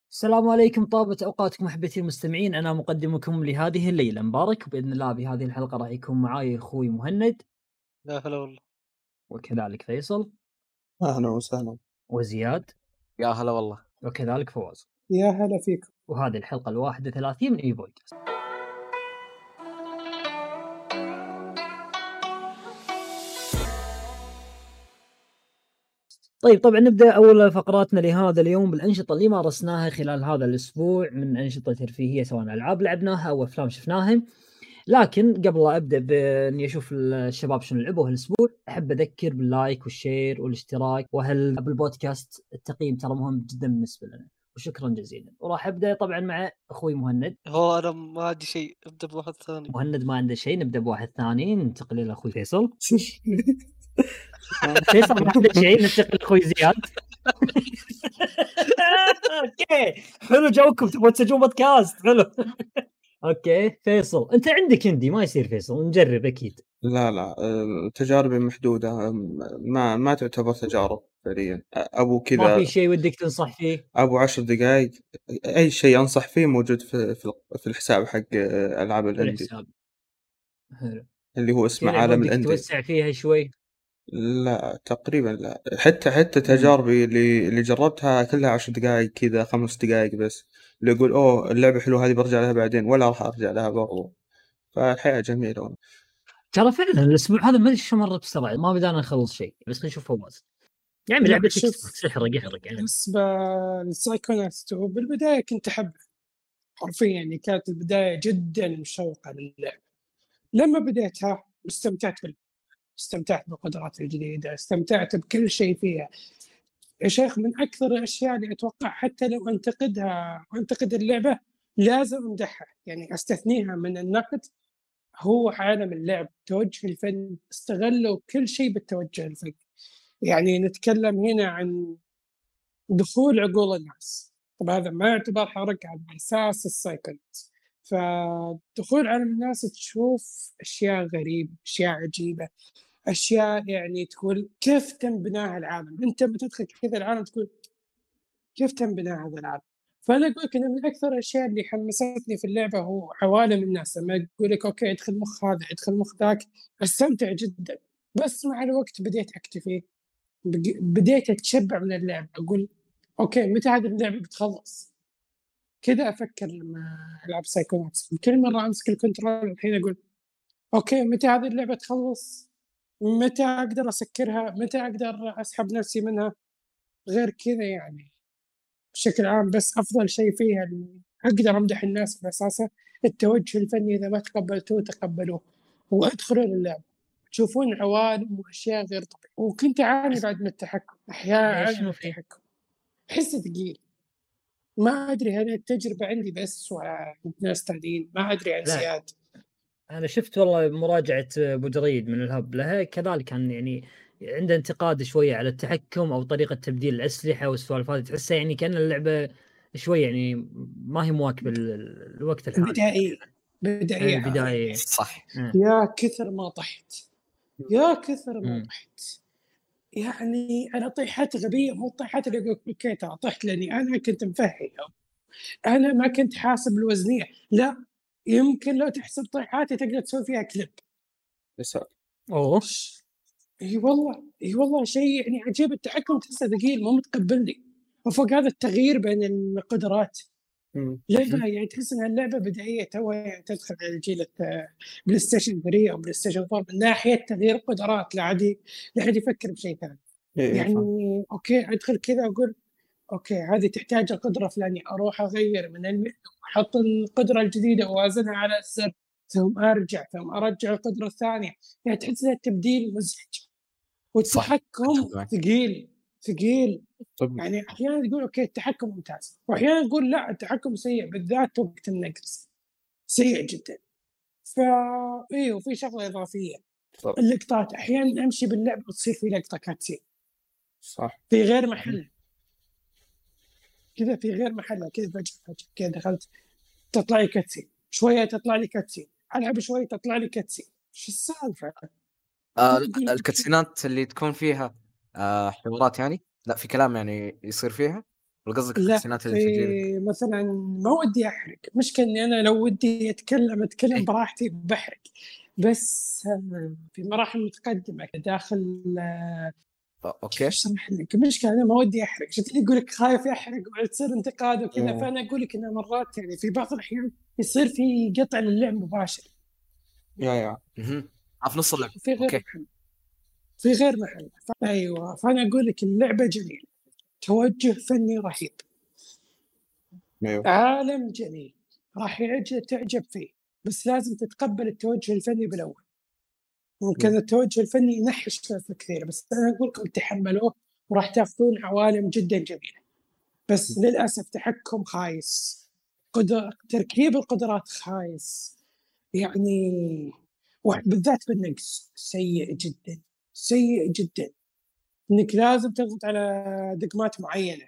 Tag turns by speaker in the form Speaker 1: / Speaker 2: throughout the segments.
Speaker 1: السلام عليكم، طابت أوقاتكم أحبتي المستمعين. أنا مقدمكم لهذه الليلة مبارك، وبإذن الله بهذه الحلقة راح يكون معاي أخوي مهند،
Speaker 2: لا هلا والله.
Speaker 1: وكذلك فيصل،
Speaker 3: أهلا وسهلا.
Speaker 1: وزياد،
Speaker 4: يا هلا والله.
Speaker 1: وكذلك فواز.
Speaker 3: يا هلا فيكم.
Speaker 1: وهذه الحلقة 31 من بودكاست. طيب، طبعا نبدأ أول فقراتنا لهذا اليوم بالأنشطة اللي مارسناها خلال هذا الأسبوع من أنشطة ترفيهية، سواء ألعاب لعبناها أو أفلام شفناها. لكن قبل لا ابدا باني اشوف الشباب شنو لعبوا هالاسبوع، احب اذكر باللايك والشير والاشتراك بالبودكاست. التقييم ترى مهم جدا بالنسبه لنا، وشكرا جزيلا. وراح ابدا طبعا مع اخوي مهند.
Speaker 2: هو انا ما عندي شيء، ابدا بواحد ثاني.
Speaker 1: مهند ما عنده شيء، نبدا بواحد ثاني. ننتقل الى اخوي فيصل. فيصل ما عنده شيء، ننتقل لاخوي زياد. اوكي، حلو جوكم، تبغوا تسجلون بودكاست حلو. اوكي فيصل، انت عندك عندي ما يصير فيصل، نجرب اكيد.
Speaker 3: لا تجاربي محدودة، ما تعتبر تجارب فعليا. أبو
Speaker 1: ما
Speaker 3: كذا،
Speaker 1: في شيء ودك تنصح فيه؟
Speaker 3: أبو 10 دقائق أي شيء أنصح فيه موجود في الحساب حق ألعاب الأندي
Speaker 1: الحساب حلو.
Speaker 3: اللي هو اسمه
Speaker 1: كذا
Speaker 3: عالم
Speaker 1: ودك
Speaker 3: الأندي.
Speaker 1: توسع فيها شوي؟
Speaker 3: لا تقريبا لا، حتى تجاربي اللي جربتها كلها 10 دقائق كذا، 5 دقائق بس. اللي يقول أوه اللعبة حلوة هذه برجع لها بعدين، ولا راح أرجع لها برضو. فالحياة جميلة.
Speaker 1: ترى فعلا الاسبوع هذا ما ادري شو مر بسرعه، ما بدانا نخلص شيء. بس خلينا نشوف فواز. يعني
Speaker 5: لا،
Speaker 1: لعبه
Speaker 5: شوف،
Speaker 1: احرق يعني.
Speaker 5: بالنسبة للسايكوناتس بالبداية كنت أحب، حرفيا يعني كانت البداية جدا مشوقة للعبة. لما بديتها استمتعت بالقدرات الجديدة، استمتعت بكل شيء فيها. يا شيخ، من أكثر الأشياء اللي أتوقع حتى لو أنتقد اللعبة لازم أمدحها، يعني أستثنيها من النقد، هو عالم اللعب. توجه الفن، استغلوا كل شيء بالتوجه الفني. يعني نتكلم هنا عن دخول عقول الناس. طب هذا ما يعتبر حرق على أساس السايكونات. فدخول عالم الناس تشوف أشياء غريبة، أشياء عجيبة، أشياء يعني تقول كيف تم بناء العالم. أنت بتدخل كذا العالم تقول كيف تم بناء هذا العالم. فأنا أقول لك إن من أكثر الأشياء اللي حمستني في اللعبة هو عوالم الناس. لما يقول لك أوكي ادخل مخ هذا، ادخل مخ ذاك، أستمتع جدا. بس مع الوقت بديت أكتفي، بديت أتشبع من اللعبة. أقول أوكي متى هذه اللعبة بتخلص؟ كذا أفكر لما ألعب سايكوناتس. كل مرة أمسك الكنترول الحين أقول أوكي متى هذه اللعبة تخلص؟ متى أقدر أسكرها؟ متى أقدر أسحب نفسي منها؟ غير كذا يعني بشكل عام. بس أفضل شيء فيها اللي أقدر أمدح الناس على أساسه التوجه الفني. إذا ما تقبلتوه تقبلوه وادخلوا للعبة، تشوفون عوالم وأشياء غير طبيعية. وكنت أعاني بعد من التحكم، أحيانا أعاني من التحكم، أحس ثقيل. ما أدري هل التجربة عندي بس ولا ناس ثانيين، ما أدري عن زياد.
Speaker 1: انا شفت والله مراجعه ابو جريد من الهب لها كذلك، كان يعني عنده انتقاد شويه على التحكم او طريقه تبديل الاسلحه والسوالف هذه. تحسها يعني كان اللعبه شوي يعني ما هي مواكبه الوقت الحالي.
Speaker 5: بدائية
Speaker 1: البدايه
Speaker 4: صح.
Speaker 5: يا كثر ما طحت، يا كثر ما طحت. يعني أنا طيحات غبية، مو طيحات اللي يقول أوكي ترى طحت لأني أنا كنت مفهي، أنا ما كنت حاسب الوزنية. لا، يمكن لو تحسب طيحاتي تقدر تسوي فيها كليب.
Speaker 1: اوه
Speaker 5: اي والله شيء يعني عجيب. التحكم تحسه ثقيل، مو متقبلني. وفوق هذا التغيير بين القدرات، لعبة يعني تحس انها اللعبه بدائيه توها يعني تدخل على الجيل بلاي ستيشن 3 او بلاي ستيشن 4 من ناحيه تغيير قدرات. لا عاد يفكر بشيء ثاني. يعني اوكي ادخل كذا اقول اوكي هذه تحتاج القدره فلانيه، اروح اغير من احط القدره الجديده واوازنها على الزر، ثم ارجع القدره الثانيه. يعني تحس ان التبديل مزعج والتحكم ثقيل. يعني احيانا يقول اوكي التحكم ممتاز، واحيانا يقول لا التحكم سيء، بالذات وقت النقص سيء جدا. ايه، وفي شغله اضافيه، اللقطات. احيانا امشي باللعبه وتصير في لقطه كاتسين
Speaker 3: صح
Speaker 5: في غير محل، كذا في غير محلها، كذا فجأة كذا دخلت تطلع لي كاتسين، شويه تطلع لي كاتسين، العب شويه تطلع لي كاتسين. شو السالفه؟
Speaker 4: الكاتسينات اللي تكون فيها حوارات يعني، لا في كلام يعني يصير فيها ولا قصدك
Speaker 5: لا
Speaker 4: الكاتسينات اللي في الجيل؟
Speaker 5: في مثلا ما ودي احرق، مشكلة اني انا لو ودي اتكلم
Speaker 4: إيه.
Speaker 5: براحتي بحرق، بس في مراحل متقدمة داخل
Speaker 4: اوكي
Speaker 5: اشرح لك. المشكلة انا ما ودي احرق، شفت يقول لك خايف احرق وتصير انتقاد وكذا،
Speaker 3: إيه.
Speaker 5: فانا اقول لك ان مرات يعني في بعض الاحيان يصير في قطع للعب مباشر
Speaker 3: يا
Speaker 4: في نص اللعبة.
Speaker 5: في غير
Speaker 4: اوكي
Speaker 5: محل، في غير محل. ايوه، فانا اقول لك اللعبة جميلة، توجه فني رهيب،
Speaker 3: ايوه
Speaker 5: عالم جميل، راح تعجب فيه، بس لازم تتقبل التوجه الفني بالأول. ممكن التوجه الفني ينحش في كثير، بس أنا أقول لكم تحملوه وراح تاخذون عوالم جدا جميلة. بس للأسف تحكم خايس، تركيب القدرات خايس، يعني بالذات بالنقص سيء جدا، سيء جدا، إنك لازم تضغط على دقمات معينة.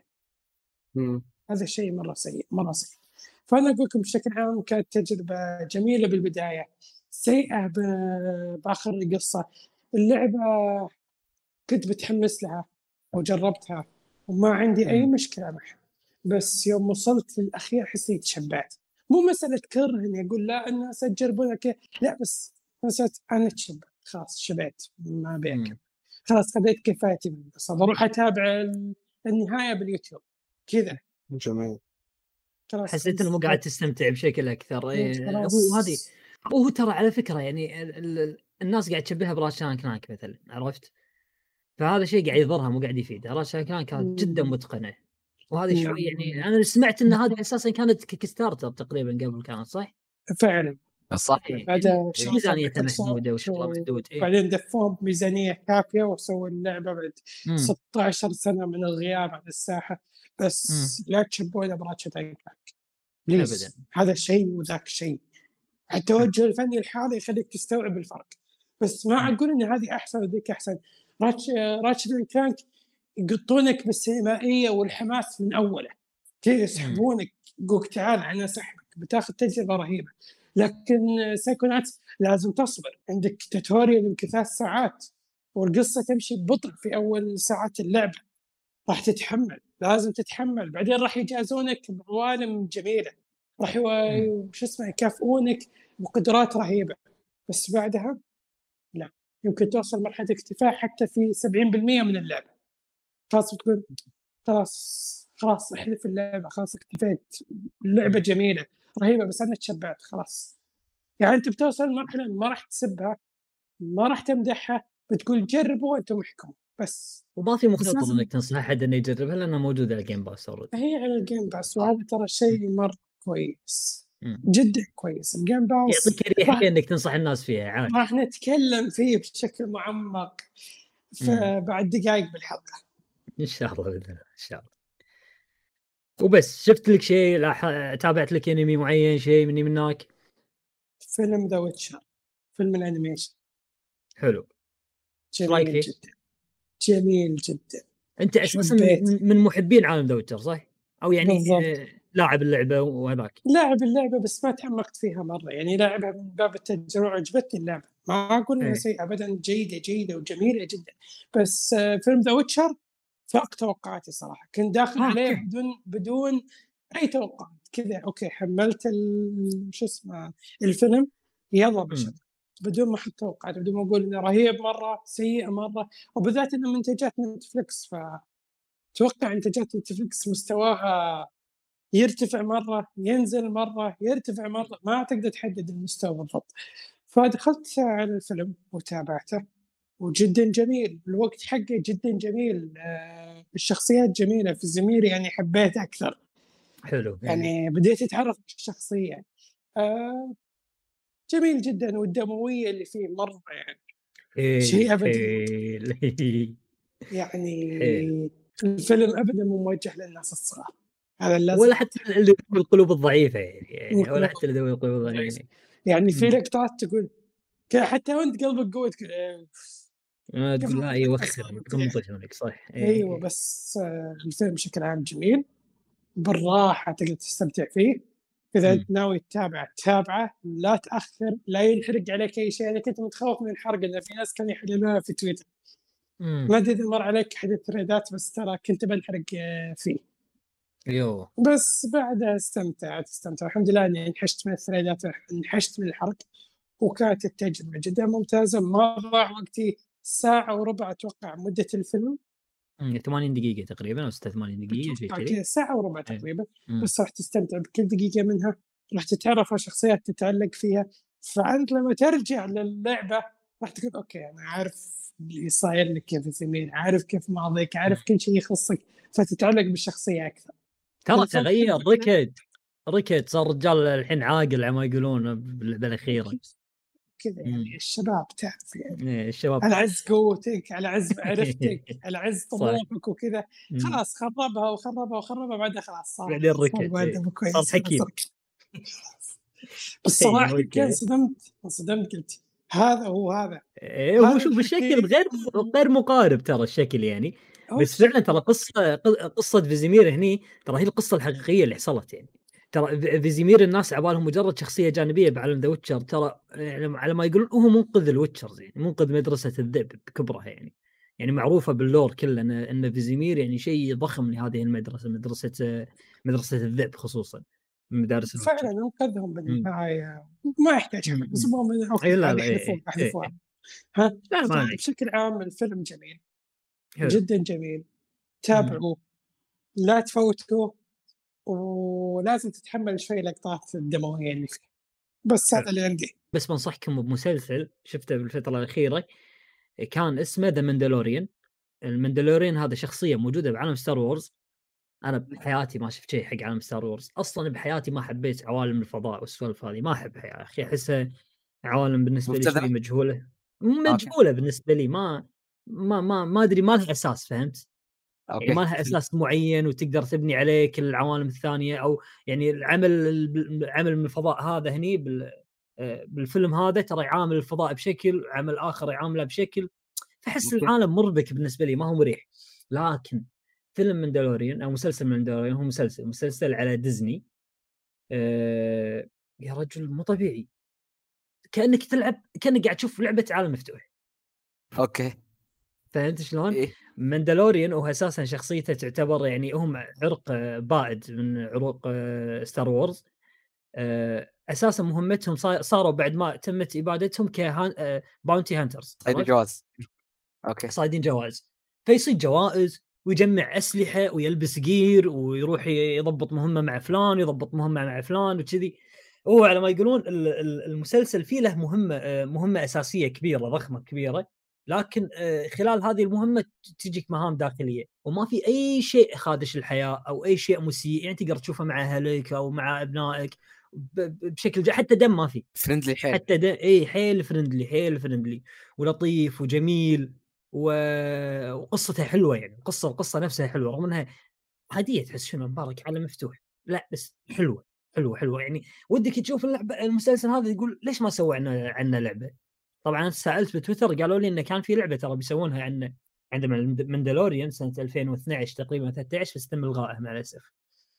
Speaker 5: هذا الشيء مرة سيء، مرة سيء. فأنا أقول لكم بشكل عام كانت تجربة جميلة بالبداية، سيئة بآخر القصة. اللعبة كنت بتحمس لها وجربتها وما عندي أي مشكلة معها، بس يوم وصلت للأخير حسيت شبعت. مو مسألة كره إني أقول لا الناس تجربونها لا، بس مسألة أنا تشبعت خلاص، شبعت ما أبي خلاص، خذيت كفايتي من القصة، بروح أتابع النهاية باليوتيوب كذا.
Speaker 3: جميل.
Speaker 1: حسيت انه مو قاعد تستمتع بشكل اكثر. هو ترى على فكره يعني الناس قاعد تشبهها براشان كلانك مثلا، عرفت؟ فهذا شيء قاعد يضرها مو قاعد يفيدها. راشان كلانك كانت جدا متقنه، وهذا شوي يعني انا سمعت ان هذه اساسا كانت كيك ستارتر تقريبا قبل، كانت صح؟
Speaker 5: فعلا
Speaker 4: صح.
Speaker 5: هذا
Speaker 1: ميزانيتها محدوده وشغله محدود.
Speaker 5: بعدين دفعوا ميزانيه كافيه وسووا اللعبه بعد 16 سنه من الغياب عن الساحه. بس لا تشبهوا براتشت اند كلانك ابدا، هذا شيء وذاك شيء. التوجه الفني الحالي يخليك تستوعب الفرق، بس ما اقول ان هذه احسن وذيك احسن. راتشت اند كلانك يقطونك بالسينمائيه والحماس من اوله، يسحبونك يقولك تعال انا سحبك، بتاخذ تجربه رهيبه. لكن سايكوناتس لازم تصبر، عندك توتوريال يمكن 3 ساعات والقصه تمشي ببطء في اول ساعات اللعبه، راح تتحمل، لازم تتحمل. بعدين راح يجازونك بعوالم جميله، راح شو اسمه يكافئونك بقدرات رهيبه، بس بعدها لا، يمكن توصل مرحله اكتفاء حتى في 70% من اللعبه، خلاص بتقول خلاص احذف اللعبه، خلاص اكتفيت. اللعبه جميله رهيبه بس انا تشبعت خلاص. يعني انت بتوصل مرحله ما راح تسبها، ما راح تمدحها، بتقول جربوا وانتم احكموا بس.
Speaker 1: وما في مخاطر انك تنصح احد انه يجربها لانها موجوده على الجيم باس اوريدي.
Speaker 5: هي على الجيم باس، وهذا ترى شيء مره كويس، جدا كويس. الجيم باس
Speaker 1: يعطيك اريحيه انك تنصح الناس فيها عادي.
Speaker 5: راح نتكلم فيه بشكل معمق بعد دقائق بالحلقه
Speaker 1: ان شاء الله باذن الله، ان شاء الله. وبس شفت لك شيء، تابعت لك انمي معين، شيء مني منك؟
Speaker 5: فيلم ذا ويتشر، فيلم الانيميشن
Speaker 1: حلو،
Speaker 5: جميل جدا، جميل جدا.
Speaker 1: انت اساسا من محبين عالم ذا ويتشر صح؟ او يعني لاعب اللعبه وهذاك؟
Speaker 5: لاعب اللعبه بس ما تعمقت فيها مره، يعني لاعبها من باب التجربه، عجبتني اللعبه، ما اقول انها سيئه ابدا، جيده وجميله جدا. بس فيلم ذا ويتشر فاق توقعاتي صراحه، كنت داخل عليه بدون اي توقعات كذا. اوكي حملت شو اسمه الفيلم، يلا بشكل بدون ما احط توقعات، بدون ما اقول انه رهيب مره، سيء مره، وبالذات انه منتجات نتفلكس، فتوقع انتاجات نتفلكس مستواها يرتفع مرة ينزل مرة يرتفع مرة، ما تقدر تحدد المستوى بالضبط. فدخلت على الفيلم وتابعته وجدا جميل، الوقت حقه جدا جميل، الشخصيات جميلة في الزمير، يعني حبيت أكثر.
Speaker 1: حلو
Speaker 5: يعني بديت أتعرف الشخصية، جميل جدا، والدموية اللي فيه مرة يعني شيء أبدا يعني الفيلم أبدا مو موجه للناس الصغار، هذا لازم،
Speaker 1: ولا حتى اللي بالقلوب الضعيفة يعني ولا حتى اللي ذوي القلوب الضعيفة
Speaker 5: يعني في لقطات تقول حتى وانت قلبك قوي
Speaker 1: ما تقول لا يوخر تنبسط صح.
Speaker 5: ايوه بس الفيلم بشكل عام جميل، بالراحه تقدر تستمتع فيه. اذا ناوي تتابعه لا تاخر، لا ينحرق عليك اي شيء. انا كنت متخوف من الحرق، لان في ناس كانوا يحللوها في تويتر، ما ادري اذا مر عليك حدث تريدات، بس ترى كنت بنحرق فيه.
Speaker 1: يو
Speaker 5: بس بعدها استمتعت الحمد لله اني انحشت من الثريلات، انحشت من الحرق، وكانت التجربة جدا ممتازة. ما ضاع وقتي، 1.25 ساعة اتوقع مدة الفيلم،
Speaker 1: 80 دقيقة تقريبا او 86 دقيقة شيء
Speaker 5: اتوقع
Speaker 1: كذي.
Speaker 5: كذا 1.25 ساعة
Speaker 1: إيه.
Speaker 5: تقريبا.
Speaker 1: مم.
Speaker 5: بس راح تستمتع بكل دقيقة منها، راح تتعرف على شخصيات تتعلق فيها. فأنت لما ترجع للعبة راح تقول أوكي أنا عارف اللي صاير لك يا فيزيمير، عارف كيف ماضيك، عارف كل شيء يخصك، فتتعلق بالشخصية أكثر.
Speaker 1: ترى
Speaker 5: بالضبط.
Speaker 1: تغير ركض صار رجال الحين عاقل على ما يقولون باللعبة الأخيرة.
Speaker 5: كذا يعني الشباب تعرف يعني
Speaker 1: إيه الشباب
Speaker 5: على عز قوتك، على عز معرفتك، على عز طموحك وكذا، خلاص خربها بعدها خلاص صار
Speaker 1: بعدين ركض
Speaker 5: مؤدب كويس،
Speaker 1: صار حكيم.
Speaker 5: بس صراحة
Speaker 1: أوكي.
Speaker 5: كان انصدمت قلت هذا هو هذا.
Speaker 1: إيه هو
Speaker 5: هذا
Speaker 1: شوف الشكل
Speaker 5: الحكيم.
Speaker 1: غير مقارب ترى الشكل يعني،
Speaker 5: هو
Speaker 1: بس فعلا ترى قصة فيزيمير هني ترى هي القصة الحقيقية اللي حصلت يعني. ترى فيزيمير الناس عبالهم مجرد شخصية جانبية بعالم ذا ويتشر، ترى يعني على ما يقولون هو منقذ الويتشرز يعني، منقذ مدرسة الذئب بكبرها يعني. يعني معروفة باللور كله ان فيزيمير يعني شيء ضخم لهذه المدرسة، مدرسة الذئب خصوصا من مدارس الويتشر.
Speaker 5: فعلا انقذهم بالنهاية، ما يحتاج حرق، بس المهم
Speaker 1: أي لا
Speaker 5: اوكي
Speaker 1: لا
Speaker 5: احذفوها. ها
Speaker 1: لا ما
Speaker 5: بشكل عام الفيلم جميل،
Speaker 1: حلو.
Speaker 5: جدا جميل، تابعوه لا تفوتوه، ولازم تتحمل شوي لقطات الدموية اللي فيه. بس هذا اللي عندي.
Speaker 1: بس بنصحكم بمسلسل شفته بالفترة الأخيرة كان اسمه ذا ماندلوريان. الماندلوريان هذا شخصية موجودة بعالم ستار وورز. أنا بحياتي ما شفت شيء حق عالم ستار وورز أصلاً، بحياتي ما حبيت عوالم الفضاء والسوالف هذه، ما أحبها يا أخي، أحسها عوالم بالنسبة لي شوي مجهولة بالنسبة لي، ما أدري، ما لها أساس، فهمت؟ يعني ما لها اساس معين وتقدر تبني عليه كل العوالم الثانيه، او يعني العمل من الفضاء هذا هني بالفيلم هذا ترى يعامل الفضاء بشكل، عمل اخر يعامله بشكل، فحس العالم مربك بالنسبه لي، ما هو مريح. لكن فيلم ماندلوريان او مسلسل ماندلوريان هو مسلسل على ديزني، يا رجل مو طبيعي، كانك قاعد تشوف لعبه عالم مفتوح.
Speaker 4: اوكي
Speaker 1: فهمت شلون؟
Speaker 4: إيه؟
Speaker 1: ماندلوريان هو اساسا شخصيته تعتبر يعني هم عرق بائد من عروق ستار وورز. اساسا مهمتهم صاروا بعد ما تمت ابادتهم باونتي هانترز،
Speaker 4: جواز. اوكي
Speaker 1: صايدين جوائز، فيصيد جوائز ويجمع اسلحه ويلبس جير ويروح يضبط مهمه مع فلان، يضبط مهمه مع فلان وكذي. هو على ما يقولون المسلسل فيه له مهمه اساسيه كبيره ضخمه كبيره، لكن خلال هذه المهمه تجيك مهام داخليه، وما في اي شيء خادش الحياه او اي شيء مسيء، يعني تقدر تشوفه مع اهلك او مع ابنائك بشكل حتى دم ما في،
Speaker 4: فرندلي حيل،
Speaker 1: حتى اي حيل فرندلي ولطيف وجميل وقصته حلوه يعني، القصه نفسها حلوه رغم انها عاديه، تحس شنو مبارك على مفتوح، لا بس حلوه يعني، ودك تشوف اللعبه المسلسل هذا تقول ليش ما سووا عنه لعبه. طبعا انا سالت بتويتر قالوا لي انه كان في لعبه ترى بيسوونها عنه عندما ماندلوريان سنه 2012 تقريبا 13، بس تم الغائها مع الاسف.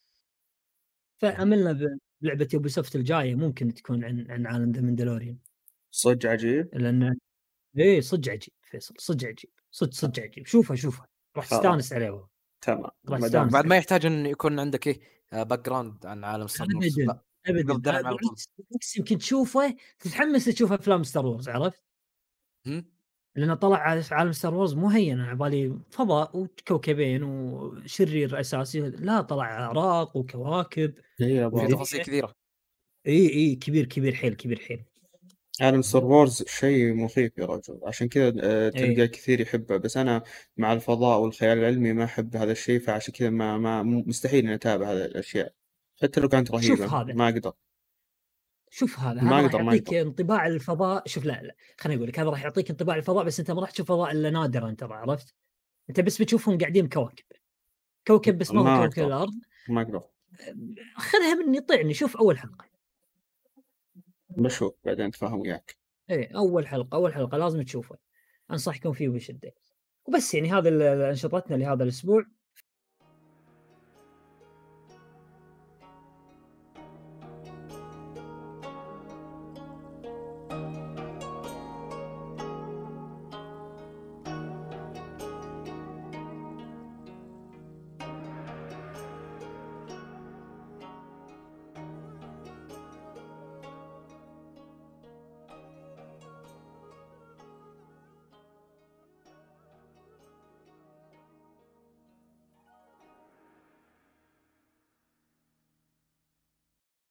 Speaker 1: فاملنا بلعبه يوبيسوفت الجايه ممكن تكون عن عالم ذا ماندلوريان.
Speaker 3: صدق عجيب،
Speaker 1: لان ايه صدق عجيب فيصل، صدق عجيب، صدق عجيب، شوفه راح تستانس عليه والله.
Speaker 3: تمام.
Speaker 4: بعد ما يحتاج ان يكون عندك ايه باك جراوند عن عالم ستار وورز،
Speaker 1: ابدا بالعكس يمكن تشوفه تتحمس تشوف افلام ستار وورز، عرفت؟ لانه طلع على عالم ستار وورز مو هين، على بالي فضاء وكوكبين وشرير اساسي، لا طلع اعراق وكواكب،
Speaker 4: في تفاصيل كثيره.
Speaker 1: اي كبير حيل.
Speaker 3: عالم ستار وورز شيء مخيف يا رجل، عشان كذا تلقى كثير يحبه، بس أنا مع الفضاء والخيال العلمي ما أحب هذا الشيء، فعشان كذا ما مستحيل أن أتابع هذه الأشياء حتى لو كانت رهيبة. ما أقدر.
Speaker 1: شوف هذا راح يعطيك انطباع الفضاء. شوف لا خليني أقول لك، هذا راح يعطيك انطباع الفضاء، بس أنت ما راح تشوف فضاء إلا نادرا، أنت عرفت؟ أنت بس بتشوفهم قاعدين كوكب بس ما هو كوكب الأرض.
Speaker 3: ما أقدر.
Speaker 1: خذها مني طعني، شوف أول حلقة.
Speaker 3: بشوف بعدين أتفاهم وياك.
Speaker 1: إيه أول حلقة لازم تشوفه، أنصحكم فيه بشدة. وبس يعني هذا أنشطتنا لهذا الأسبوع.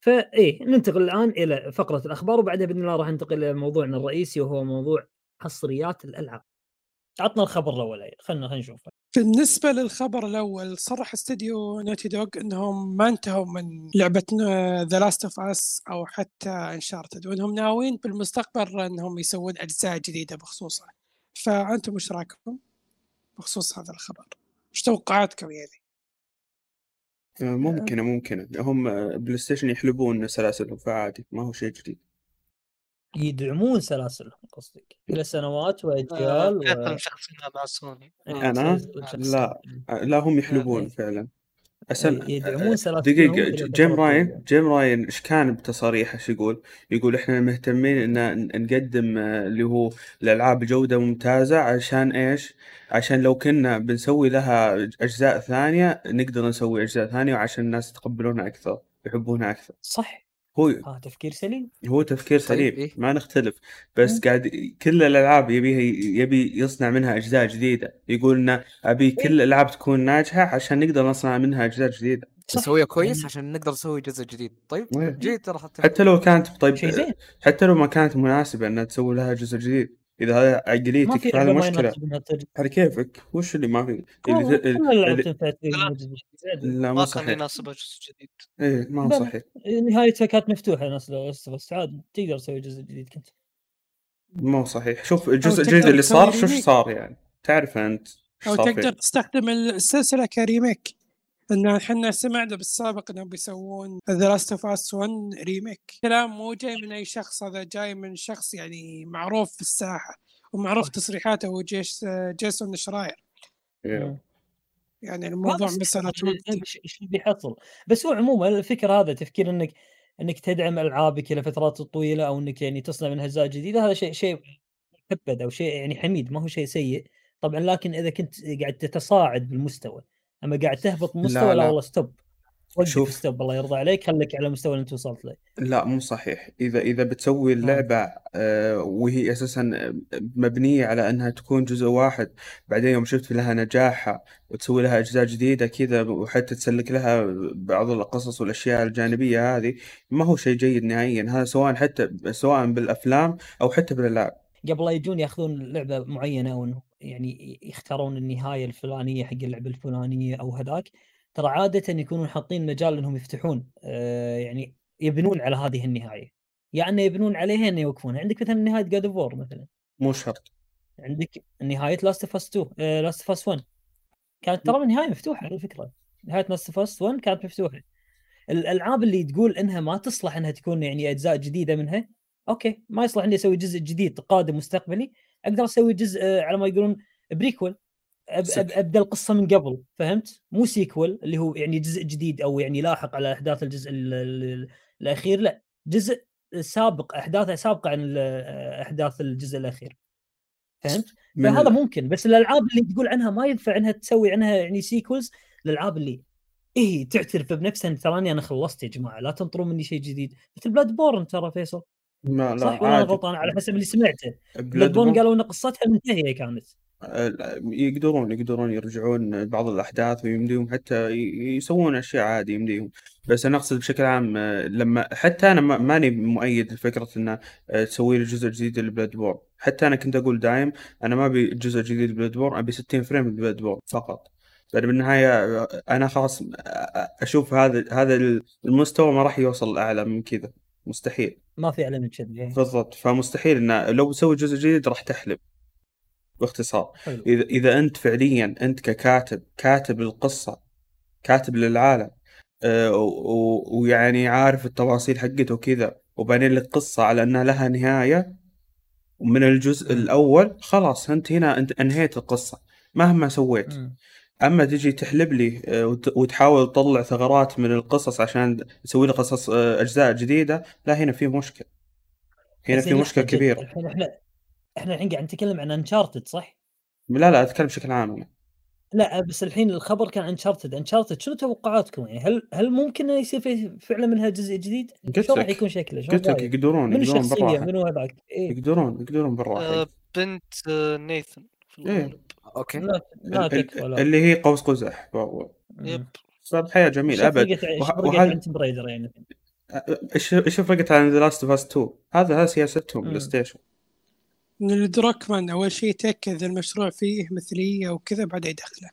Speaker 1: فايه ننتقل الان الى فقره الاخبار، وبعدها باذن الله راح ننتقل الى موضوعنا الرئيسي وهو موضوع حصريات الالعاب. عطنا الخبر الاول، خلينا نشوفه.
Speaker 5: بالنسبة للخبر الأول، صرح استديو نوتي دوغ أنهم ما انتهوا من لعبة ذا لاست اوف اس أو حتى انشارتد، وأنهم ناويين بالمستقبل أنهم يسوون أجزاء جديدة بخصوصها. فأنتم وش رأيكم بخصوص هذا الخبر؟ وش توقعاتكم يعني؟
Speaker 3: ممكن هم بلاي ستيشن يحلبون سلاسلهم، فعادي ما هو شيء جديد.
Speaker 1: يدعمون سلاسلهم قصدك الى سنوات واجيال
Speaker 2: كيف مشخصينها مع سوني؟
Speaker 3: أنا لا هم يحلبون فعلا.
Speaker 1: يدعمون سلاسلهم.
Speaker 3: دقيقة، جيم راين ايش كان بتصاريحه؟ ايش يقول احنا مهتمين ان نقدم اللي هو الالعاب جودة ممتازة. عشان ايش؟ عشان لو كنا بنسوي لها اجزاء ثانية نقدر نسوي اجزاء ثانية، وعشان الناس يتقبلونها اكثر يحبونها اكثر.
Speaker 1: صح،
Speaker 3: هو
Speaker 1: تفكير سليم.
Speaker 3: هو تفكير سليم.
Speaker 4: إيه؟
Speaker 3: ما نختلف، بس قاعد كل الالعاب يبي يصنع منها اجزاء جديده. يقول لنا ابي كل الالعاب تكون ناجحه عشان نقدر نصنع منها اجزاء جديده،
Speaker 4: نسويها كويس عشان نقدر نسوي جزء جديد. طيب جيد ترى
Speaker 3: حتى لو كانت
Speaker 1: شيء زين،
Speaker 3: حتى لو ما كانت مناسبه انها تسوي لها جزء جديد. اذا هذا
Speaker 1: ما
Speaker 3: عقليتك
Speaker 1: في
Speaker 3: فهذا
Speaker 1: لعبة ما
Speaker 3: مشكله.
Speaker 1: يناسب انها ترجع.
Speaker 3: على كيفك، وش اللي ما في
Speaker 1: كل اللعب
Speaker 3: اللي...
Speaker 1: تنفع ترجع جزء جديد.
Speaker 3: لا
Speaker 2: ما
Speaker 3: مو
Speaker 2: كان
Speaker 3: صحيح.
Speaker 2: يناسبها جزء جديد.
Speaker 3: ايه ما هو
Speaker 1: بلى.
Speaker 3: صحيح.
Speaker 1: نهايتها كانت مفتوحه ناس بس عاد تقدر تسوي جزء جديد. كنت
Speaker 3: ما هو صحيح. شوف الجزء
Speaker 5: تقدر
Speaker 3: الجديد اللي
Speaker 5: تسوي
Speaker 3: صار، شو
Speaker 5: ريميك.
Speaker 3: صار يعني؟ تعرف انت ايش
Speaker 5: أو
Speaker 3: صار
Speaker 5: تقدر
Speaker 3: فيه؟
Speaker 5: تستخدم السلسلة كريميك. إن احنا سمعنا بالسابق انهم بيسوون ذا لاست اوف اس 1 ريميك. كلام مو جاي من اي شخص، هذا جاي من شخص يعني معروف في الساحة ومعروف تصريحاته، هو جيسون شراير.
Speaker 3: إيه.
Speaker 5: يعني الموضوع مسألة
Speaker 1: ايش بيحصل. بس هو عموما الفكره هذا تفكير انك تدعم العابك الى فترات طويله، او انك يعني تصنع منها اجزاء جديده. هذا شيء محبذ او شيء يعني حميد، ما هو شيء سيء طبعا. لكن اذا كنت قاعد تتصاعد بالمستوى، اما قاعد تهبط بالمستوى، لا والله ستوب، وقف ستوب، الله يرضى عليك، خليك على المستوى اللي انت وصلت له.
Speaker 3: لا مو صحيح. اذا بتسوي اللعبه وهي اساسا مبنيه على انها تكون جزء واحد، بعدين يوم شفت لها نجاحها وتسوي لها اجزاء جديده كذا، وحتى تسلك لها بعض القصص والاشياء الجانبيه هذه، ما هو شيء جيد نهائيا. هذا سواء بالافلام او حتى بالالعاب.
Speaker 1: قبل لا يجون ياخذون لعبه معينه، او انه يعني يختارون النهايه الفلانيه حق اللعبه الفلانيه او هذاك، ترى عاده يكونون حاطين مجال انهم يفتحون يعني يبنون على هذه النهايه، يعني يبنون عليها انه يوقفونها. عندك مثلا نهايه جاد اوف وور مثلا،
Speaker 3: مو شرط.
Speaker 1: عندك نهايه لاست اوف اس 2 لاست اوف اس 1 كانت ترى نهايه مفتوحه. على فكره نهايه لاست اوف اس 1 كانت مفتوحه. الالعاب اللي تقول انها ما تصلح انها تكون يعني اجزاء جديده منها، اوكي ما يصلح اني اسوي جزء جديد قادم مستقبلي، اقدر اسوي جزء على ما يقولون بريكول، ابدا القصه من قبل، فهمت؟ مو سيكول اللي هو يعني جزء جديد او يعني لاحق على احداث الجزء الاخير، لا جزء سابق، احداثه سابقه عن احداث الجزء الاخير، فهمت؟ فهذا ممكن. بس الالعاب اللي تقول عنها ما ينفع انها تسوي عنها يعني سيكولز، الالعاب اللي تعترف بنفسها ان تراني انا خلصت يا جماعه، لا تنطرون مني شيء جديد. مثل بلاد بورن ترى فيصل،
Speaker 3: لا
Speaker 1: صح ولا انا غلطان؟ على حسب اللي سمعته بلاد بورن قالوا ان قصتها منتهيه كانت.
Speaker 3: يقدرون يرجعون بعض الأحداث، ويمديهم حتى يسوون أشياء عادي يمديهم. بس أنا أقصد بشكل عام، لما حتى أنا ماني مؤيد لفكرة أن تسوي لي جزء جديد لبلاد بورن. حتى أنا كنت أقول دايم أنا ما أبي جزء جديد لبلاد بورن، أبي 60 فريم لبلاد بورن فقط. لأن بالنهاية أنا خلاص أشوف هذا المستوى ما راح يوصل أعلى من كذا، مستحيل.
Speaker 1: ما في أعلى من كذا
Speaker 3: بالضبط. فمستحيل إن لو تسوي جزء جديد راح تحلب. باختصار
Speaker 1: حلو.
Speaker 3: إذا أنت فعليا أنت كاتب القصة، كاتب للعالم، ويعني عارف التفاصيل حقته وكذا، وبنين لك قصة على أنها لها نهاية ومن الجزء الأول، خلاص أنت هنا أنت أنهيت القصة مهما سويت. أما تجي تحلب لي وتحاول تطلع ثغرات من القصص عشان تسوي لي قصص أجزاء جديدة، لا هنا في مشكلة، هنا في مشكلة كبيرة.
Speaker 1: احنا الحين قاعد نتكلم عن انشارتد صح؟
Speaker 3: لا أتكلم بشكل عام.
Speaker 1: لا بس الحين الخبر كان انشارتد شنو توقعاتكم يعني؟ هل ممكن يصير فعلا منها جزء جديد؟ شو راح يكون شكله؟
Speaker 3: قلت لك يقدرون
Speaker 1: بالراحه. منو هذاك؟
Speaker 3: يقدرون بالراحه.
Speaker 2: بنت نيثن في الغالب.
Speaker 4: اوكي.
Speaker 1: لا تكفى
Speaker 3: اللي هي قوس قزح.
Speaker 2: يب.
Speaker 3: بحياة جميلة أبد.
Speaker 1: وهذا يعني
Speaker 3: ايش فرقت عن ذا لاست اوف اس 2؟ هذا سياستهم بلاي ستيشن.
Speaker 5: نيل دراكمان أول شيء يتأكد المشروع فيه مثلية وكذا بعد يدخله.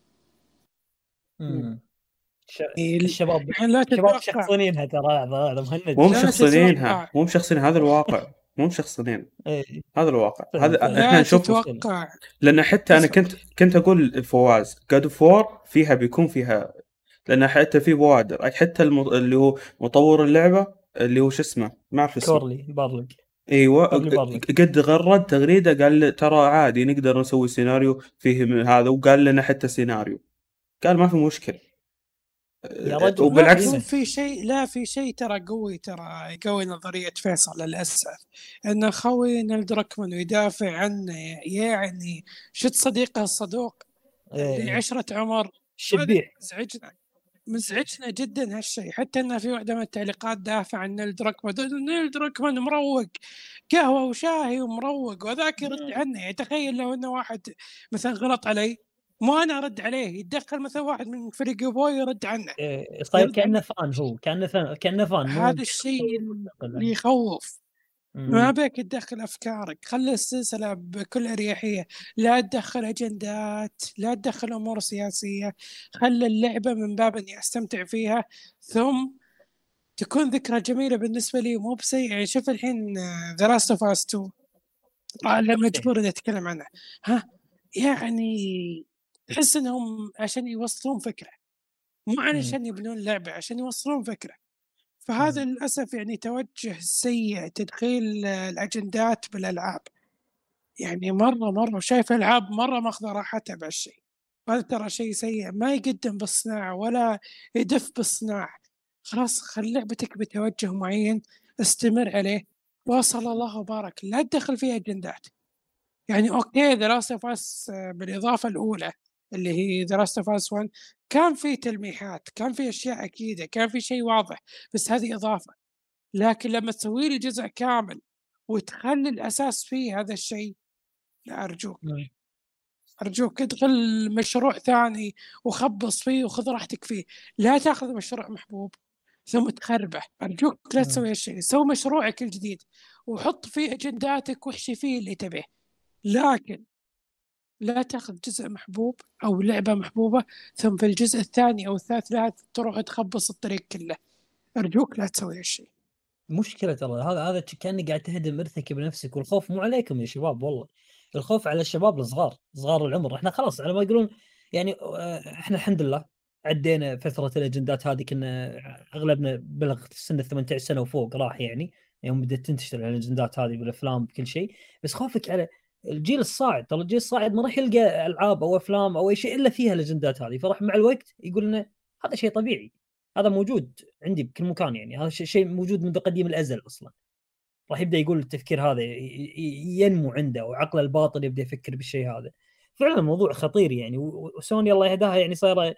Speaker 1: الشباب
Speaker 5: يعني لا
Speaker 1: الشباب
Speaker 5: تتوقع
Speaker 1: شخصنينها ترى هذا مهند.
Speaker 3: مو
Speaker 5: لا
Speaker 3: مشخصنينها،
Speaker 5: تتوقع.
Speaker 3: مو مشخصنين، هذا الواقع. مو مشخصنين،
Speaker 1: إيه.
Speaker 3: هذا الواقع.
Speaker 1: فهم،
Speaker 3: هذا
Speaker 1: فهم.
Speaker 3: احنا
Speaker 5: لا
Speaker 3: نشوف.
Speaker 5: تتوقع.
Speaker 3: لان حتى انا
Speaker 5: اسمع.
Speaker 3: كنت اقول فواز جاد اوف وور فيها بيكون فيها، لان حتى في بوادر، حتى اللي هو مطور اللعبه اللي هو شو اسمه ما اعرف اسمه،
Speaker 1: كورلي بارلوج.
Speaker 3: ايوه
Speaker 1: كورلي بارلوج.
Speaker 3: قد غرد تغريده قال ترى عادي نقدر نسوي سيناريو فيه من هذا، وقال لنا حتى سيناريو، قال ما في مشكله.
Speaker 1: يا رجل
Speaker 3: وبالعكس
Speaker 5: لا في شيء، لا في شيء ترى قوي، ترى يقوي نظرية فيصل للأسف، أن خوي نيل دراكمان ويدافع عنه، يعني شد صديقه الصدوق اللي عشرة عمر.
Speaker 1: شبيح.
Speaker 5: مزعجنا جدا هالشيء، حتى انه في واحدة من التعليقات دافع عن نيل دراكمان، نيل دراكمان مروق قهوة وشاهي ومروق، وذاك يرد عنه. يعني تخيل لو انه واحد مثلا غلط علي، مو انا ارد عليه، يتدخل مثلا واحد من فريق بوي يرد عنه.
Speaker 1: صاير كأنه فان، هو كأنه فان.
Speaker 5: هذا الشيء اللي يخوف. ما بيك تدخل أفكارك، خلي السلسلة بكل أريحية، لا تدخل أجندات، لا تدخل أمور سياسية، خلي اللعبة من باب أني أستمتع فيها، ثم تكون ذكرى جميلة بالنسبة لي مو بسيء. يعني شوف الحين The Last of Us 2 طبعا مجبور إني أتكلم عنها. يعني تحس إنهم عشان يوصلون فكرة، مو عشان يبنون لعبة، عشان يوصلون فكرة. فهذا للأسف يعني توجه سيء، تدخيل الأجندات بالألعاب. يعني مرة وشايف ألعاب مرة ماخذة راحتها بهالشيء. هذا ترى شيء سيء، ما يقدم بالصناعة ولا يدف بالصناعة. خلاص خل لعبتك بتوجه معين، استمر عليه، وصل الله وبارك، لا تدخل فيه أجندات. يعني أوكي The Last of Us بالإضافة الأولى اللي هي The Last of Us 1 كان في تلميحات، كان في أشياء أكيدة، كان في شيء واضح، بس هذه إضافة. لكن لما تسوي لي جزء كامل وتخلي الأساس فيه هذا الشيء، لا أرجوك ادخل مشروع ثاني وخبص فيه وخذ راحتك فيه، لا تأخذ مشروع محبوب ثم تخربه. أرجوك لا تسوي هالشيء، سوي مشروعك الجديد وحط فيه أجنداتك واحشي فيه اللي تبيه، لكن لا تأخذ جزء محبوب أو لعبة محبوبة ثم في الجزء الثاني أو الثالث لا تروح تخبص الطريق كله. أرجوك لا تسوي هالشيء.
Speaker 1: مشكلة ترى هذا كأنك قاعد تهدم إرثك بنفسك، والخوف مو عليكم يا شباب، والله الخوف على الشباب الصغار، صغار العمر. احنا خلاص على ما يقولون يعني احنا الحمد لله عدينا فترة الأجندات هذه، كنا أغلبنا بلغ سن 18 سنة وفوق راح، يعني يوم بدأت تنتشر الأجندات هذه بالأفلام بكل شيء. بس خوفك على الجيل الصاعد، ترى الجيل الصاعد ما راح يلقى ألعاب أو أفلام أو أي شيء إلا فيها الأجندات هذه، فراح مع الوقت يقول لنا هذا شيء طبيعي، هذا موجود عندي بكل مكان، يعني هذا شيء موجود منذ قديم الأزل أصلا. راح يبدأ يقول التفكير هذا ينمو عنده، وعقله الباطن يبدأ يفكر بالشيء هذا. فعلا الموضوع خطير يعني، وسوني الله يهداها يعني صايرة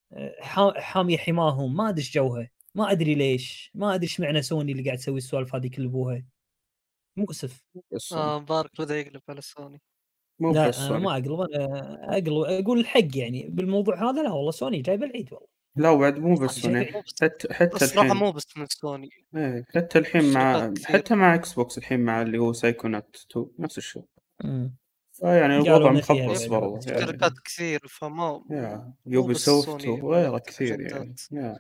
Speaker 1: حامية حماهم، ما أدري جوها، ما أدري ليش، ما أدري إيش معنى سوني اللي قاعد تسوي السوالف هذه كل أبوها. مؤسف.
Speaker 2: مبارك بدأ يقلب على سوني.
Speaker 1: لا أنا ما أقلب، أنا أقول الحق يعني بالموضوع هذا. لا والله سوني جايب العيد والله.
Speaker 3: لا وبعد مو بس سوني، حتى
Speaker 2: الصراحة
Speaker 3: الحين
Speaker 2: مو بس من سوني،
Speaker 3: حتى الحين حتى مع اكس بوكس الحين مع اللي هو سايكونات 2 نفس الشيء. يعني الوضع مخبص برضه،
Speaker 2: شركات كثير فما
Speaker 3: يوبي سوفت وغيره كثير يعني.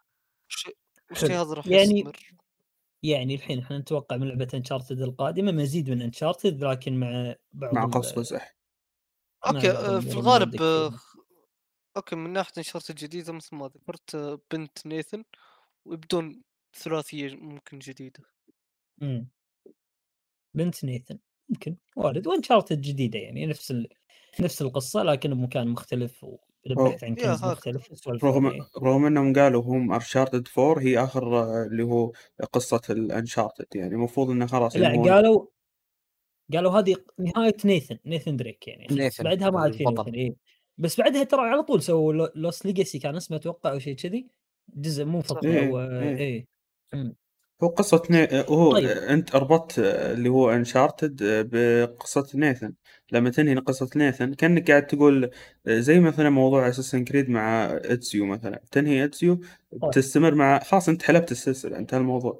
Speaker 2: وش هذا راح
Speaker 1: يستمر. يعني الحين احنا نتوقع من لعبة انشارتد القادمة مزيد من انشارتد، لكن مع بعض
Speaker 3: مع قص.
Speaker 2: اوكي في الغالب اوكي من ناحية انشارتد الجديدة مثل ما ذكرت بنت نيثن، ويبدون ثلاثية ممكن جديدة.
Speaker 1: بنت نيثن ممكن وارد، وانشارتد جديدة يعني نفس القصة لكن بمكان مختلف والبحث عن كنز مختلف.
Speaker 3: رغم انهم قالوا هم انشارتد 4 هي اخر اللي هو قصة الانشارتد، يعني المفروض انه خلاص.
Speaker 1: لا قالوا هذه نهاية نيثن دريك يعني بعدها ما عاد في نيثن. بس بعدها ترى على طول سووا لوس ليجاسي كان اسمه اتوقع او شيء كذي، جزء منفصل او
Speaker 3: هو قصة هو طيب. انت اربطت اللي هو انشارتد بقصة نيثن، لما تنهي قصة نيثن كأنك قاعد تقول زي مثلا موضوع اساسن كريد مع اتسيو، مثلا تنهي اتسيو تستمر مع خلاص انت حلبت السلسلة، انتهى الموضوع.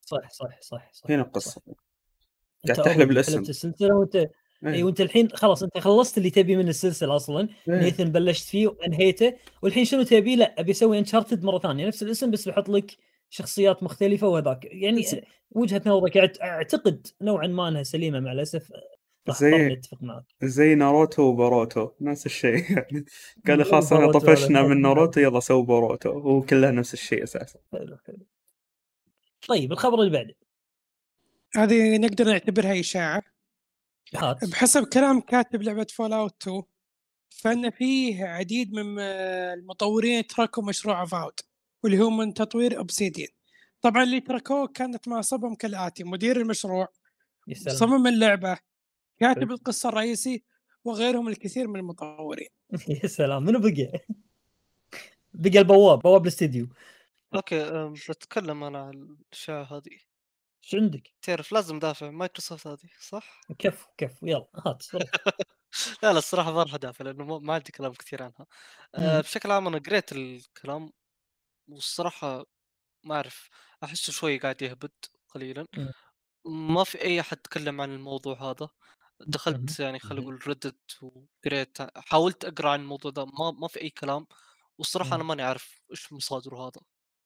Speaker 1: صح صح صح صح
Speaker 3: هنا
Speaker 1: صح.
Speaker 3: القصة
Speaker 1: انت
Speaker 3: قاعد تحلب
Speaker 1: already
Speaker 3: الاسم.
Speaker 1: حلبت السلسله وانت اي
Speaker 3: إيه.
Speaker 1: وانت الحين خلاص انت خلصت اللي تبي من السلسله اصلا.
Speaker 3: إيه.
Speaker 1: نيثن بلشت فيه وانهيته، والحين شنو تبي؟ لا ابي اسوي انشارتد مره ثانيه نفس الاسم بس بحط لك شخصيات مختلفه وهذاك يعني وجهه نظرك اعتقد نوعا ما انها سليمه مع الاسف. راح اضطر اتفق معك.
Speaker 3: زي ناروتو وباروتو نفس الشيء يعني قال
Speaker 1: زي
Speaker 3: خلاص انا
Speaker 1: باروتو هذا.
Speaker 3: طفشنا من ناروتو يلا سووا باروتو، هو كلها نفس الشيء اساسا.
Speaker 1: حلو حلو. طيب الخبر اللي بعده
Speaker 5: هذه نقدر نعتبرها إشاعة
Speaker 1: هات.
Speaker 5: بحسب كلام كاتب لعبة فول اوت 2، فإن فيه عديد من المطورين تركوا مشروع فاود واللي هو من تطوير أوبسيديان. طبعا اللي تركوه كانت مناصبهم كالآتي: مدير المشروع،
Speaker 1: يسلم.
Speaker 5: مصمم اللعبة، كاتب القصة الرئيسي، وغيرهم الكثير من المطورين.
Speaker 1: يا سلام. منو بقى؟ بقى البواب، بواب الاستديو.
Speaker 2: اوكي بتكلم انا عن الاشاعه هذه.
Speaker 1: شو عندك؟
Speaker 2: تعرف لازم دافع مايكروسوفت هذه صح؟
Speaker 1: كف يلا هات صرف.
Speaker 2: لا الصراحه ما راح ادافع لانه ما عندي كلام كثير عنها. بشكل عام انا قريت الكلام والصراحه ما اعرف، احسه شوي قاعد يهبط قليلا. ما في اي احد تكلم عن الموضوع هذا. دخلت يعني خلينا نقول ردت وقريت، حاولت اقرا عن الموضوع ده، ما في اي كلام. والصراحه انا ماني عارف ايش مصادره هذا.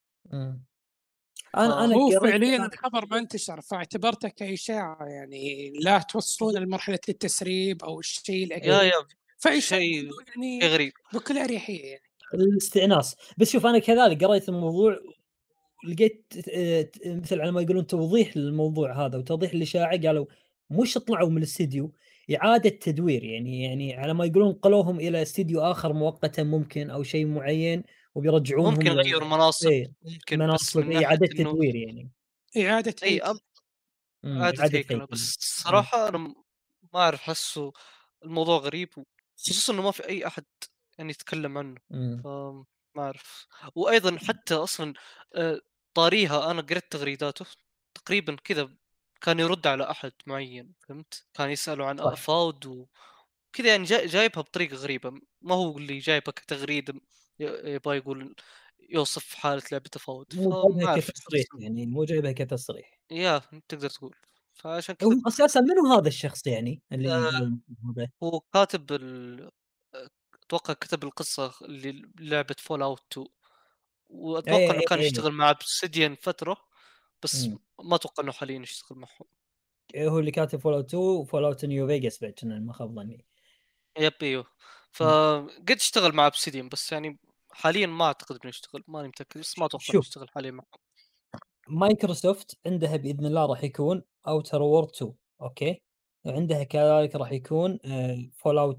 Speaker 1: انا
Speaker 5: هو
Speaker 1: قريت
Speaker 5: فعليا الخبر ما انتشر فاعتبرته كإشاعة، يعني لا توصلون لمرحلة التسريب او الشيء الأكيد، فإشاعة
Speaker 2: شيء
Speaker 5: يعني
Speaker 2: غريب
Speaker 5: بكل أريحية يعني.
Speaker 1: الاستئناس. بس شوف انا كذلك قريت الموضوع ولقيت مثل على ما يقولون توضيح للموضوع هذا وتوضيح الاشاعه. قالوا مش طلعوا من الاستديو، اعاده تدوير، يعني على ما يقولون قلوهم الى استديو اخر مؤقتا ممكن او شيء معين وبيرجعونهم
Speaker 2: ممكن يغير مناصب ممكن، بس
Speaker 1: مناصب
Speaker 2: من ناحيه
Speaker 1: اعاده
Speaker 2: انه
Speaker 1: تدوير يعني
Speaker 5: إعادة
Speaker 2: اي
Speaker 5: هيكل.
Speaker 2: اعاده
Speaker 1: اعاده
Speaker 2: هيكله.
Speaker 1: هيكل.
Speaker 2: بس صراحه انا ما اعرف، احسه الموضوع غريب خصوصا انه ما في اي احد يعني يتكلم عنه. فما اعرف. وايضا حتى اصلا طاريها انا قريت تغريداته تقريبا كذا، كان يرد على احد معين، فهمت؟ كان يساله عن افاود وكذا، يعني جايبها بطريقه غريبه. ما هو اللي جايبها كتغريده يبغى يقول يوصف حاله لعبه افاود.
Speaker 1: مو
Speaker 2: فما
Speaker 1: جايبها
Speaker 2: اعرف
Speaker 1: كتصريح، يعني مو جايبها كتصريح.
Speaker 2: تقدر تقول. فعشان
Speaker 1: هو
Speaker 2: كذا
Speaker 1: اساسا منو هذا الشخص يعني اللي قال هذا؟
Speaker 2: هو كاتب اتوقع كتب القصه اللي لعبه فول اوت 2، واتوقع انه كان يشتغل مع اوبسيديان فتره، بس ما اتوقع انه حاليا يشتغل معهم.
Speaker 1: هو اللي كاتب فول اوت 2 وفول اوت نيو فيجاس بعد كنا ما خاب ظني.
Speaker 2: ايوه فقد اشتغل مع اوبسيديان، بس يعني حاليا ما اعتقد انه يشتغل، ماني متاكد، بس ما اتوقع انه يشتغل حاليا معهم.
Speaker 1: مايكروسوفت عندها باذن الله راح يكون اوتر وورد 2 اوكي، وعندها كذلك راح يكون فول اوت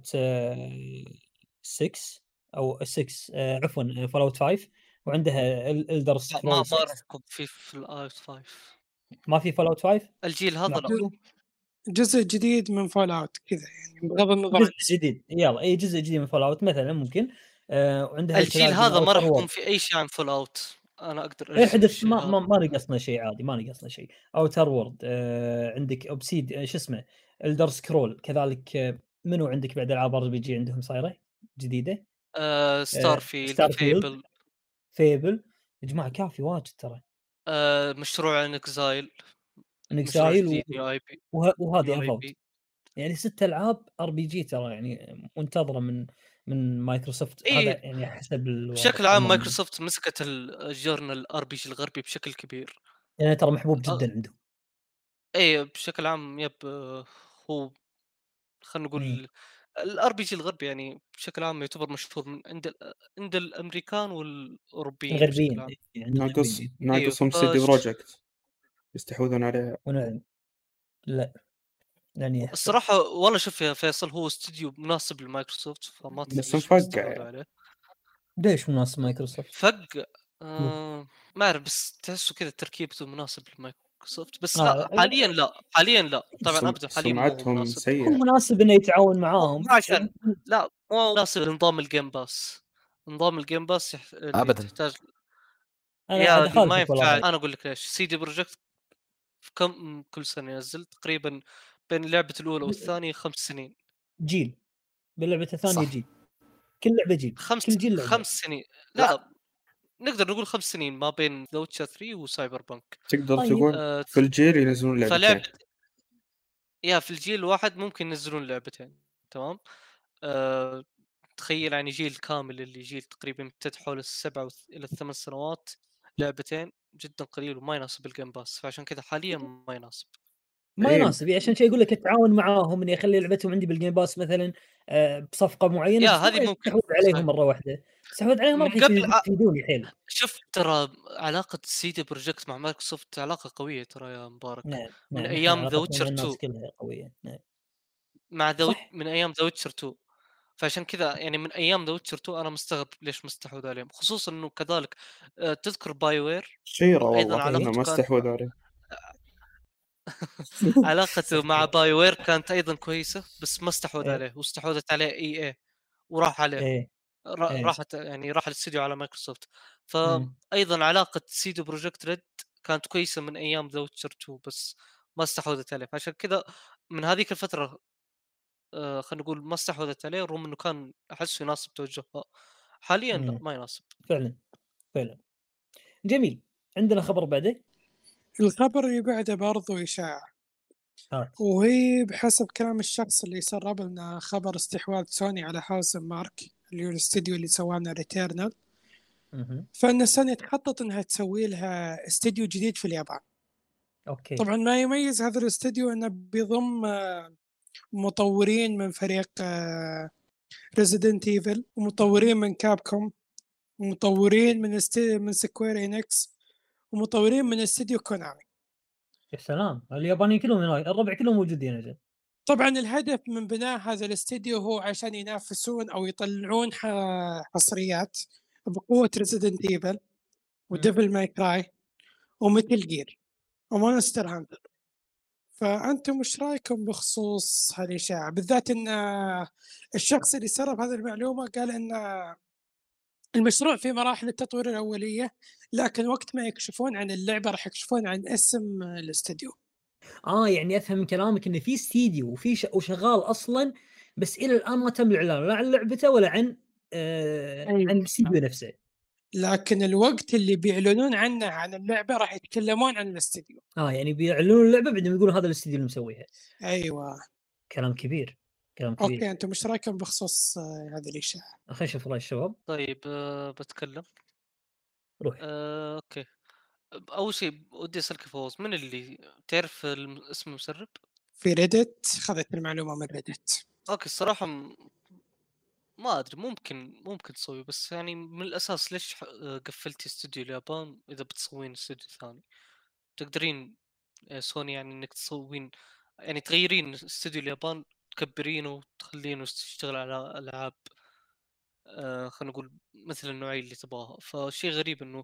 Speaker 1: 6 او 6 عفوا فول اوت 5، وعندها الدر سكرول 6.
Speaker 2: ما راح يكون في الاي 5.
Speaker 1: ما في فول اوت 5
Speaker 2: الجيل هذا لا.
Speaker 5: جزء جديد من فول اوت كذا يعني بغض النظر
Speaker 1: جزء جديد. يلا اي جزء جديد من فول اوت مثلا ممكن. وعندها
Speaker 2: الجيل هذا ما راح يكون في اي شيء عن فول اوت. انا اقدر
Speaker 1: احدث ما نقصنا شيء عادي، ما نقصنا شيء. اوتر وورد عندك اوبسيد شو اسمه الدر سكرول كذلك. منو عندك بعد العاب ار بي جي عندهم صايره جديده؟
Speaker 2: ستار فيلد
Speaker 1: فيبل. يا جماعه كافي واجد ترى.
Speaker 2: مشروع انكزايل
Speaker 1: انكزايل وهذه
Speaker 2: UIP.
Speaker 1: افاوت. يعني 6 العاب ار بي جي ترى يعني منتظره من مايكروسوفت. هذا يعني حسب
Speaker 2: بشكل عام مايكروسوفت مسكت الجورنال ار بي جي الغربي بشكل كبير،
Speaker 1: يعني ترى محبوب جدا عندهم.
Speaker 2: اي بشكل عام هو خلينا نقول الار بي جي الغربي يعني بشكل عام يعتبر مشهور من عند الامريكان والاوروبيين بشكل عام.
Speaker 3: ناقصهم سيدي بروجكت يستحوذون عليها.
Speaker 1: ونعم لا يعني
Speaker 2: الصراحه والله شوف يا فيصل، هو استوديو مناسب لمايكروسوفت، فما
Speaker 3: بس مفقع
Speaker 2: عليه.
Speaker 1: ليش مناسب مايكروسوفت؟
Speaker 2: فق ما اعرف، بس تحسه كذا تركيبته مناسب لمايكروسوفت، بس لا حاليا لا طبعا ابدا، حاليا
Speaker 3: سمعتهم سيئه.
Speaker 1: هو مناسب انه يتعاون معاهم
Speaker 2: عشان لا مو مناسب لنظام الجيم باس. نظام الجيم باس
Speaker 4: ابدا
Speaker 2: تحتاج
Speaker 1: انا دخلت
Speaker 2: ما ينفع. انا اقول لك ليش. سيدي بروجكت كل سنه ينزل تقريبا بين اللعبه الاولى والثانيه 5 سنين
Speaker 1: جيل. باللعبه الثانيه جيل، كل لعبه جيل، كل جيل لعبه
Speaker 2: 5 سنين. لا نقدر نقول 5 سنين ما بين ذا ويتشر 3 وسايبر بانك.
Speaker 3: تقدر
Speaker 1: طيب.
Speaker 3: تقول في الجيل ينزلون لعبتين.
Speaker 2: فلعبة في الجيل الواحد ممكن ينزلون لعبتين. تمام. تخيل يعني جيل كامل اللي جيل تقريبا يمتد حول 7 إلى 8 سنوات، لعبتين جدا قليل وما يناسب الجيم باس، فعشان كذا حاليا ما يناسب.
Speaker 1: ما
Speaker 3: إيه.
Speaker 1: يناسب عشان شيء يقول لك التعاون معاهم اني اخلي لعبتهم عندي بالجيم باس مثلا بصفقه معينه،
Speaker 2: يا
Speaker 1: بس ما
Speaker 2: هذه ممكن
Speaker 1: يستحوذ عليهم
Speaker 2: صحيح.
Speaker 1: مره واحده. استحوذ عليهم ما
Speaker 2: من
Speaker 1: راح
Speaker 2: قبل
Speaker 1: يفيدوني حيل.
Speaker 2: شوف ترى علاقة سيدي بروجكت مع مايكروسوفت علاقة قوية ترى يا مبارك.
Speaker 1: نعم
Speaker 2: من
Speaker 1: نعم،
Speaker 2: ايام ذا
Speaker 1: علاقتنا
Speaker 2: ويتشر
Speaker 1: مع
Speaker 2: 2
Speaker 1: الناس كلها قويه. نعم
Speaker 2: مع
Speaker 1: صح.
Speaker 2: من ايام ذا ويتشر 2. فعشان كذا يعني من ايام ذا ويتشر 2 انا مستغرب ليش مستحوذ عليهم، خصوصا انه كذلك تذكر باي وير
Speaker 3: شيرة
Speaker 2: ايضا
Speaker 3: والله انه
Speaker 2: علاقته
Speaker 3: ما
Speaker 2: كانت
Speaker 3: استحوذ عليه.
Speaker 2: علاقته مع باي وير كانت ايضا كويسه، بس ما استحوذ
Speaker 1: إيه.
Speaker 2: عليه، واستحوذت عليه اي وراح عليه.
Speaker 1: ايه إيه.
Speaker 2: راحت يعني راح الاستديو على مايكروسوفت.
Speaker 1: مم.
Speaker 2: فايضا علاقه سيدي بروجكت ريد كانت كويسه من ايام ذا ويتشر 2، بس ما استحوذت عليه. عشان كذا من هذيك الفتره خلينا نقول ما استحوذت عليه، رغم انه كان احسه يناسب توجهها. حاليا لا ما يناسب.
Speaker 1: فعلا فعلا. جميل. عندنا خبر بعده.
Speaker 5: الخبر اللي بعده برضو إشاعة، وهي بحسب كلام الشخص اللي سرب لنا خبر استحواذ سوني على هاوس مارك اللي هو الاستديو اللي سوانا ريتيرنال. فإن سوني تخطط إنها تسوي لها استديو جديد في اليابان.
Speaker 1: اوكي.
Speaker 5: طبعا ما يميز هذا الاستديو إنه بيضم مطورين من فريق ريزيدنت ايفل، ومطورين من كابكوم، ومطورين من سكوير انكس، ومطورين من استديو كونامي.
Speaker 1: يا سلام، اليابانيين كلهم هناك، الربع كلهم موجودين هنا.
Speaker 5: طبعا الهدف من بناء هذا الاستديو هو عشان ينافسون او يطلعون حصريات بقوة ريزيدنت ايفل وديفل ماي كراي وميتل جير ومونستر هانتر. فأنتم وش رايكم بخصوص هذه الإشاعة، بالذات أن الشخص اللي سرب هذه المعلومة قال أن المشروع في مراحل التطوير الأولية، لكن وقت ما يكشفون عن اللعبة راح يكشفون عن اسم الاستديو.
Speaker 1: يعني افهم من كلامك ان في استديو وفي وشغال اصلا، بس الى الان ما تم الاعلان لا عن لعبته ولا عن عن الاستديو نفسه.
Speaker 5: لكن الوقت اللي بيعلنون عنه عن اللعبة راح يتكلمون عن الاستديو.
Speaker 1: يعني بيعلنون اللعبة بعدين يقولون هذا الاستديو اللي مسويها.
Speaker 5: ايوه
Speaker 1: كلام كبير كلام كبير.
Speaker 5: اوكي، انتم ايش رايكم بخصوص هذه الاشاعه؟
Speaker 1: خلينا نشوف راي الشباب.
Speaker 2: طيب بتكلم.
Speaker 1: روح.
Speaker 2: اوكي. اول شيء ودي اسالك فوز، من اللي تعرف اسم المسرب؟
Speaker 5: في ريدت خذت المعلومه من ريدت.
Speaker 2: اوكي الصراحه ما ادري، ممكن تسوي، بس يعني من الاساس ليش قفلتي استوديو اليابان اذا بتسوين استوديو ثاني؟ تقدرين سوني يعني انك تسوين يعني تغيرين استوديو اليابان، تكبرينه وتخلينه يشتغل على العاب خلينا نقول مثل النوعيه اللي تبغاها. فشيء غريب انه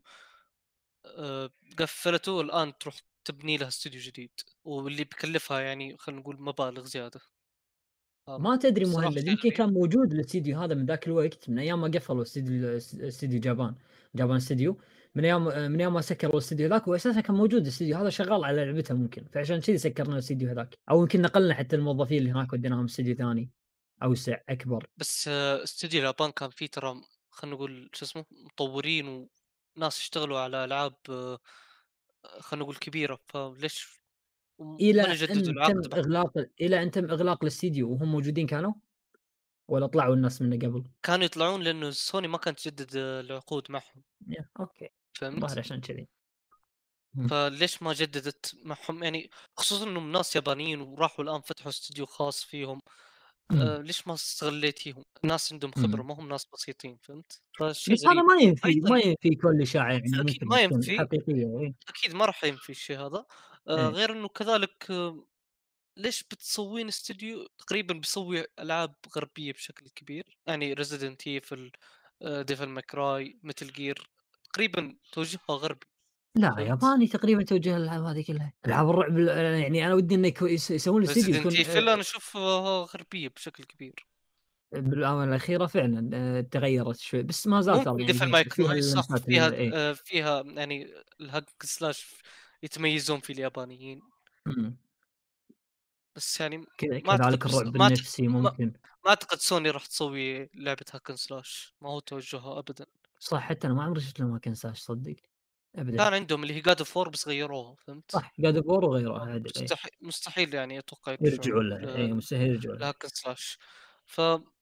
Speaker 2: قفلته الان تروح تبني لها استوديو جديد، واللي بكلفها يعني خلينا نقول مبالغ زياده.
Speaker 1: ما تدري
Speaker 2: صراحة
Speaker 1: مهند،
Speaker 2: شيء
Speaker 1: يمكن
Speaker 2: غريب.
Speaker 1: كان موجود الاستديو هذا من ذاك الوقت، من ايام ما قفلوا استديو جابان استديو، من ايام ما سكروا الاستديو ذاك، واساسا كان موجود الاستديو هذا شغال على لعبته ممكن، فعشان كذي سكرنا الاستديو هذاك، او يمكن نقلنا حتى الموظفين اللي هناك وديناهم استديو ثاني اوسع اكبر.
Speaker 2: بس استوديو اليابان كان فيه ترى خلينا نقول شو اسمه مطورين وناس يشتغلوا على العاب خلينا نقول كبيره، فليش
Speaker 1: الى
Speaker 2: ولا جددوا
Speaker 1: ان
Speaker 2: العقد
Speaker 1: تم اغلاق الى ان تم اغلاق الاستديو وهم موجودين كانوا، ولا طلعوا الناس منه قبل؟
Speaker 2: كانوا يطلعون لانه سوني ما كانت تجدد العقود معهم.
Speaker 1: اوكي ظاهر
Speaker 2: فهمت؟
Speaker 1: عشان كذي.
Speaker 2: فليش ما جددت معهم يعني، خصوصا انهم ناس يابانيين وراحوا الان فتحوا استوديو خاص فيهم. ليش ما استغليتيهم؟ ناس عندهم خبره، ما هم ناس بسيطين. فهمت؟ فشيء
Speaker 1: بس هذا
Speaker 2: غريب.
Speaker 1: ما ينفي كل اشاعه يعني
Speaker 2: اكيد
Speaker 1: ممكن
Speaker 2: ما
Speaker 1: تكون
Speaker 2: ينفي،
Speaker 1: حقيقيه. إيه؟
Speaker 2: اكيد ما راح ينفي الشيء هذا. غير انه كذلك ليش بتسوين استوديو تقريبا بيسوي العاب غربيه بشكل كبير، يعني ريزيدنت ايفل، ديفل ماكراي، متل جير، تقريبا توجهها غربي.
Speaker 1: لا
Speaker 2: فهمت؟
Speaker 1: ياباني تقريبا توجه الالعاب هذه كلها، العاب الرعب يعني انا ودي انه يسوون الاستديو
Speaker 2: ريزيدنت
Speaker 1: يكون
Speaker 2: ايفل انا اشوفها غربيه بشكل كبير.
Speaker 1: بالاونه الاخيره فعلا تغيرت شوي، بس ما زالت
Speaker 2: ممكن
Speaker 1: يعني
Speaker 2: ديفل ماي
Speaker 1: فيها
Speaker 2: كراي صح،
Speaker 1: اللمسات
Speaker 2: فيها
Speaker 1: ايه.
Speaker 2: فيها يعني الهاك سلاش يتميزون في اليابانيين.
Speaker 1: مم.
Speaker 2: بس يعني ما
Speaker 1: كذلك
Speaker 2: اعتقد
Speaker 1: الرعب
Speaker 2: ما اعتقد
Speaker 1: النفسي ممكن.
Speaker 2: ما اعتقد سوني راح تسوي لعبه هاكن سلاش، ما هو توجهها ابدا
Speaker 1: صح حتى انا ما عمري شفت لهم كنساش صدق ابدا.
Speaker 2: كان عندهم اللي هي جاد اوف وور بس غيروها، فهمت؟
Speaker 1: صح قاعد بور وغيره عادل
Speaker 2: مستحيل يعني اتوقع
Speaker 1: يرجعوا له اي مستحيل يرجعوا له.
Speaker 2: لهاك سلاش. ف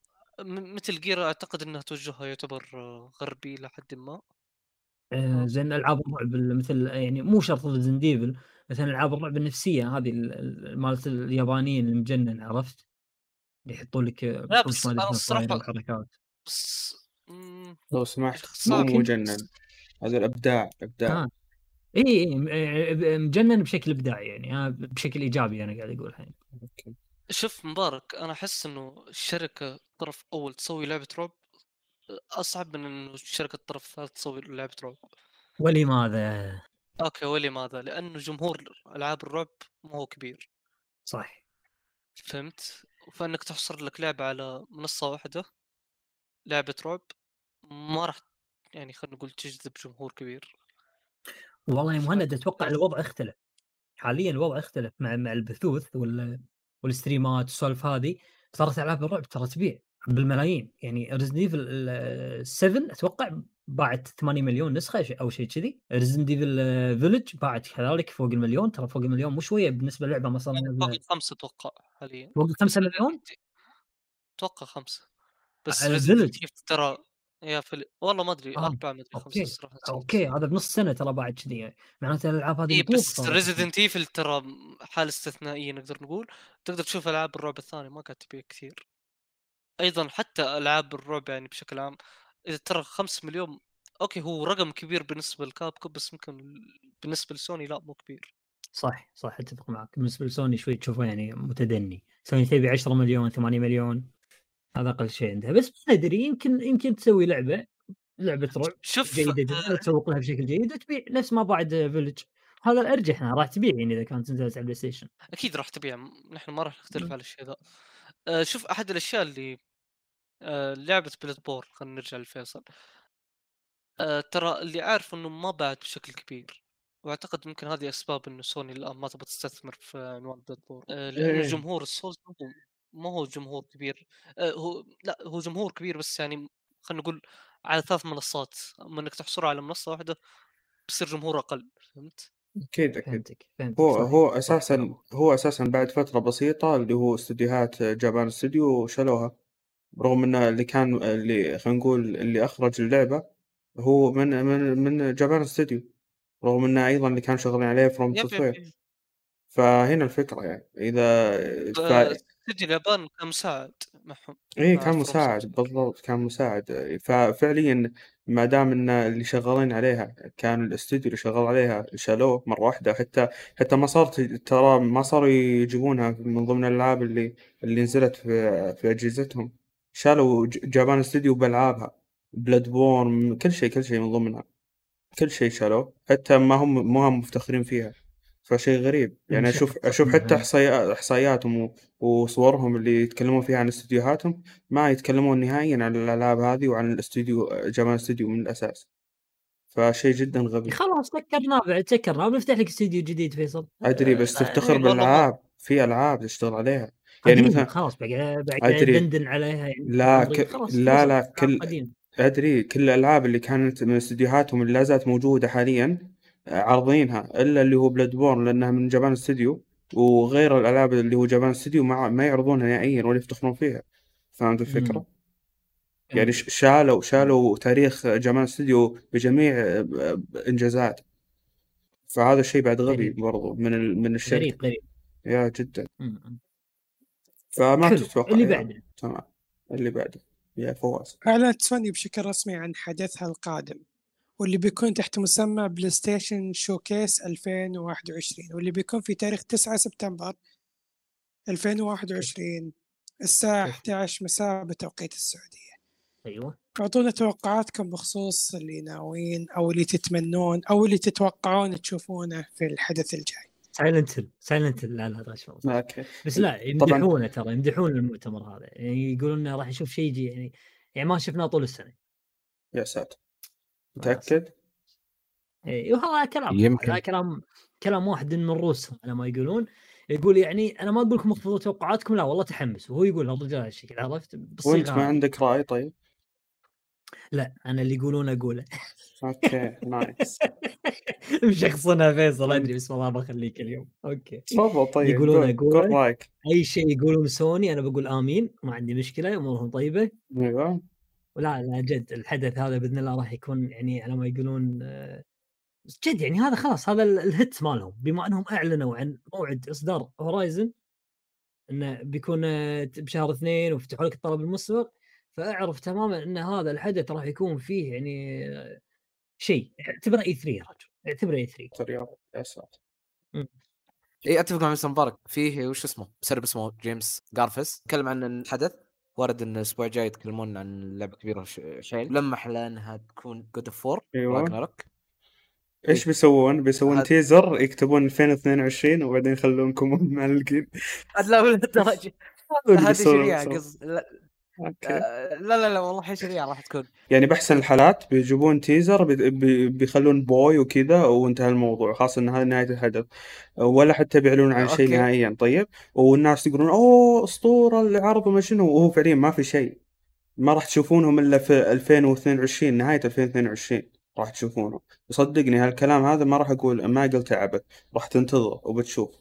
Speaker 2: مثل جير اعتقد انها توجهها يعتبر غربي لحد ما.
Speaker 1: زين العاب الرعب مثل يعني مو شرط ريزن ديفل، مثلا العاب الرعب النفسيه هذه مالت اليابانيين المجنن، عرفت؟ يحطوا لك
Speaker 2: لا بس
Speaker 1: ما
Speaker 2: انا
Speaker 1: ادري
Speaker 2: الصراحه
Speaker 1: وحركات.
Speaker 2: بس
Speaker 3: لو سمحت مو
Speaker 2: اختصار
Speaker 3: مجنن، هذا الابداع ابداع.
Speaker 1: اي مجنن بشكل ابداعي يعني بشكل ايجابي انا قاعد اقول الحين.
Speaker 3: اوكي
Speaker 2: شوف مبارك، انا احس انه الشركه طرف اول تسوي لعبه رعب اصعب من انه شركه طرف ثالث تسوي لعبه رعب.
Speaker 1: ولماذا؟
Speaker 2: اوكي ولماذا؟ لانه جمهور العاب الرعب ما هو كبير،
Speaker 1: صح
Speaker 2: فهمت؟ فانك تحصر لك لعبه على منصه واحده، لعبه رعب، ما راح يعني خلينا نقول تجذب جمهور كبير.
Speaker 1: والله يا مهند اتوقع الوضع اختلف حاليا، الوضع اختلف مع البثوث والستريمات والسوالف هذه. صارت العاب الرعب ترى تبيع بالملايين، يعني ريزن ديفل 7 اتوقع باعت 8 مليون نسخه او شيء كذي. ريزن ديفل فيلج باعت كذلك فوق المليون، ترى فوق المليون مو شويه بالنسبه للعبه ما صار
Speaker 2: يعني فوق الخمسة اتوقع حاليا،
Speaker 1: فوق 5 مليون
Speaker 2: اتوقع 5 بس
Speaker 1: على
Speaker 2: ريزنت
Speaker 1: الفيلج.
Speaker 2: ترى يا والله ما ادري 4 ما ادري 5
Speaker 1: اوكي
Speaker 2: الصراحه.
Speaker 1: اوكي هذا بنص سنه ترى باعت كذي، يعني معناته الالعاب هذه
Speaker 2: اي
Speaker 1: بطوط
Speaker 2: بس
Speaker 1: صارت.
Speaker 2: ريزيدنت ايفل ترى حاله استثنائيه نقدر نقول. تقدر تشوف العاب الرعب الثانيه ما قاعد تبيع كثير. ايضا حتى العاب الرعب يعني بشكل عام، اذا ترى 5 مليون اوكي هو رقم كبير بالنسبه لكابكوم، بس ممكن بالنسبه لسوني لا مو كبير.
Speaker 1: صح اتفق معك. بالنسبه لسوني شوي تشوفه يعني متدني، سوني تبي 10 مليون 8 مليون هذا اقل شيء عندها. بس ما ادري يمكن تسوي لعبه رعب
Speaker 2: شوف
Speaker 1: جيده جدا وتسوق لها بشكل جيد وتبيع نفس ما بعد فيلج. هذا الارجح انها راح تبيع يعني اذا كانت نزلت على بلاي ستيشن.
Speaker 2: اكيد راح تبيع، نحن ما راح نختلف على الشيء ذا. شوف احد الاشياء اللي لعبه بلاد بور، خلينا نرجع لفيصل. ترى اللي عارف انه ما باعت بشكل كبير، واعتقد ممكن هذه اسباب انه سوني الان ما تبغى تستثمر في عنوان بلاد بور، لانه جمهور السولز ما هو جمهور كبير. هو جمهور كبير بس يعني خلينا نقول على 3 منصات، اما انك تحصره على منصه واحده بصير جمهور اقل، فهمت؟
Speaker 3: اكيد
Speaker 1: فهمتك
Speaker 3: هو اساسا بعد فتره بسيطه اللي هو استديوهات جابان استوديو شالوها، رغم ان اللي خلينا نقول اللي اخرج اللعبه هو من جابان استوديو، رغم انه ايضا اللي كان شغالين عليه فروم
Speaker 2: يب
Speaker 3: سوفتوير. فهنا الفكره يعني اذا
Speaker 2: استديو اليابان كان مساعد معهم.
Speaker 3: ايه كان مساعد بالضبط، كان مساعد. ففعليا ما دام ان اللي شغالين عليها كان الاستوديو اللي شغال عليها شالوه مره واحده، حتى ما صارت ترى ما صاروا يجيبونها من ضمن الالعاب اللي نزلت في اجهزتهم. شالوا جابان استوديو بالعابها، بلاد بورن، كل شيء من ضمنها، كل شيء شالوه، حتى ما هم مفتخرين فيها. فشيء غريب يعني. اشوف حتى احصائياتهم وصورهم اللي يتكلمون فيها عن استديوهاتهم ما يتكلمون نهائيا عن الالعاب هذه وعن الاستوديو جابان استوديو من الاساس. فشيء جدا غبي.
Speaker 1: خلاص سكرناه بنفتح لك استوديو جديد فيصل.
Speaker 3: ادري بس تفتخر بالالعاب، في العاب تشتغل عليها يعني مثلا
Speaker 1: خلاص بعد
Speaker 3: ادري
Speaker 1: دندن عليها يعني.
Speaker 3: لا ادري كل الالعاب اللي كانت من استديوهاتهم اللي لا زالت موجوده حاليا عارضينها، الا اللي هو بلاد بورن لانها من جابان استوديو، وغير الالعاب اللي هو جابان استوديو ما يعرضونها نهائيا ولا يفتخرون فيها. فهمت الفكره؟ يعني شالوا تاريخ جابان استوديو بجميع انجازات. فهذا الشيء بعد غبي برضو من الشركه.
Speaker 1: غريب
Speaker 3: يا جدا. فما تتوقع
Speaker 1: اللي بعده.
Speaker 3: تمام اللي بعده يا فواز.
Speaker 5: أعلنت سوني بشكل رسمي عن حدثها القادم، واللي بيكون تحت مسمى بلاي ستيشن شوكيس 2021، واللي بيكون في تاريخ 9 سبتمبر 2021 الساعة 11 مساء بتوقيت السعودية.
Speaker 1: ايوه
Speaker 5: اعطونا توقعاتكم بخصوص اللي ناويين او اللي تتمنون او اللي تتوقعون تشوفونه في الحدث الجاي.
Speaker 1: سايلنت لا غش
Speaker 3: اوكي
Speaker 1: بس لا يمدحونه، ترى يمدحون المؤتمر هذا، يعني يقولون انه راح يشوف شيء يجي يعني ما شفناه طول السنه.
Speaker 3: يا ساتر متاكد؟
Speaker 1: ايوه هذا كلام
Speaker 4: يمكن.
Speaker 1: هذا كلام واحد من الروس على ما يقولون. يقول يعني انا ما اقول لكم اخفضوا توقعاتكم، لا والله تحمس، وهو يقول الرجال هالشكل، عرفت؟
Speaker 3: وانت ما عندك راي؟ طيب
Speaker 1: لا انا اللي يقولون اقوله.
Speaker 3: اوكي نايس.
Speaker 1: مشخصنها فيصل ادري، بس والله بخليك اليوم. اوكي
Speaker 3: تفضل. طيب
Speaker 1: يقولون
Speaker 3: قول
Speaker 1: اقوله
Speaker 3: رايك.
Speaker 1: اي شيء يقولون سوني انا بقول امين، ما عندي مشكله، امورهم طيبه.
Speaker 3: ايوه
Speaker 1: ولا لا جد الحدث هذا باذن الله راح يكون يعني على ما يقولون جد يعني هذا خلاص هذا الهيت مالهم، بما انهم اعلنوا عن موعد اصدار هورايزن انه بيكون بشهر 2 وفتحوا لك الطلب المسبق، فاعرف تماما ان هذا الحدث راح يكون فيه يعني شيء. اعتبره اي 3 يا رجل، اعتبره اي 3.
Speaker 3: رياض يا ساتر.
Speaker 4: اي اتفق مع مستر مبارك. فيه وش اسمه مسرب اسمه جيمس جارفس تكلم عن الحدث، ورد ان الاسبوع الجاي يتكلمون عن لعبه كبيره شيء لمح لانها تكون جود اوف 4
Speaker 3: ايوه
Speaker 4: راجناروك.
Speaker 3: ايش بيسوون
Speaker 4: هذا-
Speaker 3: تيزر يكتبون 2022 وبعدين يخلونكم معلقين.
Speaker 4: لا بالدرجه هذه شريعه قص لا
Speaker 3: اوكي
Speaker 4: لا والله شريعه راح تكون.
Speaker 3: يعني باحسن الحالات بيجيبون تيزر بيخلون بوي وكذا وانتهى الموضوع، خاصة ان هذه نهاية الهدف، ولا حتى بيعلنون عن شيء
Speaker 4: أوكي.
Speaker 3: نهائيا. طيب والناس يقولون اوه اسطورة العرض وما شنو، وهو فعليا ما في شيء. ما راح تشوفونهم الا في 2022 نهاية 2022 راح تشوفونه. وصدقني هالكلام هذا ما راح اقول، ما قلت عبث، راح تنتظر وبتشوف.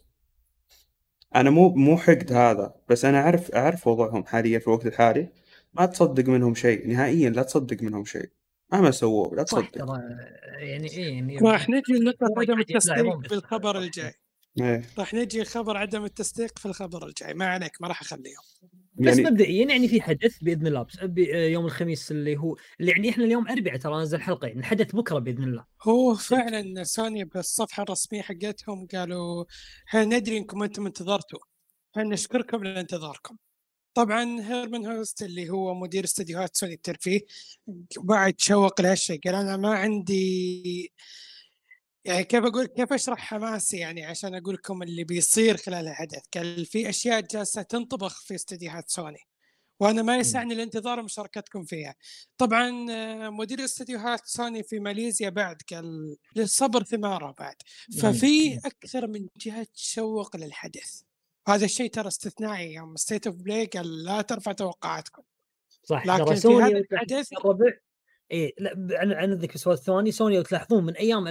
Speaker 3: انا مو حقد هذا، بس انا اعرف وضعهم حاليا في الوقت الحالي. ما تصدق منهم شيء نهائيا، لا تصدق منهم شيء مهما سووا، لا
Speaker 1: صح
Speaker 3: تصدق.
Speaker 1: ترى يعني ايه يعني
Speaker 5: راح نجي لنقطة عدم
Speaker 1: يطلعون
Speaker 5: التصديق
Speaker 1: بس-
Speaker 5: بالخبر الجاي.
Speaker 3: ايه
Speaker 5: راح نجي خبر عدم التصديق في الخبر الجاي، ما عليك ما راح اخليهم.
Speaker 1: بس
Speaker 3: يعني
Speaker 1: مبدئيا يعني في حدث باذن الله يوم الخميس اللي هو اللي يعني احنا اليوم اربعاء ترى نزل حلقه، يعني الحدث بكره باذن الله.
Speaker 5: هو فعلا سوني بالصفحة الرسمية حقتهم قالوا ندري انكم انتم انتظرتوا، فنشكركم لانتظاركم. طبعا هيرمان هوست اللي هو مدير استديوهات سوني الترفيه بعد شوق لهالشيء، قال انا ما عندي يعني كيف اشرح حماسي يعني عشان اقول لكم اللي بيصير خلال الحدث. قال في اشياء جالسه تنطبخ في استديوهات سوني وانا ما يسعني الانتظار ومشاركتكم فيها. طبعا مدير استديوهات سوني في ماليزيا بعد قال للصبر ثماره بعد، ففي اكثر من جهه تشوق للحدث. هذا الشيء ترى استثنائي، يوم ستيت اوف بلاي قال لا ترفع توقعاتكم.
Speaker 1: صح
Speaker 5: لكن
Speaker 1: ترى
Speaker 5: في
Speaker 1: سوني
Speaker 5: هذا الحدث
Speaker 1: الربع ايه لا عن ذيك السؤال الثاني، سوني لو تلاحظون من ايام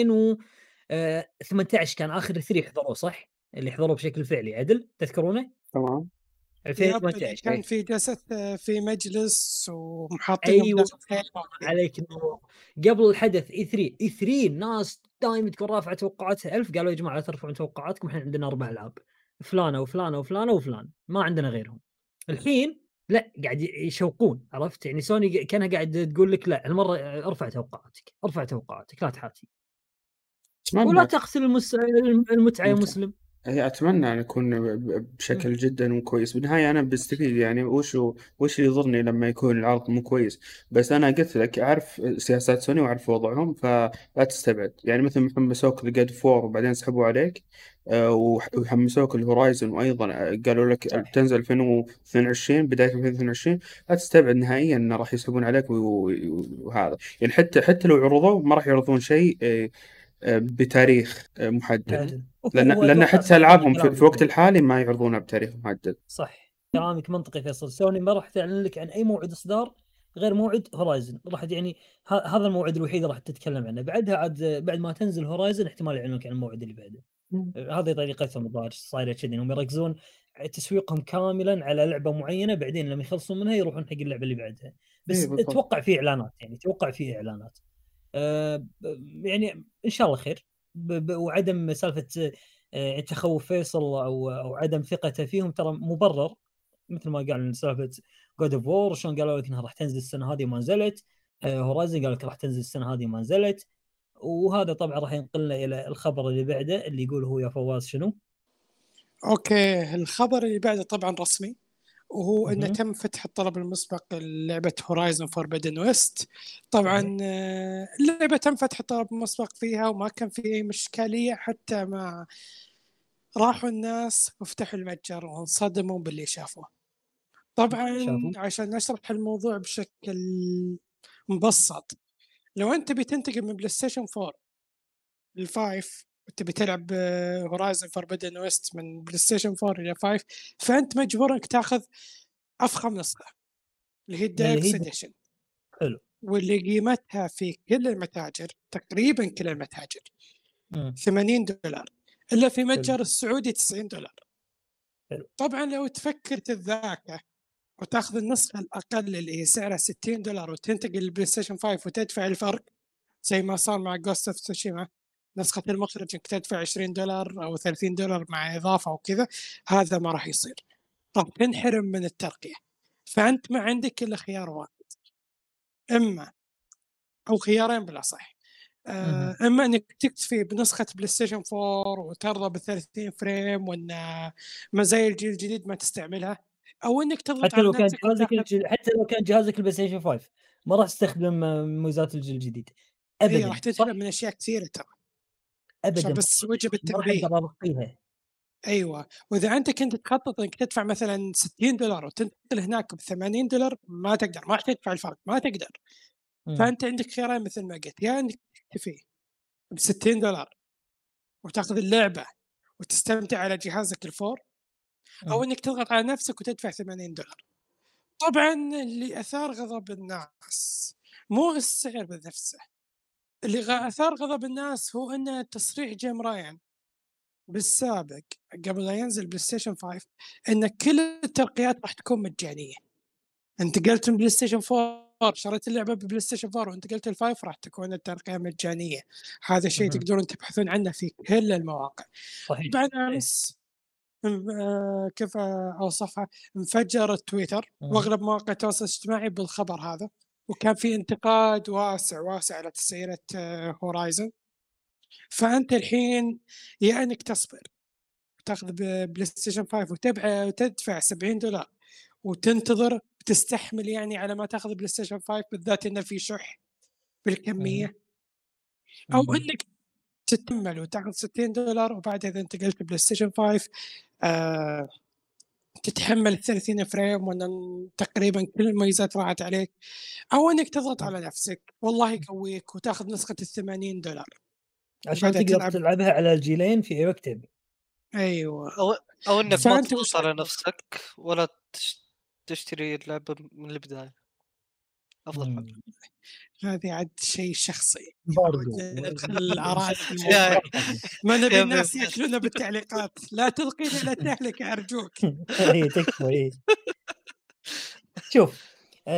Speaker 1: 2018 كان اخر 3 يحضروا صح، اللي حضروا بشكل فعلي عدل تذكرونه
Speaker 3: تمام
Speaker 1: 2018
Speaker 5: كان في جلسة في مجلس ومحاطين
Speaker 1: ايوه عليك النور. قبل الحدث اي 3 الناس دائما تكون رافعه توقعاتها 1000، قالوا يا جماعه لا ترفعون توقعاتكم، احنا عندنا 4 العاب فلانه وفلانه وفلانه وفلان، ما عندنا غيرهم. الحين لا قاعد يشوقون، عرفت يعني سوني كانها قاعد تقول لك لا المره ارفع توقعاتك لا تحاتي ولا تقتل المتعه يا مسلم.
Speaker 3: هي اتمنى ان اكون بشكل جدا كويس. بالنهايه انا بستفيد، يعني وش اللي يضرني لما يكون العرض مو كويس؟ بس انا قلت لك اعرف سياسات سوني واعرف وضعهم، فلا تستبعد. يعني مثل ما حمسوك لجاد فور وبعدين سحبوا عليك، وحمسوك الهورايزن وايضا قالوا لك تنزل 2022 بدايه 2022، لا تستبعد نهائيا ان راح يسحبون عليك. وهذا يعني حتى لو عرضوا ما راح يعرضون شيء بتاريخ محدد، لأن حتى ألعابهم في الوقت الحالي ما يعرضونها بتاريخ محدد.
Speaker 1: صح كلامك منطقي فيصل. سوني ما راح تعلن لك عن أي موعد إصدار غير موعد هورايزن، راح يعني هذا الموعد الوحيد راح تتكلم عنه. بعدها عاد بعد ما تنزل هورايزن احتمال يعلنون لك عن الموعد اللي بعده. هذه طريقتهم الظاهر صايره كذا، انهم يركزون تسويقهم كاملا على لعبه معينه، بعدين لما يخلصون منها يروحون حق اللعبه اللي بعدها. بس اتوقع في اعلانات، يعني اتوقع في اعلانات يعني ان شاء الله خير. وعدم سالفه تخوف فيصل او عدم ثقته فيهم ترى مبرر، مثل ما قال سالفه جود اوف وور شلون قالوا لك انها راح تنزل السنه هذه ما نزلت، هورايزن قال لك راح تنزل السنه هذه ما نزلت. وهذا طبعا راح ينقلنا الى الخبر اللي بعده اللي يقول هو يا فواز شنو؟
Speaker 5: اوكي الخبر اللي بعده طبعا رسمي، وهو انه تم فتح الطلب المسبق للعبة هورايزن فوربيدن ويست. طبعا اللعبة تم فتح الطلب المسبق فيها وما كان في اي مشكلة، حتى ما راحوا الناس وفتحوا المتجر وانصدموا باللي شافوه. طبعا عشان نشرح الموضوع بشكل مبسط، لو انت بتنتقل من بلاي ستيشن 4 لل5 وتبي تلعب هورايزن فوربيدن ويست من بلاي ستيشن 4 الى 5، فانت مجبور انك تاخذ افخم نسخه اللي هي الديلكس اديشن.
Speaker 1: حلو
Speaker 5: واللي قيمتها في كل المتاجر تقريبا كل المتاجر $80، إلا في متجر السعودي $90.
Speaker 1: حلو.
Speaker 5: طبعا لو تفكر تذاكه وتاخذ النسخة الأقل اللي هي سعرها $60 وتنتقل للبلاي ستيشن 5 وتدفع الفرق زي ما صار مع جوست اوف تسوشيما، نسخة المخرج انك تدفع $20 أو $30 مع إضافة وكذا، هذا ما راح يصير، راح تنحرم من الترقية. فأنت ما عندك إلا خيار واحد، إما أو خيارين بالأصح، اما انك تكتفي بنسخه بلاي ستيشن 4 وترضى بال30 فريم وان مزايا الجيل الجديد ما تستعملها، او انك تضغط
Speaker 1: حتى
Speaker 5: على
Speaker 1: لو كان
Speaker 5: نفسك
Speaker 1: جهازك حتى لو كان جهازك البلاي ستيشن 5 ما راح تستخدم مميزات الجيل الجديد ابدا.
Speaker 5: راح تنحرم من اشياء كثيره ترى
Speaker 1: ابدا،
Speaker 5: بس وجب
Speaker 1: ما راح
Speaker 5: التنبيه.
Speaker 1: اقدر ارقيها.
Speaker 5: ايوه، واذا انت كنت تخطط انك تدفع مثلا $60 وتنتقل هناك $80 ما تقدر، ما راح تدفع الفرق، ما تقدر. فانت عندك خيارين مثل ما قلت، يا انك تكتفي $60 وتاخذ اللعبه وتستمتع على جهازك الفور، او انك تضغط على نفسك وتدفع $80. طبعا اللي اثار غضب الناس مو السعر بنفسه، اللي اثار غضب الناس هو ان تصريح جيم راين بالسابق قبل لا ينزل بلاي ستيشن 5 ان كل الترقيات راح تكون مجانيه. انتقلت من بلاي ستيشن 4 شريت اللعبه ببلاي ستيشن 4 وانتقلت ل5 راح تكون الترقيه مجانيه. هذا شيء تقدرون تبحثون عنه في كل المواقع.
Speaker 1: صحيح.
Speaker 5: بعد امس كيف اوصفها، انفجر التويتر واغلب مواقع التواصل الاجتماعي بالخبر هذا، وكان في انتقاد واسع على تسعيره هورايزن. فانت الحين يا انك تصبر وتاخذ بلاي ستيشن 5 وتدفع $70 وتنتظر تستحمل يعني على ما تاخذ بلاي ستيشن 5، بالذات انه في شح بالكميه، او انك تتمل وتاخذ $60 وبعدها اذا انتقلت بلاي ستيشن 5 تتحمل 30 فريم وان تقريبا كل المميزات راحت عليك، او انك تضغط على نفسك والله يقويك وتاخذ نسخه $80
Speaker 1: عشان تقدر تلعبها على الجيلين في اي وقت.
Speaker 5: ايوه،
Speaker 2: او انك ما تضغط على نفسك ولا تشتري اللعبه من البدايه، افضل حل.
Speaker 5: هذه عاد شيء شخصي
Speaker 1: برضو
Speaker 5: ندخل الاراء في الموضوع، ما نبي الناس ياكلونا بالتعليقات، لا تلقينا الى تهلكه ارجوك.
Speaker 1: هي تكفى. شوف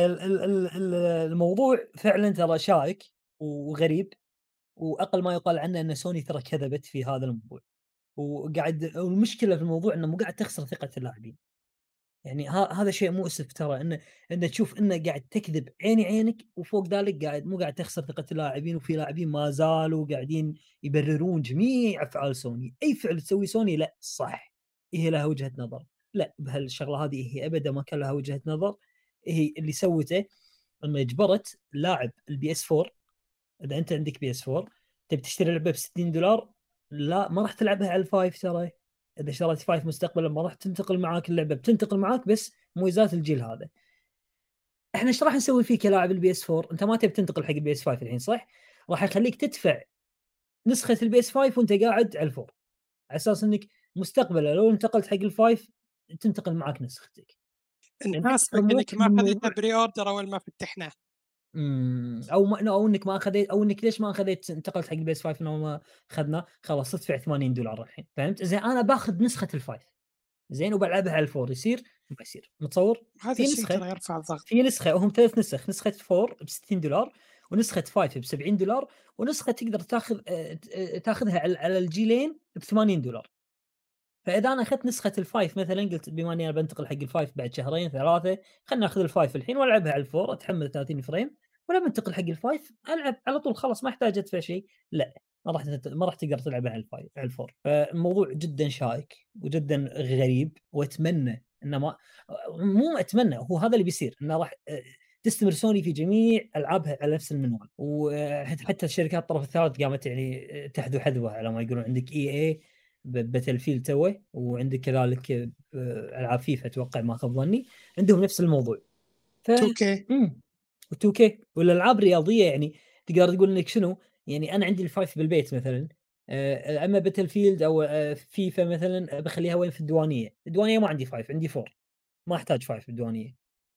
Speaker 1: الموضوع فعلا ترى شائك وغريب، واقل ما يقال عنه ان سوني ترى كذبت في هذا الموضوع، والمشكله في الموضوع انه مو قاعد تخسر ثقه اللاعبين. يعني هذا شيء مؤسف ترى، انه تشوف انه قاعد تكذب عينك، وفوق ذلك مو قاعد تخسر ثقه اللاعبين، وفي لاعبين ما زالوا قاعدين يبررون جميع افعال سوني. اي فعل تسوي سوني لا صح، هي لها وجهه نظر، لا بهالشغله هذه هي ابدا ما كان لها وجهه نظر. هي اللي سوته انه اجبرت لاعب البي اس 4، اذا انت عندك بي اس 4 تبي تشتري لعبه $60 لا ما راح تلعبها على الفايف. ترى اذا شريت 5 مستقبلا ما راح تنتقل معاك اللعبه، بتنتقل معاك بس مميزات الجيل هذا. احنا ايش راح نسوي فيك يا لاعب البي اس 4؟ انت ما تبي تنتقل حق البي اس 5 الحين صح؟ راح اخليك تدفع نسخه البي اس 5 وانت قاعد على الفور، على اساس انك مستقبلا لو انتقلت حق الفايف تنتقل معاك نسختك.
Speaker 5: نحاسبك انك ما اخذت بري اوردر اول ما فتحناه.
Speaker 1: او انك ما اخذت، او انك ليش ما اخذت انتقلت حق البي اس 5 انه ما اخذنا خلاص تدفع $80 الحين. فهمت؟ زين انا باخذ نسخه الفايف زين وبلعبها على الفور، يصير ما يصير؟ متصور؟
Speaker 5: هذا الشيء ترى يرفع الضغط.
Speaker 1: في نسخه وهم 3 نسخ، نسخه 4 $60 ونسخه 5 $70 ونسخه تقدر تاخذها على الجيلين $80. فاذا انا اخذت نسخه الفايف مثلا، قلت بما اني انا بنتقل حق الفايف بعد شهرين ثلاثه، خلنا ناخذ الفايف الحين والعبها على الفور، اتحمل 30 فريم ولما انتقل حق الفايف العب على طول خلاص ما احتاج ادفع شيء. لا ما راح تقدر تلعبها على الفور. فالموضوع جدا شائك وجدا غريب، واتمنى انه مو اتمنى، هو هذا اللي بيصير، انه راح تستمر سوني في جميع العابها على نفس المنوال. وحتى الشركات الطرف الثالث قامت يعني تحذو حذوه على ما يقولون. عندك اي باتل فيلد توه، وعندك كذلك العاب فيفا اتوقع ما خاب ظني عندهم نفس الموضوع.
Speaker 5: 2K
Speaker 1: و2K والالعاب الرياضيه يعني تقدر تقول انك شنو يعني انا عندي الفايف بالبيت مثلا، اما باتل فيلد او فيفا مثلا بخليها وين في الديوانيه ما عندي فايف، عندي 4 ما احتاج 5 بالديوانيه.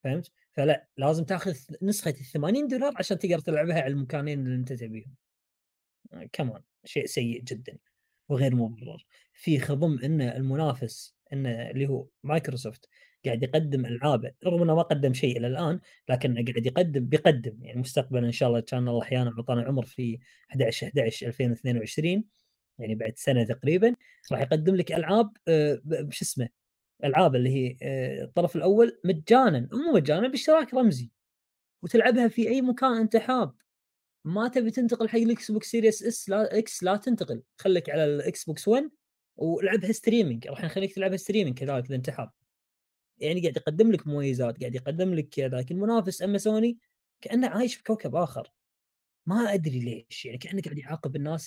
Speaker 1: فهمت؟ فلا لازم تاخذ نسخه $80 عشان تقدر تلعبها على المكانين اللي انت تبيهم. كمان شيء سيء جدا وغير مبرر. في خضم ان المنافس ان اللي هو مايكروسوفت قاعد يقدم العابه رغم انه ما قدم شيء الى الان، لكن قاعد بيقدم يعني مستقبلا ان شاء الله، كان الله احيانا عطانا عمر في 11/11/2022 يعني بعد سنه تقريبا راح يقدم لك العاب بش اسمه العاب اللي هي الطرف الاول مجانا، مو مجانا باشتراك رمزي، وتلعبها في اي مكان انت حاب. ما تبي تنتقل حق الاكس بوكس سيريس اس لا اكس، لا تنتقل، خليك على الاكس بوكس 1 ولعبها ستريمينج، راح نخليك تلعبها ستريمينج كذلك اذا انت حاب. يعني قاعد يقدم لك مميزات، قاعد يقدم لك ذاك المنافس اما سوني كانه عايش في كوكب اخر. ما ادري ليش، يعني كانه قاعد يعاقب الناس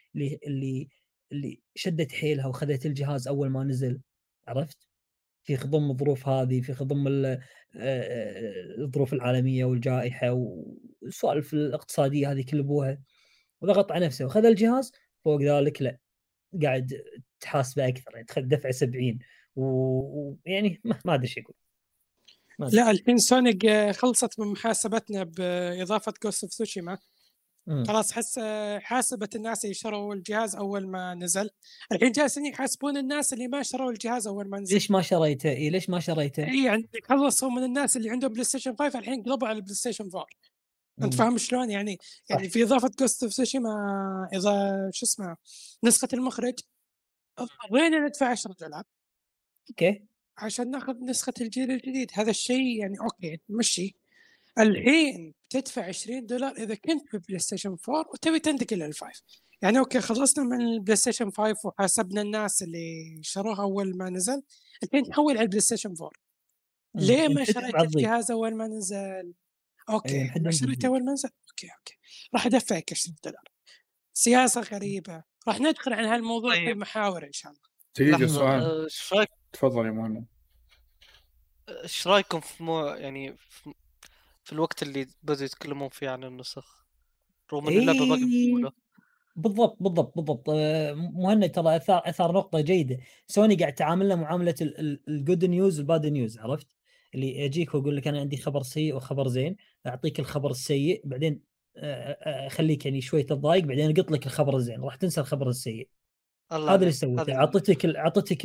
Speaker 1: اللي شدت حيلها وخذت الجهاز اول ما نزل، عرفت؟ في خضم الظروف هذه، في خضم الظروف العالميه والجائحه والسوالف الاقتصاديه هذه كل ابوها، وضغط على نفسه وخذ الجهاز. فوق ذلك لا، قاعد تحاسبه اكثر، يعني تاخذ دفع 70 ويعني ما ادري ايش اقول.
Speaker 5: لا الحين سوني خلصت من محاسبتنا باضافه جوست اوف سوشيما. خلاص حاسبت الناس اللي شروا الجهاز اول ما نزل، الحين جالسين يحاسبون الناس اللي ما شروا الجهاز اول ما نزل.
Speaker 1: ليش ما شريته؟ ليش ما شريته؟
Speaker 5: يعني خلصوا من الناس اللي عندهم بلاي ستيشن 5 الحين قلبوا على البلاي ستيشن 4. انت فاهم شلون؟ يعني في اضافه جوست اوف سوشيما اذا شو اسمه نسخه المخرج اضطرينا ندفع $10
Speaker 1: اوكي
Speaker 5: عشان ناخذ نسخه الجيل الجديد. هذا الشيء يعني اوكي مشي. الحين بتدفع $20 اذا كنت في بلاي ستيشن 4 وتبي تنتقل لل5. يعني اوكي خلصنا من البلاي ستيشن 5 وحاسبنا الناس اللي شروها اول ما نزل، الحين نحول على البلاي ستيشن 4. ليه ما شريت الجهاز اول ما نزل؟ اوكي ما شريته اول ما نزل، اوكي راح ادفعك $20. سياسه غريبه، راح ندخل عن هالموضوع في محاور ان شاء الله.
Speaker 3: تيجي سؤال تفضل يا مهند.
Speaker 2: ايش رايكم في يعني في الوقت اللي بدأوا يتكلمون فيه عن النسخ رغم ان اللعبه باقي بطولة؟
Speaker 1: بالضبط. مهند ترى اثار نقطه جيده. سوني قاعد تعاملنا معامله الجود نيوز والباد نيوز، عرفت؟ اللي يجيك ويقول لك انا عندي خبر سيء وخبر زين، اعطيك الخبر السيء بعدين اخليك يعني شوي تتضايق، بعدين اقط لك الخبر الزين، راح تنسى الخبر السيء. هذا اللي سويته، اعطيتك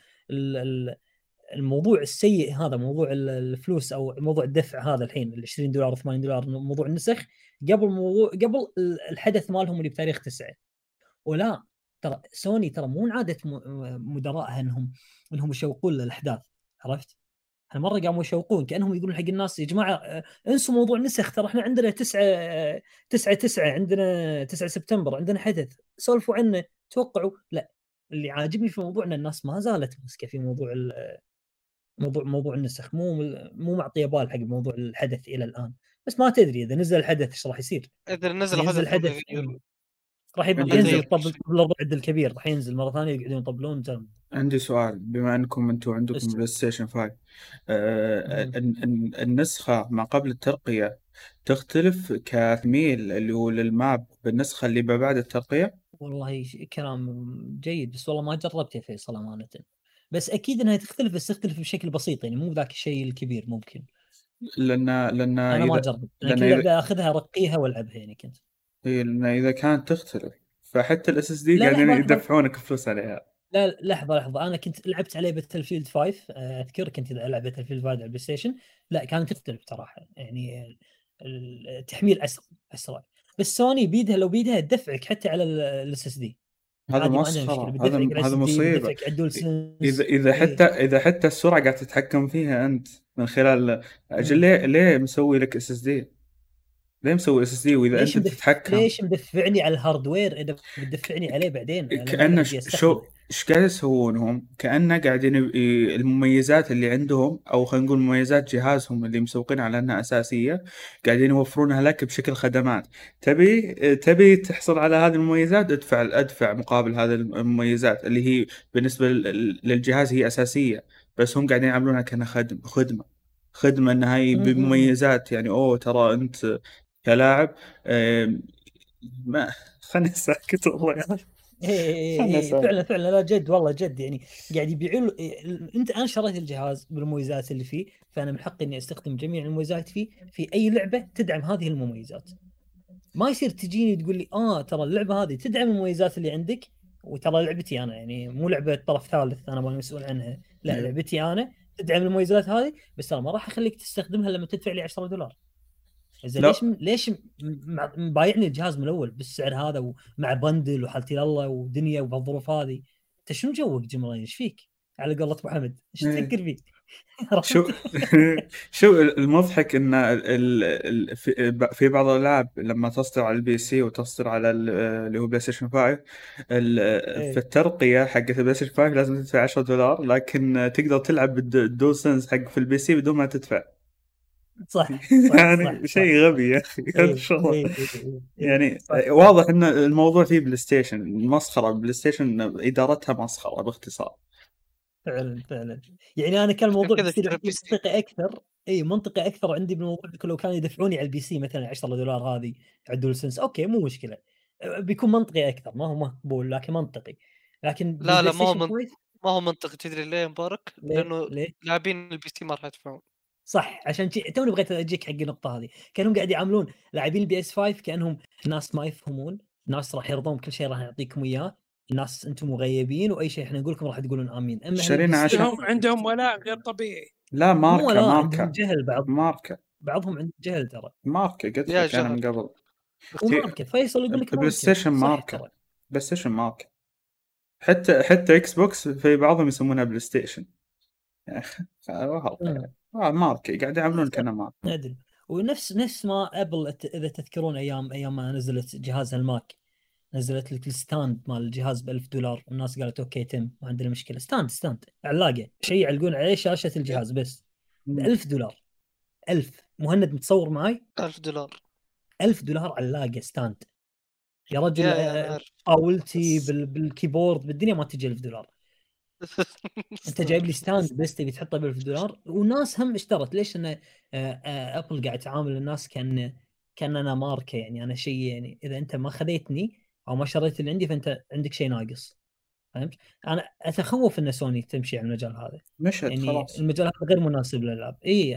Speaker 1: الموضوع السيء هذا، موضوع الفلوس او موضوع الدفع هذا الحين $20 $80 موضوع النسخ قبل الحدث مالهم اللي بتاريخ 9. ولا ترى سوني ترى مو من عاده مدراءها انهم يشوقون للاحداث، عرفت؟ هالمره قاموا يشوقون كانهم يقولون حق الناس يا جماعه انسوا موضوع النسخ، ترى احنا عندنا 9 عندنا 9 سبتمبر عندنا حدث، سولفوا عنه توقعوا. لا، اللي عاجبني في موضوعنا الناس ما زالت ماسكه في موضوع النسخ، مو معطيه بال حق موضوع الحدث الى الان. بس ما تدري اذا نزل الحدث ايش راح يصير.
Speaker 2: اذا نزل الحدث
Speaker 1: راح ينزل طبل الرعد الكبير، راح ينزل مره ثانيه يقعدون يطبلون.
Speaker 3: عندي سؤال، بما انكم انتم عندكم بلاي ستيشن 5 النسخه ما قبل الترقيه تختلف كتميل اللي هو للماب بالنسخه اللي بعد الترقيه؟
Speaker 1: والله كلام جيد، بس والله ما جربته في فيصل امانه. بس اكيد انها تختلف، بس تختلف بشكل بسيط، يعني مو ذاك الشيء الكبير ممكن.
Speaker 3: لان
Speaker 1: انا ما جربت، انا كل لعبه اخذها رقيها والعبها يعني كنت.
Speaker 3: لان اذا كانت تختلف فحتى الاس اس دي قاعدين يدفعونك فلوس عليها.
Speaker 1: لا لحظه، انا كنت لعبت عليه باتل فيلد 5، اذكر كنت العب باتل فيلد 5 على البلاي ستيشن. لا كانت تختلف صراحه، يعني التحميل اسرع. بس سوني بيدها لو بيدها تدفعك حتى على الاس اس دي.
Speaker 3: هذا مسخره، هذا مصيبه. اذا حتى السرعه قاعد تتحكم فيها انت من خلال اجل ليه مسوي لك اس اس دي؟ ليه مسوي اس اس دي واذا انت بتتحكم؟
Speaker 1: ليش مدفعني على الهاردوير اذا بتدفعني عليه بعدين؟
Speaker 3: كأنه شو ايش قاعد يسوونهم؟ كأنه قاعدين المميزات اللي عندهم، او خلينا نقول مميزات جهازهم اللي مسوقين على انها اساسيه، قاعدين يوفرونها لك بشكل خدمات. تبي تحصل على هذه المميزات، ادفع مقابل هذه المميزات اللي هي بالنسبه للجهاز هي اساسيه، بس هم قاعدين يعملونها كأنها خدمه انها هي بمميزات. يعني ترى انت كلاعب ما خلني ساكت والله يا
Speaker 1: فعلا لا جد والله جد يعني قاعد يبيعون. انت انا شريت الجهاز بالمميزات اللي فيه، فانا من حقي اني استخدم جميع المميزات فيه في اي لعبه تدعم هذه المميزات. ما يصير تجيني تقول لي ترى اللعبه هذه تدعم المميزات اللي عندك، وترى لعبتي انا يعني مو لعبه طرف ثالث انا ما مسؤول عنها، لا لعبتي انا تدعم المميزات هذه، بس ترى ما راح اخليك تستخدمها لما تدفع لي $10. زين ليش مبايعني الجهاز من الاول بالسعر هذا ومع بندل وحالتي الله ودنيا وبهالظروف هذه؟ انت شنو جوك جمرين؟ ايش فيك على قولة ابو حمد؟ ايش تفكر فيه؟
Speaker 3: شو المضحك ان في بعض الالعاب لما تصدر على البي سي وتصدر على اللي هو بلاي ستيشن 5، في الترقيه حقت البلاي ستيشن 5 لازم تدفع $10، لكن تقدر تلعب بالدول سنس حق في البي سي بدون ما تدفع.
Speaker 1: صح
Speaker 3: يعني شيء غبي يا اخي هذا الشغل. يعني واضح ان الموضوع فيه بلاي ستيشن مسخره، بلاي ستيشن ادارتها مسخره باختصار.
Speaker 1: فعلا يعني انا كان الموضوع بيصير منطقي اكثر. منطقي اكثر عندي بالموضوع لو كانوا يدفعوني على البي سي مثلا $10 هذه على الدول سنس، اوكي مو مشكله، بيكون منطقي اكثر، ما هو مقبول لكن منطقي. لكن
Speaker 2: لا ما هو منطقي. تدري ليه مبارك؟ لانه لاعبين البي سي ما راح يدفعون.
Speaker 1: صح، عشان توني بغيت اجيك حق النقطه هذه. كانوا قاعد يعاملون لاعبين البي اس 5 كانهم ناس ما يفهمون، ناس راح يرضون كل شيء راح نعطيكم اياه، الناس انتم مغيبين واي شيء احنا نقول لكم راح تقولون امين.
Speaker 5: اما عندهم ولاء غير طبيعي.
Speaker 3: لا ماركه
Speaker 1: عندهم جهل، بعضهم عنده جهل ترى.
Speaker 3: ماركه قلت لك انا من قبل.
Speaker 1: وماركه فيصل يقول لك
Speaker 3: بلاي ستيشن ماركه، بلاي ستيشن ماركه. حتى اكس بوكس في بعضهم يسمونها بلاي ستيشن يا اخي. ماركه قاعد يعملون كنا ماركه.
Speaker 1: ندري. ونفس ما ابل اذا تذكرون ايام ما نزلت جهاز الماك، نزلت لك الستاند مال الجهاز $1000، الناس قالت اوكي تم ما عندنا مشكله، ستاند علاقه شيء يعلقون عليه شاشه الجهاز بس $1000. 1000 مهند متصور معي؟ $1000 علاقه ستاند يا رجل. قاولتي بالكيبورد بالدنيا ما تجي $1000. انت جايب لي ستاند بس تبي تحطه $1000. والناس هم اشترت. ليش؟ ان ابل قاعد تعامل الناس كاننا ماركه، يعني انا شيء، يعني اذا انت ما خذيتني او ما شريت اللي عندي فانت عندك شيء ناقص. فهمت؟ انا اتخوف ان سوني تمشي على المجال هذا،
Speaker 3: مشت
Speaker 1: يعني
Speaker 3: خلاص.
Speaker 1: المجال هذا غير مناسب للالعاب.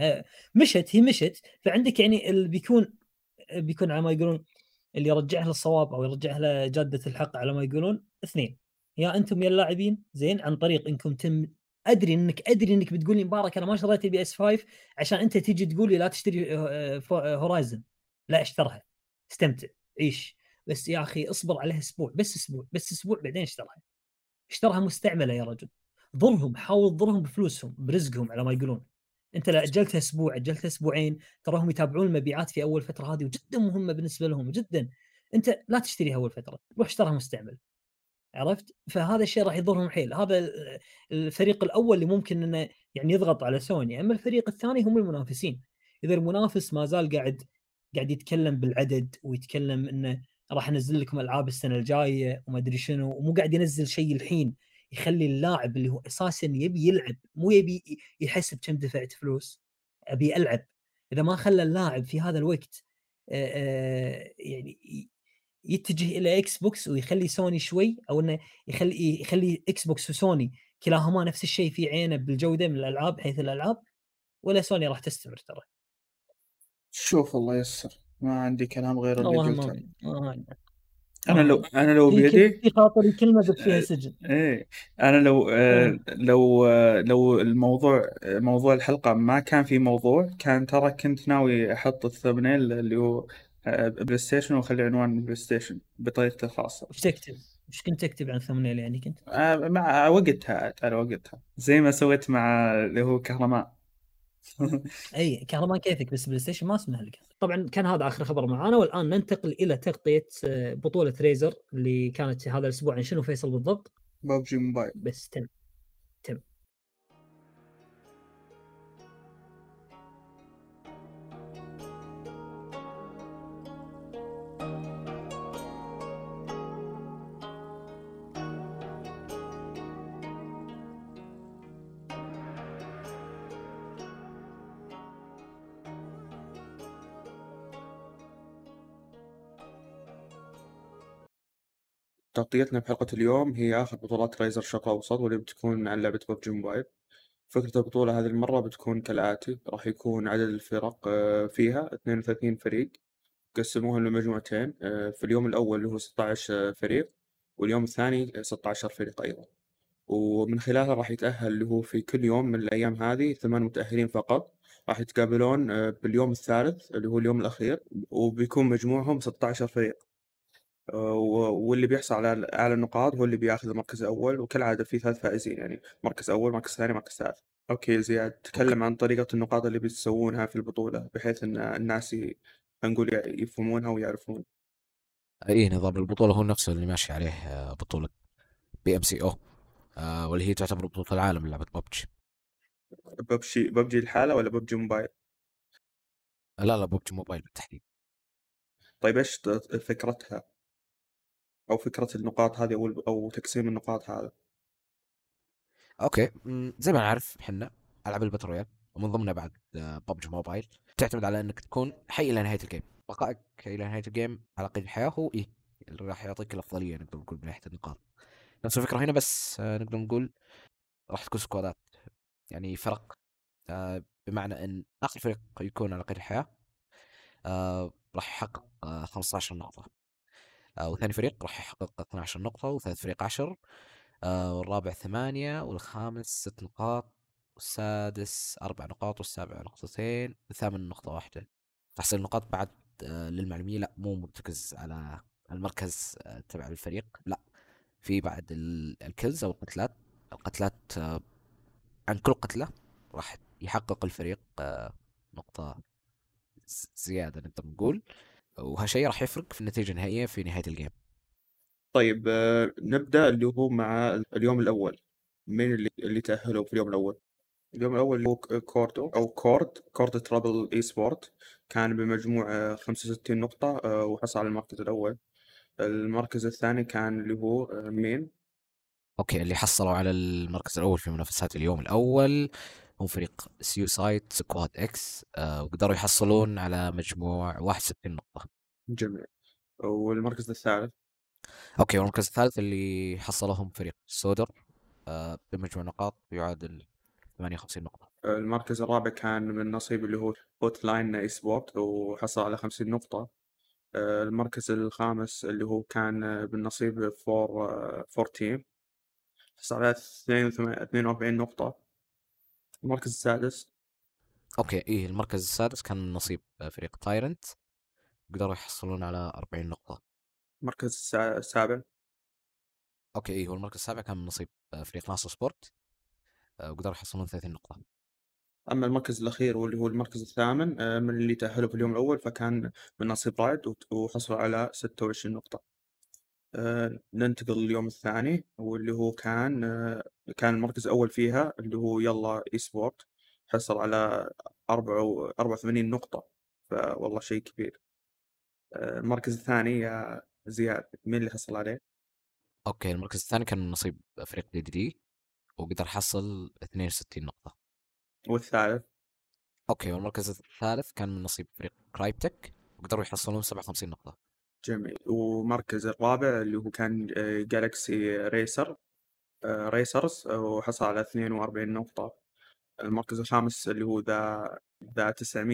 Speaker 1: مشت. فعندك يعني اللي بيكون على ما يقولون اللي يرجعه للصواب او يرجعه لجاده الحق على ما يقولون اثنين: يا انتم يا اللاعبين زين عن طريق انكم ادري انك بتقول لي مبارك انا ما شريت البي اس 5 عشان انت تيجي تقول لي لا تشتري هورايزن. لا اشترها، استمتع، عيش، بس يا اخي اصبر عليها اسبوع، بس اسبوع بعدين اشترها مستعمله يا رجل. ضرهم، حاول تضرهم بفلوسهم برزقهم على ما يقولون. انت لا اجلتها اسبوع، اجلتها اسبوعين، تراهم يتابعون المبيعات في اول فتره هذه وجدا مهمه بالنسبه لهم جدا. انت لا تشتريها اول فتره، روح اشترها مستعمل. عرفت؟ فهذا الشيء راح يضرهم حيل. هذا الفريق الاول اللي ممكن انه يعني يضغط على سوني. اما الفريق الثاني هم المنافسين. اذا المنافس ما زال قاعد يتكلم بالعدد ويتكلم انه راح انزل لكم العاب السنه الجايه وما ادري شنو، ومو قاعد ينزل شيء الحين يخلي اللاعب اللي هو اساسا يبي يلعب مو يبي يحسب كم دفعت فلوس، ابي العب. اذا ما خلى اللاعب في هذا الوقت يعني يتجه الى اكس بوكس ويخلي سوني شوي، او انه يخلي اكس بوكس وسوني كلاهما نفس الشيء في عينه بالجوده من الالعاب، حيث الالعاب، ولا سوني راح تستمر ترى.
Speaker 3: شوف الله يسر، ما عندي كلام غير اللي قلته. انا لو
Speaker 1: بيدي في خاطري كلمه بس فيها سجن.
Speaker 3: انا لو موضوع الحلقه ما كان في موضوع، كان ترى كنت ناوي احط الثمنيل اللي هو بلاي ستيشن واخلي عنوان بلاي ستيشن بطريقته الخاصه.
Speaker 1: وش كنت تكتب عن ثمنيل يعني؟ كنت
Speaker 3: مع وقتها على وقتها زي ما سويت مع اللي هو كهرمان.
Speaker 1: اي كهرمان كيفك، بس بلاي ستيشن ما اسمه لك. طبعا كان هذا اخر خبر معانا، والان ننتقل الى تغطيه بطوله ريزر اللي كانت هذا الاسبوع. عن شنو فيصل بالضبط؟
Speaker 3: ببجي موبايل.
Speaker 1: بس تم
Speaker 3: تغطيتنا بحلقة اليوم هي آخر بطولات رايزر شرق أوسط، واللي بتكون عن لعبة ببجي موبايل. فكرة البطولة هذه المرة بتكون كالآتي: راح يكون عدد الفرق فيها 32 فريق، قسموها لمجموعتين. في اليوم الأول اللي هو 16 فريق، واليوم الثاني 16 فريق أيضا. ومن خلالها راح يتأهل اللي هو في كل يوم من الأيام هذه 8 متأهلين فقط، راح يتقابلون باليوم الثالث اللي هو اليوم الأخير، وبيكون مجموعهم 16 فريق. واللي بيحصل على أعلى النقاط هو اللي بياخذ المركز الأول، وكالعادة في 3 فائزين، يعني مركز أول، مركز ثاني، مركز ثالث. أوكي زياد، تكلم عن طريقة النقاط اللي بتسوونها في البطولة بحيث أن الناس نقول يفهمونها ويعرفون.
Speaker 4: اي نظام البطولة هو نفسه اللي ماشي عليه بطولة BMCO، واللي هي تعتبر بطولة العالم للعبة ببجي.
Speaker 3: ببجي الحالة ولا ببجي موبايل؟
Speaker 4: لا ببجي موبايل بالتحديد.
Speaker 3: طيب إيش فكرتها أو فكرة النقاط هذه أو تقسيم النقاط هذا؟
Speaker 4: اوكي، زي ما نعرف احنا العاب الباتل رويال، ومن ضمنها بعد ببجي موبايل، تعتمد على انك تكون حي الى نهايه الجيم. بقائك الى نهايه الجيم على قيد الحياه هو اللي راح يعطيك الافضليه، نقدر نقول من ناحيه النقاط. نفس الفكره هنا، بس نقدر نقول راح تكون سكوادات، يعني فرق. بمعنى ان اخر فريق يكون على قيد الحياه راح يحقق 15 نقطه، وثاني فريق راح يحقق 12 نقطه، وثالث فريق 10، والرابع 8، والخامس 6 نقاط، والسادس 4 نقاط، والسابع نقطتين، والثامن نقطة واحدة. تحصيل النقاط بعد للمعلومية لا مو مرتكز على المركز تبع الفريق، لا، في بعد الكلز أو القتلات عن كل قتلة راح يحقق الفريق نقطة زيادة نقدر نقول، وهالشيء راح يفرق في النتيجة النهائية في نهاية الجيم.
Speaker 3: طيب نبدأ اللي هو مع اليوم الأول. مين اللي تأهلوا في اليوم الأول؟ اليوم الأول اللي هو كوردو أو كورد ترابل إي سبورت، كان بمجموع 65 نقطة وحصل على المركز الأول. المركز الثاني كان اللي هو مين؟
Speaker 4: اوكي، اللي حصلوا على المركز الاول في منافسات اليوم الاول هم فريق سيوسايد سكواد اكس، وقدروا يحصلون على مجموع 61 نقطة.
Speaker 3: جميل. والمركز الثالث؟
Speaker 4: اوكي، والمركز الثالث اللي حصلهم فريق سودر بمجموع نقاط يعادل 58 نقطة.
Speaker 3: المركز الرابع كان من نصيب اللي هو بوت لاين اي سبورت وحصل على 50 نقطة. المركز الخامس اللي هو كان بالنصيب فور تيم، حصل على 42 نقطة. المركز السادس؟
Speaker 4: اوكي، المركز السادس كان من نصيب فريق تايرنت، قدروا يحصلون على 40 نقطة.
Speaker 3: المركز السابع؟
Speaker 4: اوكي، هو المركز السابع كان من نصيب فريق ناصر سبورت، وقدروا يحصلون 30 نقطة.
Speaker 3: أما المركز الأخير واللي هو المركز الثامن من اللي تأهلوا في اليوم الأول، فكان من نصيب رايد وحصلوا على 26 نقطة. ننتقل لليوم الثاني واللي هو كان المركز الأول فيها اللي هو يلا إي سبورت، حصل على 84 نقطة، فوالله شيء كبير. المركز الثاني يا زياد مين اللي حصل عليه؟
Speaker 4: اوكي، المركز الثاني كان من نصيب فريق دي وقدر حصل 62 نقطة.
Speaker 3: والثالث؟
Speaker 4: اوكي، والمركز الثالث كان من نصيب فريق كرايبتك وقدروا يحصلون 57 نقطة.
Speaker 3: جميل. ومركز الرابع اللي هو كان جالكسي ريسرز وحصل على 42 نقطة. المركز الخامس اللي هو ذا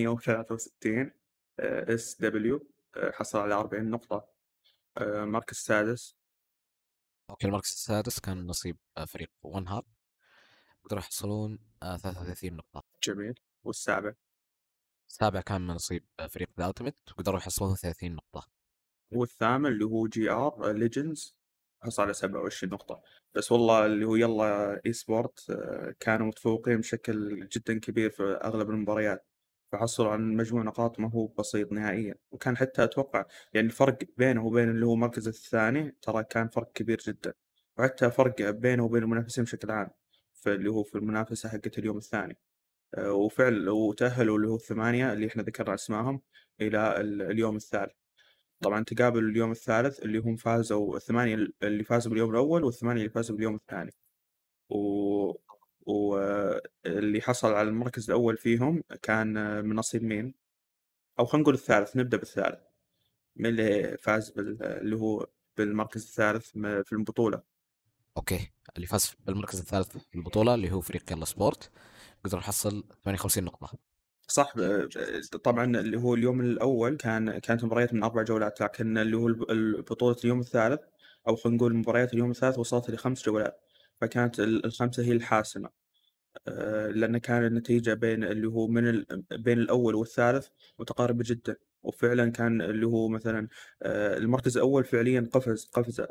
Speaker 3: 963 اس دبليو، حصل على 40 نقطة. المركز السادس؟
Speaker 4: اوكي، المركز السادس كان من نصيب فريق ون هاب، قدروا يحصلون 33 نقطة.
Speaker 3: جميل. والسابع؟
Speaker 4: السابع كان من نصيب فريق ذا التيمت وقدروا يحصلون 30 نقطة.
Speaker 3: والثامن اللي هو جي ار ليجندز، حصل على 27 نقطة. بس والله اللي هو يلا اي سبورت كانوا متفوقين بشكل جدا كبير في اغلب المباريات، فحصلوا على مجموع نقاط ما هو بسيط نهائيا. وكان حتى اتوقع يعني الفرق بينه وبين اللي هو المركز الثاني ترى كان فرق كبير جدا، وحتى فرق بينه وبين المنافسين بشكل عام في اللي هو في المنافسة حقت اليوم الثاني. وفعل وتأهلوا اللي هو الثمانية اللي احنا ذكرنا اسمائهم إلى اليوم الثالث. طبعا تقابل اليوم الثالث اللي هم فازوا الثمانية اللي فازوا باليوم الأول والثمانية اللي فازوا باليوم الثاني. واللي حصل على المركز الأول فيهم كان من نصيب مين؟ أو خلينا نقول الثالث، نبدأ بالثالث. مين اللي فاز اللي هو بالمركز الثالث في البطولة.
Speaker 4: اوكي، اللي فاز بالمركز الثالث في البطولة اللي هو فريق يلا سبورت قدر يحصل 58 نقطة.
Speaker 3: صح. طبعا اللي هو اليوم الأول كانت مباريات من 4 جولات، لكن اللي هو البطولة اليوم الثالث، أو خلينا نقول مباريات اليوم الثالث وصلت ل5 جولات، فكانت الخمسة هي الحاسمة. لأن كان النتيجة بين اللي هو بين الأول والثالث متقاربة جدا، وفعلا كان اللي هو مثلا المركز الأول فعليا قفز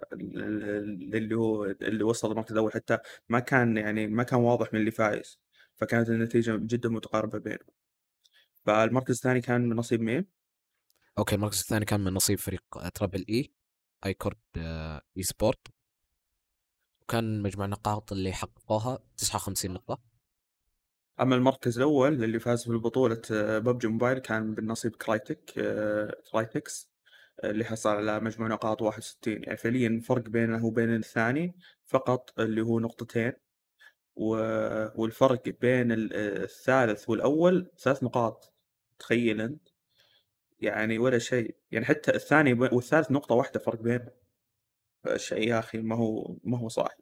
Speaker 3: اللي وصل المركز الأول، حتى ما كان واضح من اللي فايز، فكانت النتيجة جدا متقاربة بينهم. فالمركز الثاني كان من نصيب مين؟
Speaker 4: اوكي، المركز الثاني كان من نصيب فريق ترابل اي كورد اي سبورت، وكان مجموع النقاط اللي حققوها 59 نقطة.
Speaker 3: أما المركز الأول اللي فاز في بطولة ببجي موبايل كان بالنصيب كرايتكس، اللي حصل على مجموع نقاط 61. يعني فعليا الفرق بينه وبين الثاني فقط اللي هو نقطتين، والفرق بين الثالث والأول 3 نقاط. تخيل أنت، يعني ولا شيء. يعني حتى الثاني والثالث نقطة واحدة فرق بينهم. شيء يا أخي ما هو صح.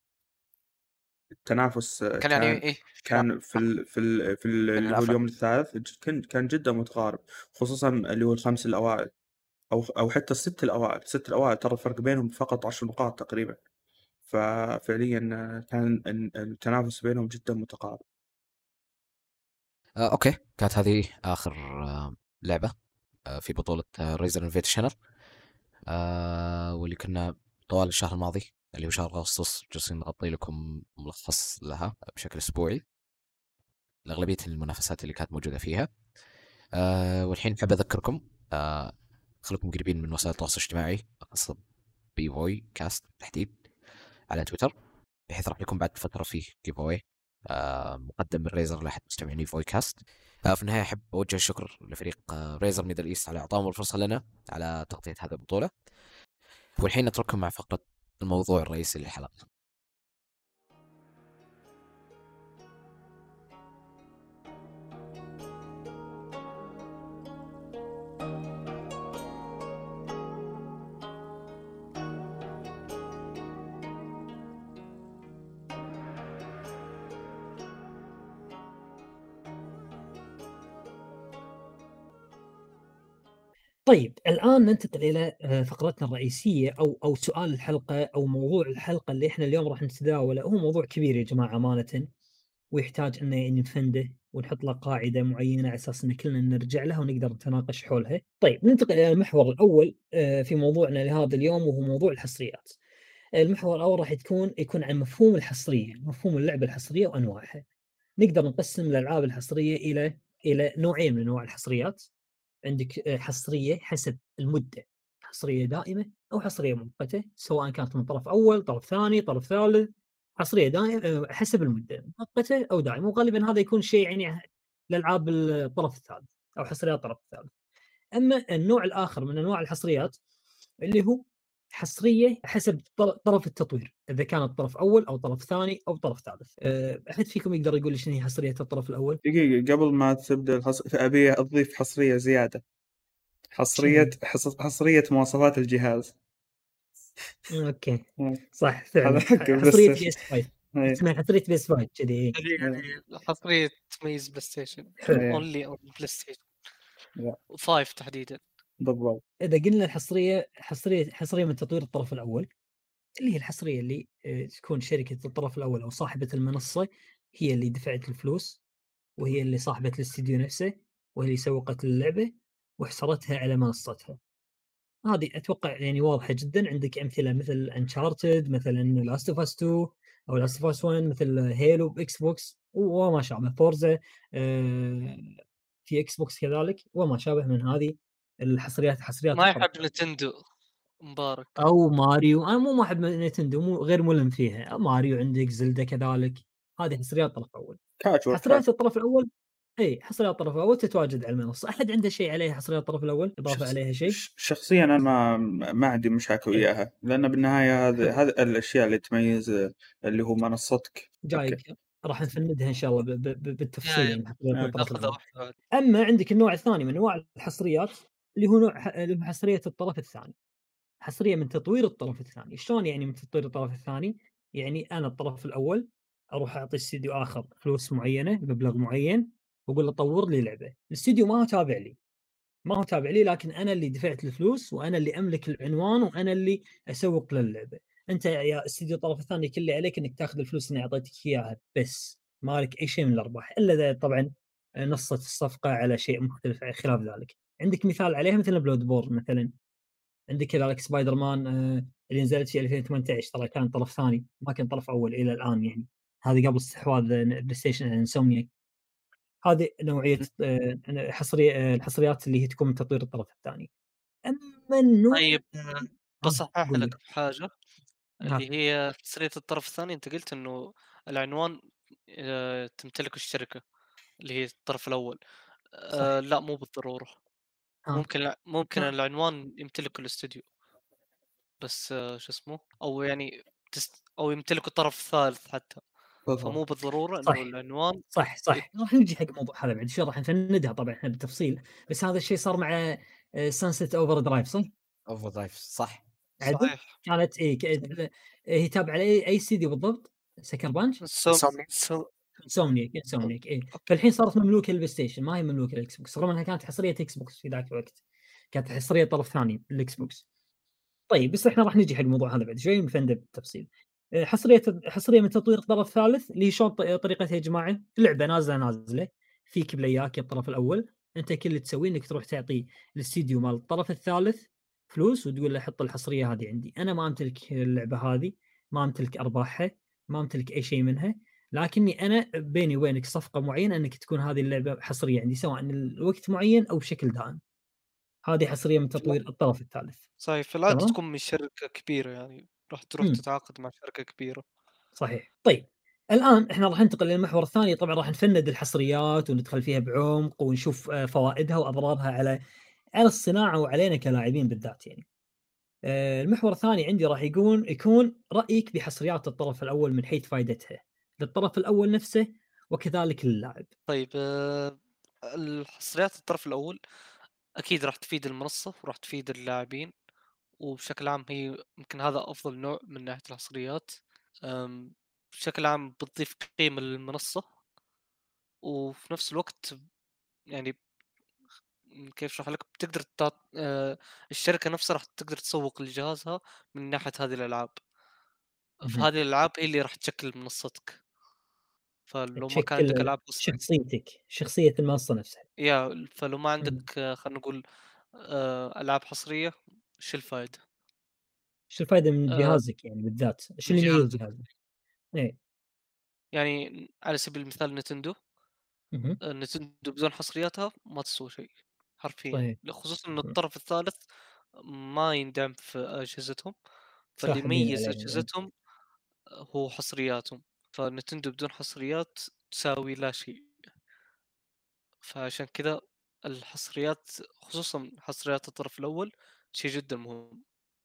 Speaker 3: التنافس
Speaker 2: كان يعني ايه
Speaker 3: كان اللي هو
Speaker 4: الأفضل.
Speaker 3: اليوم الثالث كان جدا متقارب، خصوصا اللي هو ال5 الأوائل أو حتى ال6 الأوائل. ترى الفرق بينهم فقط 10 نقاط تقريبا. ففعليا كان التنافس بينهم جدا متقارب.
Speaker 4: اوكي، كانت هذه اخر لعبة في بطولة ريزر انفيتيشنال، واللي كنا طوال الشهر الماضي اللي هو شهر أغسطس جالسين نغطي لكم ملخص لها بشكل أسبوعي لأغلبية المنافسات اللي كانت موجودة فيها. والحين حاب أذكركم خليكم قريبين من وسائل التواصل الاجتماعي، خاصة بيفوي كاست تحديد على تويتر، بحيث راح يكون بعد فترة فيه جيف أواي مقدم من ريزر لأحد مستمعين فوي كاست. في النهاية أحب أوجه الشكر لفريق ريزر ميدل إيست على إعطائهم الفرصة لنا على تغطية هذه البطولة. والحين نترككم مع فقرة الموضوع الرئيسي للحلقة.
Speaker 1: طيب الآن ننتقل إلى فقرتنا الرئيسية أو سؤال الحلقة أو موضوع الحلقة اللي إحنا اليوم راح نتداوله. هو موضوع كبير يا جماعة أمانة، ويحتاج إن نفنده ونحط له قاعدة معينة على أساس إن كلنا نرجع لها ونقدر نتناقش حولها. طيب ننتقل إلى المحور الأول في موضوعنا لهذا اليوم، وهو موضوع الحصريات. المحور الأول راح يكون عن مفهوم الحصرية، مفهوم اللعبة الحصرية وأنواعها. نقدر نقسم الألعاب الحصرية إلى نوعين من أنواع الحصريات. عندك حصرية حسب المدة، حصرية دائمة أو حصرية مؤقتة، سواء كانت من طرف أول، طرف ثاني، طرف ثالث. حصرية دائمة حسب المدة، مؤقتة أو دائمة، وغالبا هذا يكون شيء يعني لألعاب الطرف الثالث أو حصريات الطرف الثالث. أما النوع الآخر من أنواع الحصريات اللي هو حصرية حسب طرف التطوير، إذا كانت طرف أول أو طرف ثاني أو طرف ثالث. أحد فيكم يقدر يقول لي شنو هي حصرية الطرف الأول؟
Speaker 3: دقيقة قبل ما تبدأ أبي أضيف حصرية زيادة. حصرية مواصفات الجهاز.
Speaker 1: اوكي صح فعلا.
Speaker 3: هذا
Speaker 1: حصرية
Speaker 3: بس.
Speaker 1: بي اس 5 اسمها حصرية بي اس 5 كذي.
Speaker 2: يعني حصرية تميز بلاي ستيشن
Speaker 1: حلو.
Speaker 2: اونلي اون بلاي ستيشن
Speaker 3: لا.
Speaker 2: 5 تحديدا.
Speaker 3: بالضبط.
Speaker 1: اذا قلنا حصرية من تطوير الطرف الاول، اللي هي الحصرية اللي تكون شركة الطرف الاول او صاحبة المنصة هي اللي دفعت الفلوس، وهي اللي صاحبة الاستديو نفسه، وهي اللي سوقت اللعبة وحصرتها على منصتها. هذه اتوقع يعني واضحه جدا. عندك امثله مثل انشارتد، مثلا لاست اوف اس 2 او لاست اوف اس 1، مثل هيلو باكس بوكس وما شابه، فورزا في اكس بوكس كذلك، وما شابه من هذه الحصريات
Speaker 2: ما يحب نتندو مبارك،
Speaker 1: او ماريو. انا ما احب نتندو، غير ملم فيها. ماريو عندك، زلدا كذلك، هذه حصريات الطرف الاول. حصريات الطرف الاول حصريات الطرف الاول تتواجد على المنصه. احد عنده شيء عليها حصريات الطرف الاول اضافه عليها شيء؟
Speaker 3: شخصيا انا ما عندي مشاكل وياها، لان بالنهايه هذه الاشياء اللي تميز اللي هو منصتك.
Speaker 1: جايك راح نفندها ان شاء الله بالتفصيل. اما عندك النوع الثاني من انواع الحصريات اللي هو نوع حصريه الطرف الثاني. حصريه من تطوير الطرف الثاني. شلون يعني من تطوير الطرف الثاني؟ يعني انا الطرف الاول اروح اعطي استديو اخر فلوس معينه بمبلغ معين واقول له طور لي لعبه. الاستديو ما هو تابع لي، ما هو تابع لي، لكن انا اللي دفعت الفلوس وانا اللي املك العنوان وانا اللي اسوق للعبه. انت يا استديو الطرف الثاني كل اللي عليك انك تاخذ الفلوس اللي اعطيتك اياها بس، ما لك اي شيء من الارباح الا اذا طبعا نصت الصفقه على شيء مختلف خلاف ذلك. عندك مثال عليها مثل بلود بورن مثلا، عندك كذلك سبايدر مان اللي نزلت في 2018 ترى كان طرف ثاني ما كان طرف اول الى الان يعني. هذه قبل استحواذ بلاي ستيشن انسومنياك. هذه نوعيه الحصريات اللي هي تكون من تطوير الطرف الثاني. اما النوع
Speaker 2: طيب بصحح
Speaker 1: قول لي.
Speaker 2: لك بحاجة اللي هي حصرية الطرف الثاني. انت قلت انه العنوان تمتلك الشركة اللي هي الطرف الأول.
Speaker 1: صح.
Speaker 2: لا مو بالضرورة. ممكن العنوان يمتلكه الاستوديو بس شو اسمه، او يعني او يمتلكه الطرف الثالث حتى. فمو بالضرورة انه العنوان
Speaker 1: صح راح نجي حق الموضوع هذا بعد شوي، راح نفندها طبعا احنا بالتفصيل. بس هذا الشيء صار مع سانست اوفر درايف صح؟
Speaker 4: اوفر درايف صح
Speaker 2: صحيح.
Speaker 1: كانت هي تابعه لاي استديو بالضبط؟ سكر بانش؟ انسومنيك اي. فالحين صارت مملوكه للبلاي ستيشن ما هي مملوكه للاكس بوكس، رغم انها كانت حصريه اكس بوكس في ذاك الوقت، كانت حصريه طرف ثاني للاكس بوكس. طيب بس احنا راح نجي حق الموضوع هذا بعد شوي نفنده بالتفصيل. حصريه من تطوير الطرف الثالث اللي شلون طريقتها يا جماعه؟ لعبه نازله فيك بلاياك الطرف الاول، انت كل اللي تسويه انك تروح تعطي الاستديو مال الطرف الثالث فلوس وتقول له حط الحصريه هذه عندي. انا ما امتلك اللعبه هذه، ما امتلك ارباحها، ما امتلك اي شيء منها، لكني انا بيني وبينك صفقه معينه انك تكون هذه اللعبه حصريه عندي سواء لوقت معين او بشكل دائم. هذه حصريه من تطوير الطرف الثالث.
Speaker 2: صحيح. في العادة
Speaker 1: تمام؟
Speaker 2: تكون من شركة كبيرة يعني راح تروح تتعاقد مع شركة كبيرة.
Speaker 1: صحيح. طيب الآن احنا راح ننتقل للمحور الثاني، طبعا راح نفند الحصريات وندخل فيها بعمق ونشوف فوائدها واضرارها على الصناعة وعلينا كلاعبين بالذات يعني. المحور الثاني عندي راح يكون رأيك بحصريات الطرف الأول من حيث فائدتها للطرف الأول نفسه وكذلك للاعب.
Speaker 2: طيب الحصريات الطرف الأول أكيد راح تفيد المنصة وراح تفيد اللاعبين، وبشكل عام هي يمكن هذا أفضل نوع من ناحية الحصريات. بشكل عام بتضيف قيمة للمنصة، وفي نفس الوقت يعني كيف اشرح لك، بتقدر الشركة نفسها راح تقدر تسوق لجهازها من ناحية هذه الألعاب. فهذه الألعاب هي اللي راح تشكل منصتك. فلو ما كان عندك
Speaker 1: تشكل
Speaker 2: ألعاب أصلا
Speaker 1: شخصية المنصة نفسها.
Speaker 2: فلو ما عندك خلينا نقول ألعاب حصرية، شو الفائدة؟
Speaker 1: شو الفائدة من جهازك يعني بالذات؟ شو اللي يميز جهازك؟ ايه
Speaker 2: يعني على سبيل المثال نتندو بدون حصرياتها ما تسوي شيء حرفيا. خصوصا ان الطرف الثالث ما يندعم في اجهزتهم، فاللي يميز اجهزتهم هو حصرياتهم. فنتندو بدون حصريات تساوي لا شيء. فعشان كذا الحصريات خصوصا حصريات الطرف الاول شيء جدا مهم.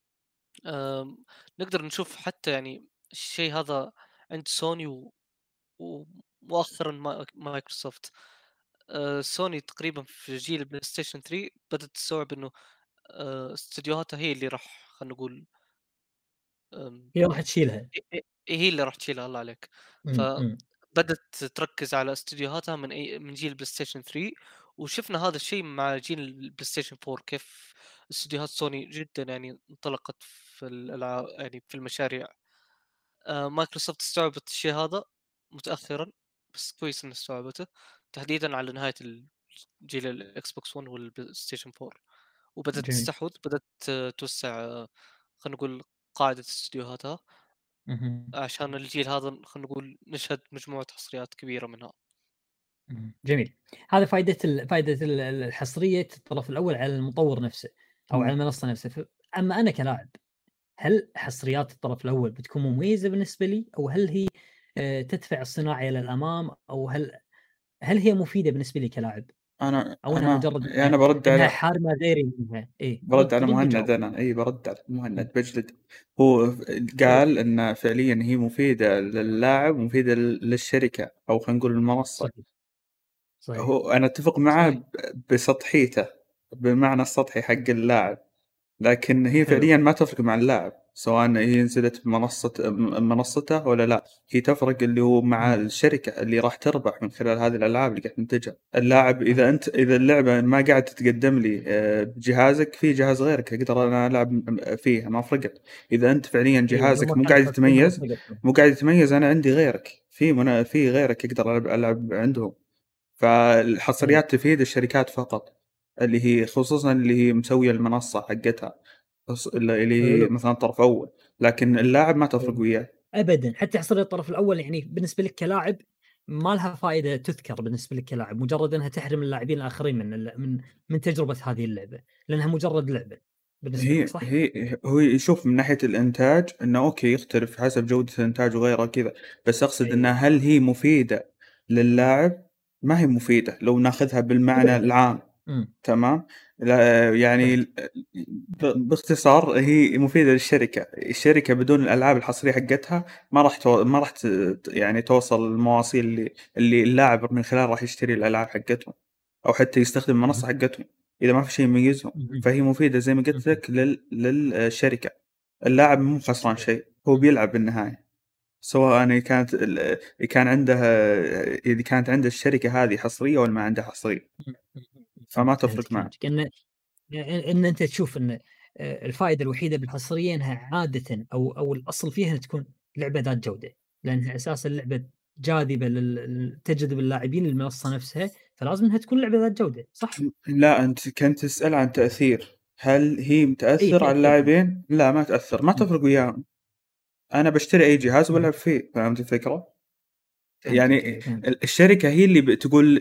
Speaker 2: نقدر نشوف حتى يعني الشيء هذا عند سوني ومؤخرا مايكروسوفت. سوني تقريبا في جيل بلاي ستيشن 3 بدأت تستوعب انه استديوهاتها هي اللي راح خلينا نقول
Speaker 1: هي راح تشيلها.
Speaker 2: هي اللي راح تشيلها. الله عليك. فبدأت تركز على استديوهاتها من جيل بلاي ستيشن 3، وشفنا هذا الشيء مع جيل البلاي ستيشن 4 كيف استديوهات سوني جدا يعني انطلقت في الالعاب يعني في المشاريع. مايكروسوفت استوعبت الشيء هذا متأخرا، بس كويس انها استوعبته تحديدا على نهاية جيل الاكس بوكس 1 والبلاي ستيشن 4، وبدأت تستحوذ، بدأت توسع خلينا نقول قاعدة استديوهاتها عشان الجيل هذا خلينا نقول نشهد مجموعة حصريات كبيرة منها.
Speaker 1: جميل. هذا فائدة الحصرية الطرف الأول على المطور نفسه أو على المنصة نفسها. أما أنا كلاعب، هل حصريات الطرف الأول بتكون مميزة بالنسبة لي، أو هل هي تدفع الصناعة إلى الأمام، أو هل هي مفيدة بالنسبة لي كلاعب؟
Speaker 3: أنا
Speaker 1: مجرد
Speaker 3: أنا برد على
Speaker 1: حارمة غيري منها. إيه
Speaker 3: برد على مهند. أنا برد على مهند بجلد. هو قال إن فعليا هي مفيدة للاعب ومفيدة للشركة أو خلينا نقول المنصة.
Speaker 1: صحيح.
Speaker 3: هو أنا أتفق معه بسطحيته، بمعنى السطحي حق اللاعب، لكن هي
Speaker 1: حلو.
Speaker 3: فعليا ما تفرق مع اللاعب سواء هي نزلت منصته ولا لا. هي تفرق اللي هو مع الشركة اللي راح تربح من خلال هذه الألعاب اللي قاعد تنتجها. اللاعب إذا اللعبة ما قاعد تقدم لي بجهازك، في جهاز غيرك أقدر أنا ألعب فيها، ما فرقت. إذا أنت فعليا جهازك مو قاعد يتميز، أنا عندي غيرك في غيرك أقدر ألعب عندهم. فالحصريات تفيد الشركات فقط، اللي هي خصوصا اللي هي مسوية المنصة حقتها، اللي هي مثلا طرف أول، لكن اللاعب ما تفرق وياه
Speaker 1: ابدا. حتى حصريه الطرف الاول يعني بالنسبه لك كلاعب ما لها فائده تذكر بالنسبه لك كلاعب، مجرد انها تحرم اللاعبين الاخرين من تجربه هذه اللعبه، لانها مجرد لعبه بالنسبه لك. صح؟
Speaker 3: هو يشوف من ناحيه الانتاج انه اوكي يختلف حسب جوده الانتاج وغيره كذا، بس اقصد انها هل هي مفيده للاعب؟ ما هي مفيده لو ناخذها بالمعنى العام. تمام. لا يعني باختصار هي مفيده للشركه. الشركه بدون الالعاب الحصريه حقتها ما راح يعني توصل المواصيل اللي اللاعب من خلال راح يشتري الالعاب حقتهم او حتى يستخدم المنصه حقتهم اذا ما في شيء يميزهم. فهي مفيده زي ما قلت لك للشركه. اللاعب مو خسران شيء، هو بيلعب بالنهايه، سواء كان اذا كانت عنده الشركه هذه حصريه ولا ما عندها حصريه، فما تفرق معه.
Speaker 1: ان انت تشوف ان الفائده الوحيده بالحصريه انها عاده او الاصل فيها أن تكون لعبه ذات جوده، لانها اساسا لعبه جاذبه تجذب اللاعبين للمنصه نفسها، فلازم انها تكون لعبه ذات جوده. صح؟
Speaker 3: لا، انت كنت تسال عن تاثير، هل هي متاثر على اللاعبين؟ لا ما تاثر، ما تفرق وياهم. انا بشتري اي جهاز والعب فيه، فهمت الفكره؟ يعني الشركه هي اللي بتقول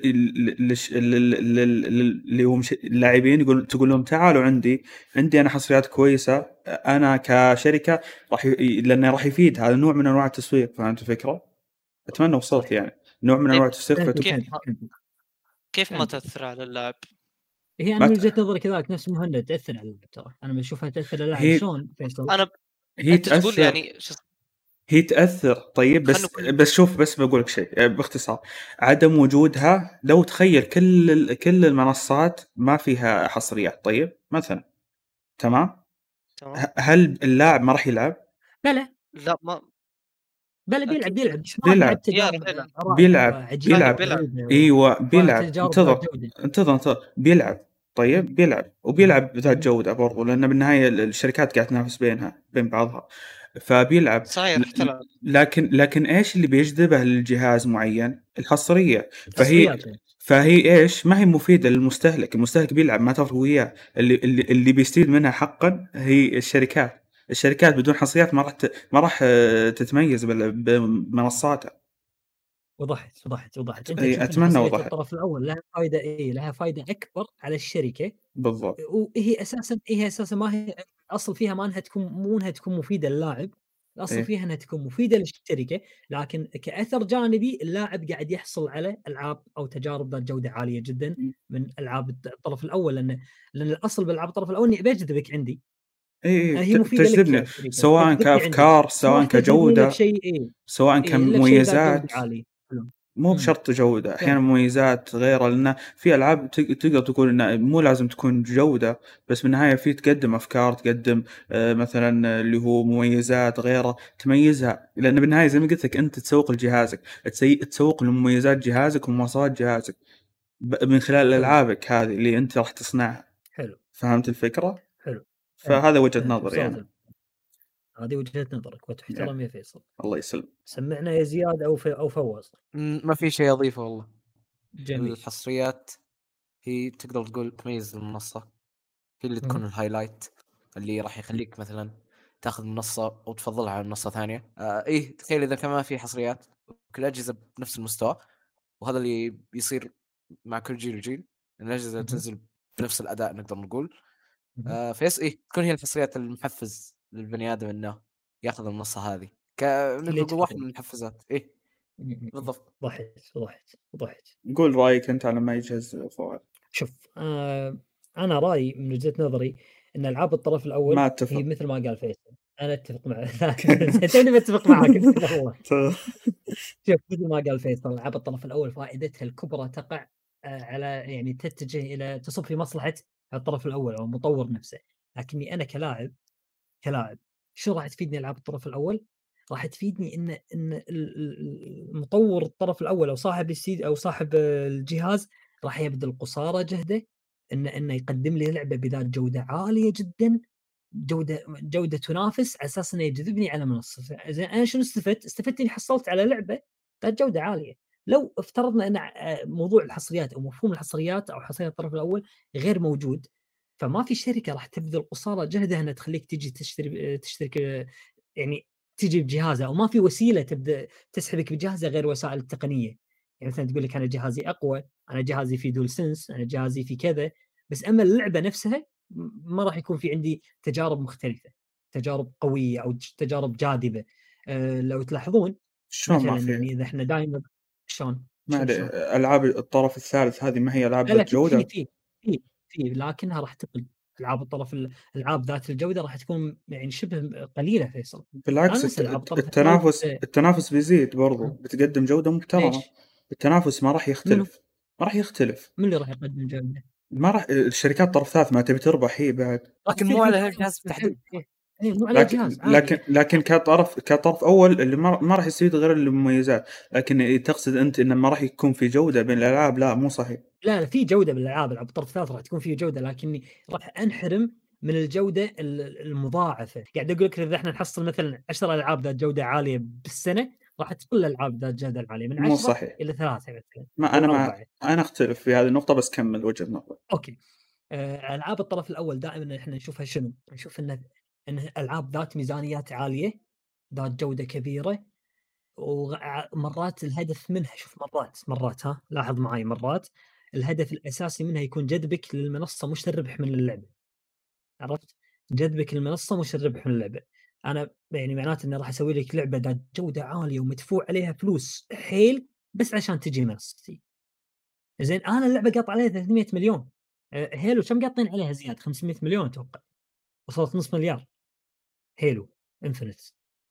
Speaker 3: اللي هم اللاعبين تقول لهم تعالوا عندي انا حصريات كويسه، انا كشركه لانه راح يفيد. هذا نوع من انواع التسويق، فهمت الفكره؟ اتمنى وصلت. يعني نوع من انواع التسويق.
Speaker 2: كيف ما تاثر على اللاعب؟
Speaker 1: هي انا من وجهه نظري كذلك نفس مهند، تاثر على اللاعب. ترى انا بشوفها تاثر على اللاعب. شلون فيصل؟
Speaker 2: هي تقول يعني
Speaker 3: هي تأثر. طيب بس شوف، بس بقول لك شيء باختصار. عدم وجودها، لو تخيل كل المنصات ما فيها حصريات، طيب مثلا، تمام. هل اللاعب ما راح يلعب؟
Speaker 1: لا
Speaker 2: ما
Speaker 1: بيلعب
Speaker 3: بيلعب ايوه بيلعب. انتظر بيلعب. طيب بيلعب بذات جودة برضو، لأن بالنهاية الشركات قاعدة تنافس بين بعضها، فبيلعب
Speaker 2: صحيح.
Speaker 3: لكن ايش اللي بيجذبه للجهاز معين؟ الحصرية. فهي ايش؟ ما هي مفيدة للمستهلك. المستهلك بيلعب ما تفرق وياه. اللي بيستفيد منها حقا هي الشركات بدون حصريات ما راح تتميز بمنصاتها.
Speaker 1: وضحت. انت
Speaker 3: اتمنى وضحت.
Speaker 1: الطرف الاول لها فائده، لها فائده اكبر على الشركه
Speaker 3: بالضبط.
Speaker 1: وهي اساسا ما هي الاصل فيها ما انها تكون مفيده للاعب. الاصل فيها انها تكون مفيده للشركه، لكن كاثر جانبي اللاعب قاعد يحصل على العاب او تجارب ذات جوده عاليه جدا من العاب الطرف الاول، لان الاصل بالالعاب الطرف الاول اني بجذبك عندي.
Speaker 3: هي مفيده لك سواء كافكار، سواء كجوده، سواء كمميزات. مو بشرط جودة، أحيانا مميزات غيرها، لأن في ألعاب تقدر تقول إن مو لازم تكون جودة، بس بالنهاية في تقدم أفكار، تقدم مثلا اللي هو مميزات غيره تميزها، لأن بالنهاية زي ما قلت لك أنت تسوق لجهازك، تسوق لمميزات جهازك ومواصفات جهازك من خلال ألعابك هذه اللي أنت راح تصنعها.
Speaker 1: حلو.
Speaker 3: فهمت الفكرة؟
Speaker 1: حلو.
Speaker 3: فهذا وجهة نظر يعني.
Speaker 1: هذه وجهة نظرك وتحترم يا فيصل.
Speaker 3: الله يسلم.
Speaker 1: سمعنا يا زياد أو فواز.
Speaker 4: ما في شيء أضيفه والله.
Speaker 1: جميل.
Speaker 4: الحصريات هي تقدر تقول تميز المنصة، هي اللي تكون الهايلايت اللي راح يخليك مثلا تاخذ منصة وتفضلها على منصة ثانية. إيه تخيل إذا كان ما في حصريات كل أجهزة بنفس المستوى، وهذا اللي بيصير مع كل جيل وجيل، الأجهزة تنزل بنفس الأداء نقدر نقول. فيس إيه تكون هي الحصريات المحفز للبني آدم إنه ياخذ المنصة هذه نقدر واحد من المحفزات. إيه بالضبط.
Speaker 1: وضحت.
Speaker 3: قول رأيك أنت على ما يجهز فواز.
Speaker 1: شوف أنا رأيي من وجهة نظري إن ألعاب الطرف الأول
Speaker 3: ما أتفق.
Speaker 1: هي مثل ما قال فيصل. أنا أتفق معه. توني بتفق معك والله. شوف مثل ما قال فيصل، ألعاب الطرف الأول فائدتها الكبرى تقع على يعني تتجه إلى تصب في مصلحة الطرف الأول أو المطور نفسه، لكني انا كلاعب شو راح تفيدني العاب الطرف الاول؟ راح تفيدني ان المطور الطرف الاول او صاحب السيد او صاحب الجهاز راح يبذل قصارى جهده انه يقدم لي لعبه بذات جوده عاليه جدا، جوده تنافس، على اساس انه يجذبني على منصته. زين انا شنو استفدت اني حصلت على لعبه ذات جوده عاليه. لو افترضنا ان موضوع الحصريات او مفهوم الحصريات او حصريات الطرف الاول غير موجود، فما في شركه راح تبذل قصارى جهدها انها تخليك تجي تشترك يعني تجي بجهازها، او ما في وسيله تبدا تسحبك بجهازها غير وسائل التقنيه. يعني مثلا تقول لك انا جهازي اقوى، انا جهازي في دول سنس، انا جهازي في كذا، بس اما اللعبه نفسها ما راح يكون في عندي تجارب مختلفه، تجارب قويه او تجارب جاذبه. لو تلاحظون
Speaker 3: شلون ما
Speaker 1: مثلا
Speaker 3: في؟
Speaker 1: يعني اذا احنا دائما شلون
Speaker 3: ما
Speaker 1: شلون
Speaker 3: العاب الطرف الثالث هذه ما هي العاب
Speaker 1: لا لا
Speaker 3: ذات جوده؟
Speaker 1: في لكنها راح تقل. العاب الطرف الالعاب ذات الجوده راح تكون يعني شبه قليله فيصل.
Speaker 3: بالعكس
Speaker 1: انا العاب الطرف الثالث
Speaker 3: التنافس بيزيد برضو، بتقدم جوده محترمه.
Speaker 1: ليش؟
Speaker 3: التنافس ما راح يختلف. ما راح يختلف.
Speaker 1: من اللي راح يقدم جوده؟
Speaker 3: ما راح الشركات طرف ثالث ما تبي تربح هي بعد،
Speaker 4: لكن مو على هالجهاز بالتحديد.
Speaker 1: مو على الجهاز عادي.
Speaker 3: لكن كطرف اول اللي ما راح يستفيد غير المميزات. لكن تقصد انت انه ما راح يكون في جوده بين الالعاب؟ لا مو صحيح.
Speaker 1: لا في جوده بالالعاب، العاب الطرف الثالث راح تكون في جوده، لكني راح انحرم من الجوده المضاعفه. قاعد اقول لك اذا احنا نحصل مثلا 10 العاب ذات جوده عاليه بالسنه، راح تقل الالعاب ذات جوده عاليه من 10
Speaker 3: صحيح.
Speaker 1: الى 3 مثلا.
Speaker 3: ما انا اختلف في هذه النقطه، بس كمل وجهه نظر.
Speaker 1: اوكي. العاب الطرف الاول دائما احنا نشوفها شنو؟ نشوف ان العاب ذات ميزانيات عاليه، ذات جوده كبيره، ومرات الهدف منها، شوف مرات لاحظ معي، مرات الهدف الاساسي منها يكون جذبك للمنصه مش الربح من اللعبه. عرفت؟ جذبك للمنصه مش الربح من اللعبه. انا يعني معناته اني راح اسوي لك لعبه ذات جوده عاليه ومدفوع عليها فلوس حيل بس عشان تجي منصتي. زين انا اللعبه قاط عليها 300 مليون، هيلو كم قاطين عليها زياده؟ 500 مليون اتوقع، وصلت نص مليار. هيلو انفنت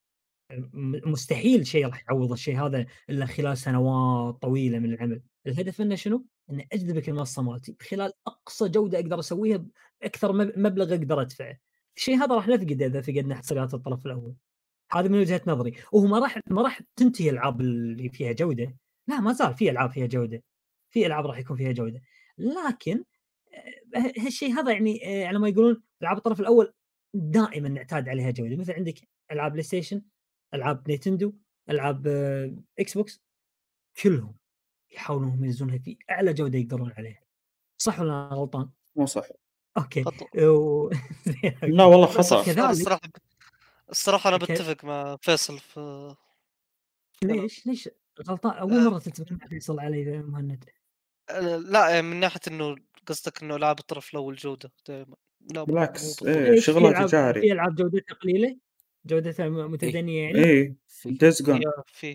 Speaker 1: مستحيل شيء راح يعوض الشيء هذا الا خلال سنوات طويله من العمل. الهدف منه شنو؟ ان اجذبك المنصه مالتي بخلال اقصى جوده اقدر اسويها باكثر مبلغ اقدر ادفعه. الشيء هذا راح نفقده اذا فقدنا حصريات الطرف الاول. هذا من وجهه نظري. وهو ما راح تنتهي الالعاب اللي فيها جوده، لا ما زال في العاب فيها جوده، في العاب راح يكون فيها جوده، لكن هالشيء هذا يعني على ما يقولون العاب الطرف الاول دائما نعتاد عليها جوده. مثل عندك العاب بلاي ستيشن، العاب نينتندو، العاب اكس بوكس، كلهم يحاولون يميزونها في اعلى جوده يقدرون عليها. صح ولا أنا غلطان؟
Speaker 3: مو صحيح.
Speaker 1: اوكي.
Speaker 3: لا والله خطأ.
Speaker 1: كذلك
Speaker 2: الصراحه انا بتفق مع فيصل في
Speaker 1: ليش غلطان؟ اول مره تتفق مع فيصل علي مهند.
Speaker 2: لا من ناحيه انه قصدك انه العاب الطرف الاول جوده دائما. لا
Speaker 3: بالعكس
Speaker 1: إيه
Speaker 3: شغله تجاري.
Speaker 1: في العاب جودتها قليله، جودتها متدنيه يعني.
Speaker 3: ايه ديزجون
Speaker 2: في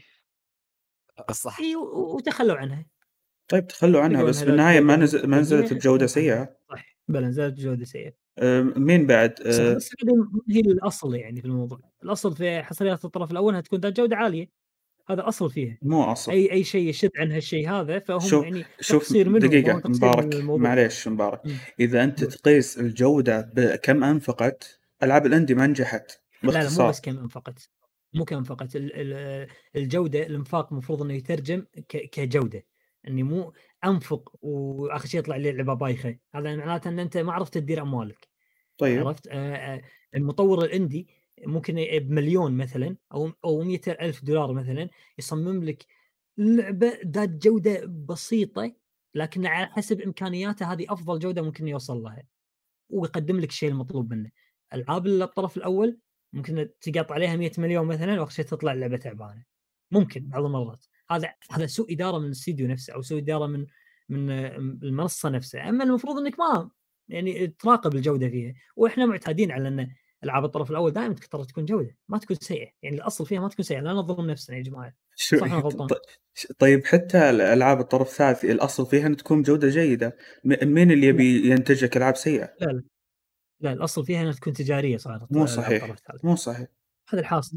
Speaker 4: صح.
Speaker 1: اي وتخلوا عنها.
Speaker 3: طيب تخلوا عنها بس بالنهايه ما نزلت بجوده سيئه.
Speaker 1: صح بل نزلت بجوده سيئه.
Speaker 3: مين بعد؟
Speaker 1: بس هي الاصل يعني في الموضوع. الاصل في حصريات الطرف الاول هتكون ذات جوده عاليه، هذا اصل فيها.
Speaker 3: مو اصل.
Speaker 1: اي شيء يشد عن هالشيء هذا فهم
Speaker 3: شوف
Speaker 1: يعني
Speaker 3: شوف
Speaker 1: تقصير منهم.
Speaker 3: دقيقه مبارك، معليش مبارك. اذا انت تقيس الجوده بكم انفقت، العاب الاندي ما نجحت باختصار.
Speaker 1: لا مو بس كم انفقت، مو كم انفقت. الجوده، الانفاق المفروض انه يترجم كجوده، اني مو انفق واخر شيء يطلع لي لعبه بايخه. هذا معناته ان انت ما عرفت تدير اموالك.
Speaker 3: طيب
Speaker 1: عرفت؟ المطور الاندي ممكن بمليون مثلا او 100,000 دولار مثلا يصمم لك لعبه ذات جوده بسيطه، لكن على حسب امكانياته هذه افضل جوده ممكن يوصل لها، ويقدم لك الشيء المطلوب منه. العاب الطرف الاول ممكن تقط عليها 100 مليون مثلا واخر شيء تطلع لعبه تعبانه، ممكن بعض المرات. هذا سوء اداره من الاستديو نفسه او سوء اداره من المنصه نفسها. اما المفروض انك ما يعني تراقب الجوده فيها. واحنا معتادين على ان العاب الطرف الاول دائما تختار تكون جوده ما تكون سيئه، يعني الاصل فيها ما تكون سيئه. لا نظلم نفسنا يا جماعه. صح ولا غلطان؟
Speaker 3: طيب حتى الالعاب الطرف الثالث الاصل فيها ان تكون جوده جيده. مين اللي يبي ينتج لك العاب سيئه؟
Speaker 1: لا الاصل فيها انها تكون تجاريه صارت.
Speaker 3: مو صحيح مو صحيح.
Speaker 1: هذا الحاصل.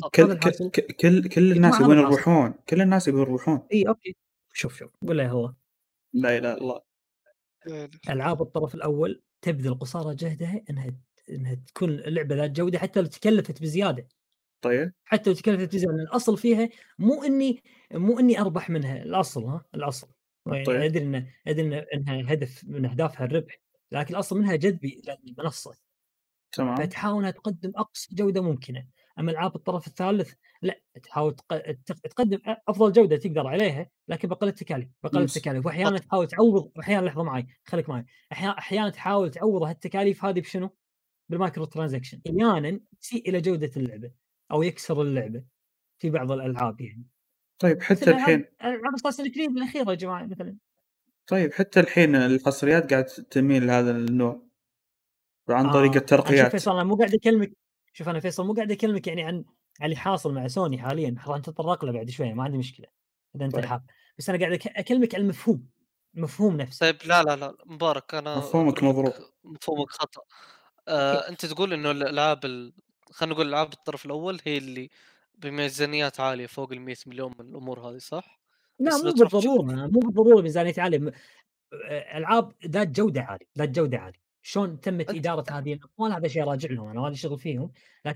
Speaker 3: كل الناس يبون يربحون. كل الناس يبون يربحون.
Speaker 1: اي اوكي. شوف ولا هو
Speaker 3: لا اله الا الله.
Speaker 1: العاب الطرف الاول تبذل قصارى جهدها انها انها تكون اللعبه ذات جوده حتى لو تكلفت بزياده.
Speaker 3: طيب
Speaker 1: حتى لو تكلفت بزياده، لأن الاصل فيها مو اني اربح منها. الاصل الاصل يعني
Speaker 3: طيب
Speaker 1: ادري انها هدف من اهدافها الربح، لكن الاصل منها جذب المنصه،
Speaker 3: تمام.
Speaker 1: فتحاول انها تقدم اقصى جوده ممكنه. اما العاب الطرف الثالث لا، تحاول تقدم افضل جوده تقدر عليها، لكن بقل التكاليف واحيانا تحاول تعوض. احيانا لحظه معي، خليك معي. احيانا تحاول تعوض هالتكاليف هذه بشنو؟ بالمايكرو ترانزكشن. احيانا تسيء الى جوده اللعبه او يكسر اللعبه في بعض الالعاب يعني.
Speaker 3: طيب حتى الحين
Speaker 1: العاب اساسن كريد الاخيره يا جماعه مثلا.
Speaker 3: طيب حتى الحين الحصريات قاعد تميل لهذا النوع عن طريق الترقيات.
Speaker 1: شوف فيصل، انا مو قاعد اكلمك. شوف انا فيصل مو قاعد اكلمك يعني عن اللي حاصل مع سوني حاليا، راح نتطرق له بعد شويه، ما عندي مشكله اذا انت
Speaker 3: طيب.
Speaker 1: حاب. بس انا قاعد اكلمك عن المفهوم نفسه.
Speaker 2: طيب لا مبارك، انا
Speaker 3: مفهومك
Speaker 2: أقول لك
Speaker 3: مضروب.
Speaker 2: مفهومك خطأ.
Speaker 1: أوكي.
Speaker 2: انت تقول انه الالعاب خلينا نقول العاب الطرف الاول هي اللي بميزانيات عاليه فوق ال100 مليون من الامور هذه، صح؟
Speaker 1: لا
Speaker 2: بس
Speaker 1: مو
Speaker 2: لو تروح تشوف
Speaker 1: بالضروره ميزانيه عاليه. العاب ذات جوده عاليه. شلون تمت
Speaker 2: انت
Speaker 1: اداره هذه الاموال؟ هذا شيء راجع لهم، انا مالي شغل فيهم،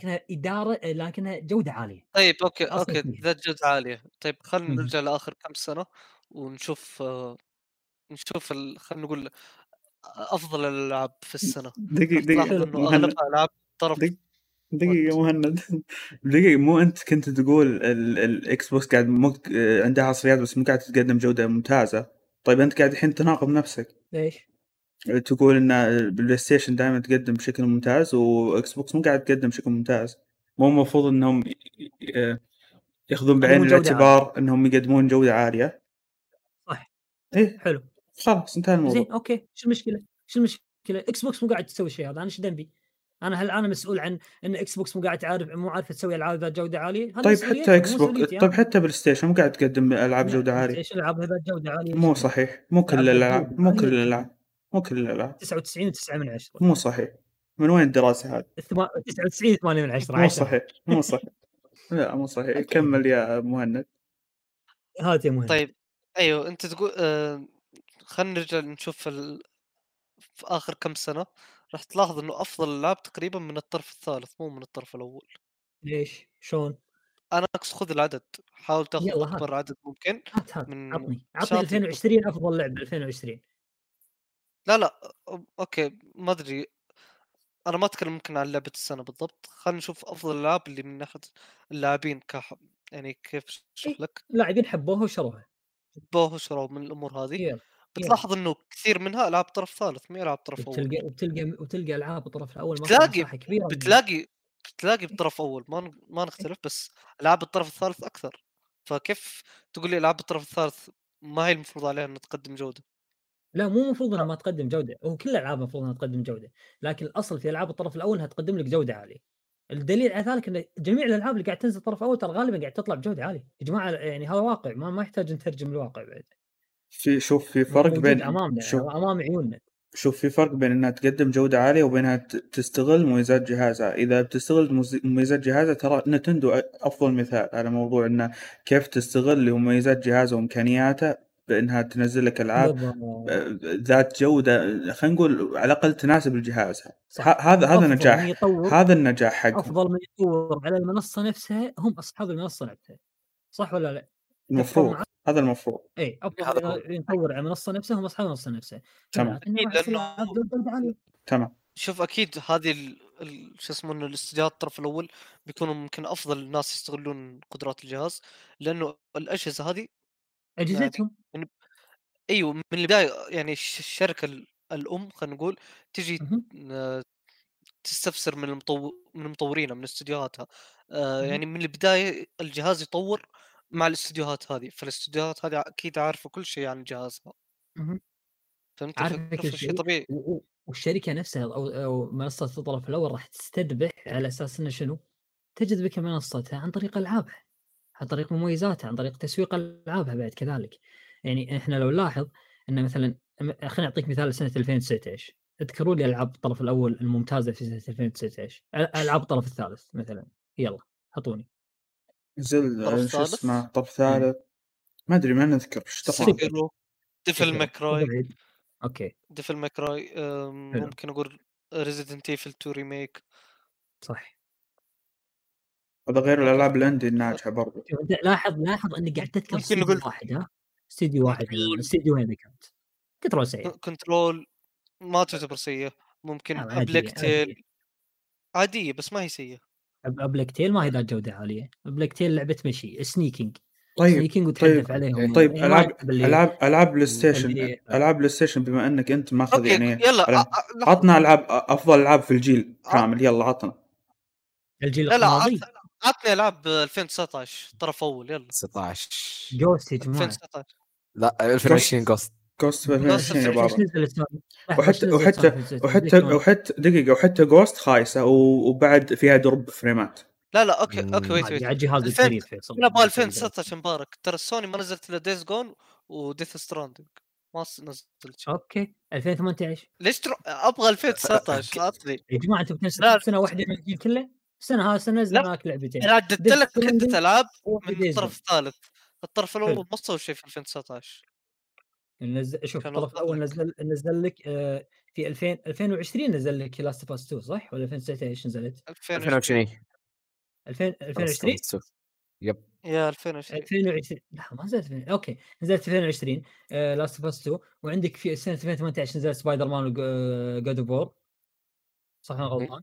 Speaker 1: لكنها جوده عاليه.
Speaker 2: طيب اوكي
Speaker 1: اصلا
Speaker 2: اوكي
Speaker 1: فيها.
Speaker 2: ذات جودة عالية. طيب خلينا
Speaker 1: مم.
Speaker 2: نرجع لاخر كم سنة ونشوف خلينا نقول افضل الالعاب في السنة. راح تلاحظ انه
Speaker 3: مهند.
Speaker 2: اغلبها العاب طرف
Speaker 3: دقيقة مهند. دقيقة، مو أنت كنت تقول الإكس بوكس قاعد عندها حصريات بس مو قاعد تقدم جودة ممتازة؟ طيب أنت قاعد الحين تناقض نفسك.
Speaker 1: ليش؟
Speaker 3: تقول إن البلاي ستيشن دائما تقدم بشكل ممتاز وإكس بوكس مو قاعد تقدم بشكل ممتاز. مو المفروض إنهم ياخذون بعين الاعتبار إنهم يقدمون جودة عالية؟
Speaker 1: صح.
Speaker 3: إيه
Speaker 1: حلو.
Speaker 3: خلاص انتهى الموضوع.
Speaker 1: زين اوكي، شو المشكله؟ اكس بوكس مو قاعد تسوي الشيء هذا، انا ايش ذنبي؟ انا مسؤول عن ان اكس بوكس مو قاعد مو عارفه تسوي العاب ذات جوده عاليه؟
Speaker 3: طيب حتى اكس بوكس، طيب حتى بلاي ستيشن مو قاعد تقدم العاب جوده عاليه.
Speaker 1: ايش العاب ذات جوده عاليه؟
Speaker 3: مو صحيح، مو كل الالعاب، مو كل الالعاب
Speaker 1: 99.9 من 10.
Speaker 3: مو صحيح. من وين الدراسه هذه؟
Speaker 1: 99 8 من 10.
Speaker 3: مو صحيح لا مو صحيح. كمل يا مهند.
Speaker 1: هات يا مهند.
Speaker 2: طيب ايوه انت تقول خلينا نرجع نشوف في اخر كم سنة راح تلاحظ انه افضل الالعاب تقريبا من الطرف الثالث مو من الطرف الاول.
Speaker 1: ليش؟ شلون؟
Speaker 2: انا اقصد خذ العدد، حاول تاخذ
Speaker 1: يلا
Speaker 2: اكبر عدد ممكن.
Speaker 1: هات
Speaker 2: من
Speaker 1: عطني
Speaker 2: شاطئ
Speaker 1: 2020 افضل لعبه 2020.
Speaker 2: لا اوكي ما ادري، انا ما اتكلم ممكن عن لعبة السنة بالضبط. خلينا نشوف افضل الالعاب اللي من ناحية اللاعبين يعني كيف اشرح لك.
Speaker 1: لاعبين حبوها وشروها.
Speaker 2: حبوه وشروا من الامور هذه.
Speaker 1: يلا.
Speaker 2: بتلاحظ انه كثير منها العاب طرف ثالث مو العاب طرف اول.
Speaker 1: وتلقى العاب الطرف الاول
Speaker 2: بتلاقي
Speaker 1: مساحه كبيره.
Speaker 2: بتلاقي بالطرف اول ما نختلف، بس العاب الطرف الثالث اكثر. فكيف تقول لي العاب الطرف الثالث ما هي المفروض عليها انها تقدم جودة؟
Speaker 1: لا مو المفروض انها ما تقدم جوده، هو كل الالعاب المفروض انها تقدم جوده، لكن الاصل في العاب الطرف الاول انها تقدم لك جوده عاليه. الدليل على ذلك ان جميع الالعاب اللي قاعد تنزل الطرف الاول ترى غالبا قاعد تطلع بجوده عاليه يا جماعه. يعني هذا واقع، ما يحتاج نترجم الواقع بعد.
Speaker 3: في فرق بين
Speaker 1: امام عيوننا.
Speaker 3: شوف في فرق بين انها تقدم جودة عالية وبينها تستغل مميزات جهازها. اذا بتستغل مميزات جهازها، ترى نتندو افضل مثال على موضوع انه كيف تستغل مميزات جهازه وامكانياته بانها تنزل لك العاب ذات جودة، خلينا نقول على الاقل تناسب الجهاز. هذا نجاح، هذا النجاح حقهم.
Speaker 1: افضل من يطور على المنصة نفسها هم اصحاب المنصة نفسها، صح ولا لا؟
Speaker 3: المفروض هذا المفروض.
Speaker 1: اي افضل يطور على المنصة نفسها هم اصحاب المنصة نفسها.
Speaker 3: تمام. تمام.
Speaker 2: شوف اكيد هذه شو اسمه انه الاستديوهات الطرف الاول بيكونوا ممكن افضل الناس يستغلون قدرات الجهاز، لانه الاجهزه هذه
Speaker 1: اجهزتهم
Speaker 2: يعني ايوه من البدايه يعني الشركه الام خلينا نقول تجي تستفسر من المطورين من استديوهاتها. يعني من البدايه الجهاز يطور مع الاستديوهات هذه، فالاستديوهات هذه اكيد عارفه كل شيء عن جهازها. فهمت الفكره؟ شيء طبيعي.
Speaker 1: والشركه نفسها او منصه الطرف الاول راح تستذبح على اساس انه شنو؟ تجذبك منصتها عن طريق العابها، عن طريق مميزاتها، عن طريق تسويق العابها بعد كذلك. يعني احنا لو نلاحظ ان مثلا خليني اعطيك مثال سنه 2019. اذكروا لي العاب الطرف الاول الممتازه في سنه 2019، العاب الطرف الثالث مثلا، يلا حطوني.
Speaker 3: نزل شو اسمه طرف ثالث ما ادري ما نذكر ايش
Speaker 2: ديفل ماكراي.
Speaker 1: اوكي
Speaker 2: ديفل ماكراي ممكن اقول ريزيدنت ايفل 2 ريميك.
Speaker 1: صح.
Speaker 3: هذا غير الالعاب الاندي الناجحه برضو.
Speaker 1: شوف انت لاحظ انك قاعد تذكر
Speaker 2: ممكن
Speaker 1: استديو
Speaker 2: نقول
Speaker 1: واحد. ها استديو واحد من
Speaker 2: كنترول.
Speaker 1: استديوهين كانت كنترول سيء.
Speaker 2: كنترول ما تعتبر سيئة. ممكن
Speaker 1: عادية
Speaker 2: ابلكتيل عادية بس ما هي سيئة.
Speaker 1: ابلكتيل ما هي ذات جوده عاليه. ابلكتيل لعبه مشي سنيكينج
Speaker 3: طيب
Speaker 1: سنيكينج وتحدف عليهم.
Speaker 3: طيب
Speaker 1: يعني ما يلعب اللي
Speaker 3: العاب بلاي ستيشن
Speaker 1: اللي
Speaker 3: العاب بلاي ستيشن بما انك انت ماخذ
Speaker 2: اوكي
Speaker 3: يعني
Speaker 2: يلا لحظة.
Speaker 3: عطنا العاب افضل العاب في الجيل كامل. يلا عطنا
Speaker 1: الجيل
Speaker 2: لا
Speaker 1: الماضي.
Speaker 2: عطني العاب 2019 طرف اول. يلا
Speaker 4: 19
Speaker 1: جوست يا جماعه.
Speaker 2: 2019
Speaker 4: لا 2020 جوست.
Speaker 3: جوست في 2020 يا بابا.
Speaker 1: نزل السوني.
Speaker 3: وحتى دقيقه وحتى جوست خايسه وبعد فيها دروب فريمات.
Speaker 2: لا اوكي ويت
Speaker 1: على جهاز
Speaker 2: 2000
Speaker 1: الكريم فيصل.
Speaker 2: لا ابغى 2019 مبارك. ترى السوني ما نزلت الا دايز جون وديث ستراندنج ما نزلت شيء.
Speaker 1: اوكي 2018
Speaker 2: ليش ابغى 2019 عطني
Speaker 1: يا جماعه. انتم بتنسوا سنه واحده من الجيل كله. السنه نزل معك لعبتين.
Speaker 2: انا عدت لك عده العاب من
Speaker 1: Days
Speaker 2: الطرف
Speaker 1: Gone.
Speaker 2: الثالث. الطرف الاول
Speaker 1: حلو.
Speaker 2: ما سوى شيء في 2019.
Speaker 1: شوف
Speaker 2: كان
Speaker 1: الطرف الاول نزل لك في 2020 نزل لك لاست اوف اس 2 صح ولا 2019 نزلت
Speaker 4: 2020
Speaker 1: 2020
Speaker 4: يب
Speaker 2: يا 2020
Speaker 1: لا ما نزلت اوكي نزلت 2020 لاست اوف اس 2. وعندك في سنه 2018 نزل سبايدر مان وجود اوف وور صح انا غلطان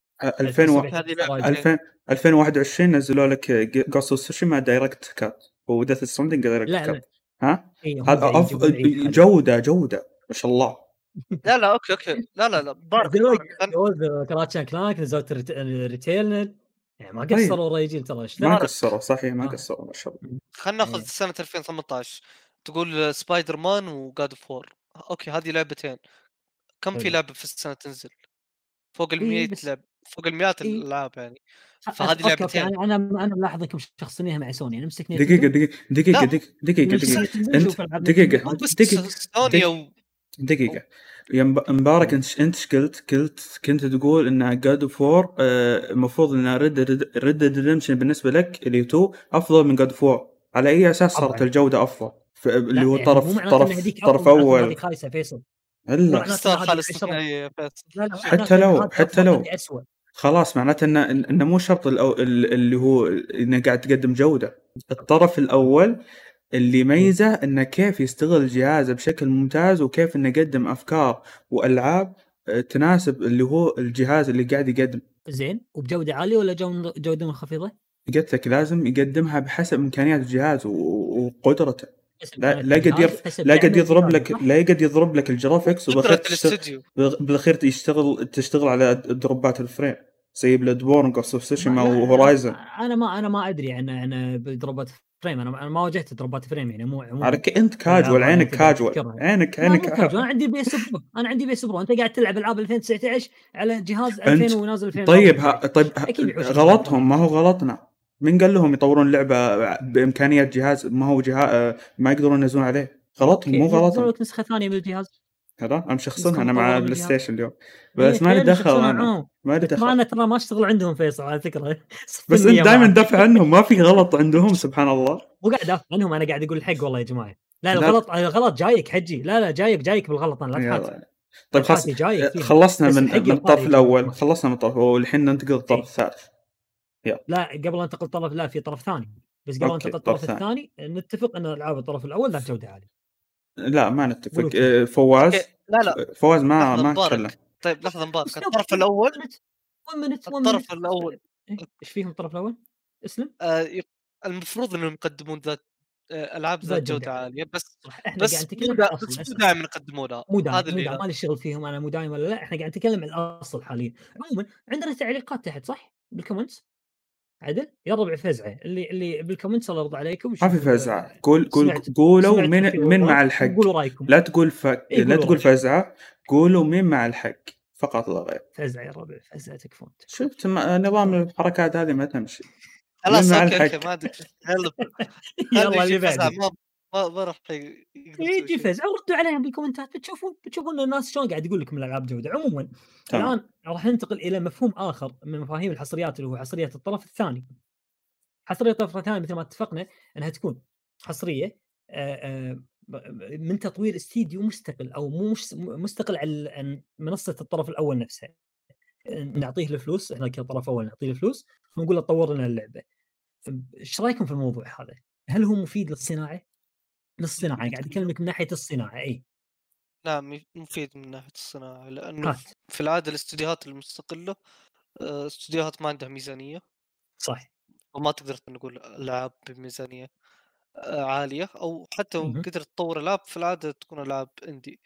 Speaker 3: 2021 نزلوا لك جوست اوف تسوشيما دايركت كات وديث ستراندنج دايركت كات. ها هذا جوده ما شاء الله.
Speaker 2: لا اوكي لا بارك
Speaker 1: كراتشان كلانك نزلت ريتيل يعني ما قصروا الرجال ترى.
Speaker 3: ما قصروا صحيح ما قصروا ما شاء الله.
Speaker 2: خلينا ناخذ سنه 2018 تقول سبايدر مان وجاد اوف وور. اوكي هذه لعبتين. كم في لعبه في السنه تنزل؟ فوق ال 100 لعبه فوق ال 100 الالعاب يعني. فهذه لعبتين.
Speaker 1: انا ملاحظ انكم شخصنيها مع سوني. انا مسكني
Speaker 3: دقيقه يا مبارك. انت كنت تقول ان جاد اوف وور المفروض ان ريد ديدمشن بالنسبه لك اللي 2 افضل من جاد اوف وور. على اي اساس صارت الجوده افضل اللي هو طرف اول؟
Speaker 1: هذه خايسه فيصل.
Speaker 3: لا حتى لو خلاص معناته ان مو شرط اللي هو انه قاعد تقدم جوده. الطرف الاول اللي ميزه انه كيف يستغل جهازه بشكل ممتاز وكيف انه يقدم افكار والعاب تناسب اللي هو الجهاز اللي قاعد يقدم
Speaker 1: زين وبجوده عاليه ولا جوده منخفضه.
Speaker 3: قلت لك لازم يقدمها بحسب امكانيات الجهاز وقدرته. لا قد يضرب لك الجرافيكس وبالاخير تشتغل على دروبات الفريم زي بلادبورن جوست اوف تسوشيما وهورايزن.
Speaker 1: انا ما ادري عن دروبات فريم. انا ما واجهت دروبات فريم يعني مو
Speaker 3: انت كاجوال عينك كاجوال عينك
Speaker 1: انا عندي بيس برو انت قاعد تلعب العاب 2019 على جهاز 2000 ونازل 2000.
Speaker 3: طيب غلطهم ما هو غلطنا. من قال لهم يطورون لعبه بامكانيات جهاز ما هو ما يقدرون ينزلون عليه؟ غلطهم مو غلطهم.
Speaker 1: نسخه ثانيه من الجهاز
Speaker 3: هذا انا مشخصنها انا مع بلاي ستيشن اليوم بس ما لي دخل.
Speaker 1: انا ترى ما اشتغل عندهم فيصل على فكره.
Speaker 3: بس انت دائما دافع عنهم ما في غلط عندهم سبحان الله.
Speaker 1: مو قاعد ادافع عنهم انا قاعد اقول الحق والله يا جماعه. لا الغلط جايك حجي. لا جايك بالغلط انا لا تحاتي.
Speaker 3: طيب خلاص خلصنا من الطرف الاول خلصنا من الطرف والحين ننتقل للطرف الثالث.
Speaker 1: لا قبل ان تنتقل طرف لا في طرف ثاني بس قبل ان تنتقل الطرف الثاني نتفق ان العاب الطرف الاول ذات جوده عاليه.
Speaker 3: لا ما نتفق. فواز ما نتكلم.
Speaker 2: طيب لحظه مبارك الطرف الاول الطرف الاول
Speaker 1: ايش فيهم الطرف الاول اسلم.
Speaker 2: المفروض انهم يقدمون ذات العاب ذات جوده عاليه بس
Speaker 1: احنا قاعد نتكلم
Speaker 2: بس دائما يقدمونها.
Speaker 1: هذا اللي ما لي شغل فيهم انا مو دائما ولا لا. احنا قاعد نتكلم عن الاصل حاليا. عموما عندنا تعليقات تحت صح بالكومنتس عدل يا ربع فزعه اللي بالكومنتس الله يرضى عليكم.
Speaker 3: ما في فزعه. قولوا من مع الحق. لا تقول لا تقول فزعه. قولوا مين مع الحق فقط لا غير.
Speaker 1: فزعه يا ربع فزعه تكفون.
Speaker 3: شفت نظام الحركات هذه ما تمشي.
Speaker 2: خلاص اوكي ما ادري
Speaker 1: يلا اللي بعد
Speaker 2: ما راح
Speaker 1: يجي فزعه ردوا عليهم بالكومنتات بتشوفون الناس شلون قاعد يقول لكم الالعاب جوده. عموما الان راح ننتقل الى مفهوم اخر من مفاهيم الحصريات اللي هو حصريه الطرف الثاني. حصريه الطرف الثاني مثل ما اتفقنا انها تكون حصريه من تطوير استديو مستقل او مش مستقل عن منصه الطرف الاول نفسها، نعطيه الفلوس احنا كطرف اول، نعطيه الفلوس ونقول له طور لنا اللعبه. ايش رايكم في الموضوع هذا؟ هل هو مفيد للصناعه؟ قاعد اكلمك من ناحيه الصناعه. اي
Speaker 2: نعم مفيد من ناحيه الصناعه، لانه
Speaker 1: هات
Speaker 2: في العاده الاستديوهات المستقله استديوهات ما عندها ميزانيه،
Speaker 1: صح.
Speaker 2: وما تقدر نقول العاب بميزانيه عاليه، او حتى لو قدرت تطور العاب في العاده تكون العاب اندي.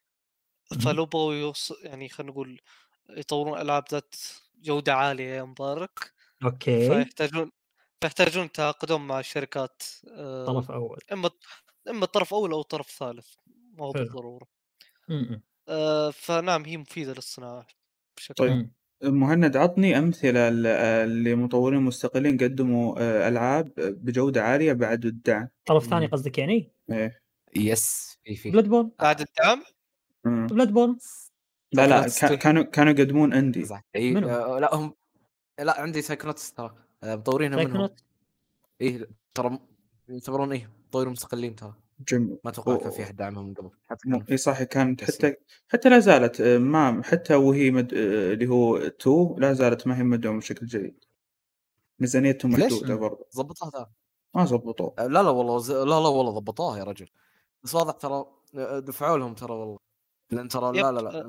Speaker 2: فلو بغوا يعني خلينا نقول يطورون العاب ذات جوده عاليه يا مبارك،
Speaker 1: اوكي
Speaker 2: فيحتاجون تعاقدون مع شركات
Speaker 1: طرف اول،
Speaker 2: اما الطرف اول او الطرف الثالث، ما هو
Speaker 1: حلو.
Speaker 2: بالضروره.
Speaker 1: م-م.
Speaker 2: فنعم هي مفيده للصناعه بشكل
Speaker 3: طيب.
Speaker 2: عام.
Speaker 3: مهند، عطني أمثلة لمطورين مستقلين قدموا ألعاب بجودة عالية بعد الدعم.
Speaker 1: طرف ثاني قصدك يعني؟
Speaker 3: إيه.
Speaker 4: يس في
Speaker 1: بلاد بورن.
Speaker 2: بعد الدعم
Speaker 3: مم.
Speaker 1: بلاد بورن
Speaker 3: لا
Speaker 4: Psychonauts
Speaker 3: كانوا يقدمون اندي.
Speaker 4: صح. اي
Speaker 1: منو؟
Speaker 4: لا هم لا عندي سايكونوتس ترى مطورينها منهم.
Speaker 1: سايكونوت
Speaker 4: ايه ترى يعتبرون ايه مطورين مستقلين ترى،
Speaker 3: جميل.
Speaker 4: ما اتوقع كان في احد دعمهم من قبل حتى كان
Speaker 3: اي صح، كانت
Speaker 4: بس
Speaker 3: حتى لا زالت ما حتى وهي اللي هو 2 لا زالت ما هي مدعومة بشكل جيد، ميزانيتهم
Speaker 4: ليش؟
Speaker 3: محدودة برضه.
Speaker 4: ضبطوها ترى.
Speaker 3: ما زبطوه.
Speaker 4: لا والله لا والله ضبطوها يا رجل، بس واضح ترى دفعوا لهم ترى والله، لان ترى
Speaker 2: يب
Speaker 4: لا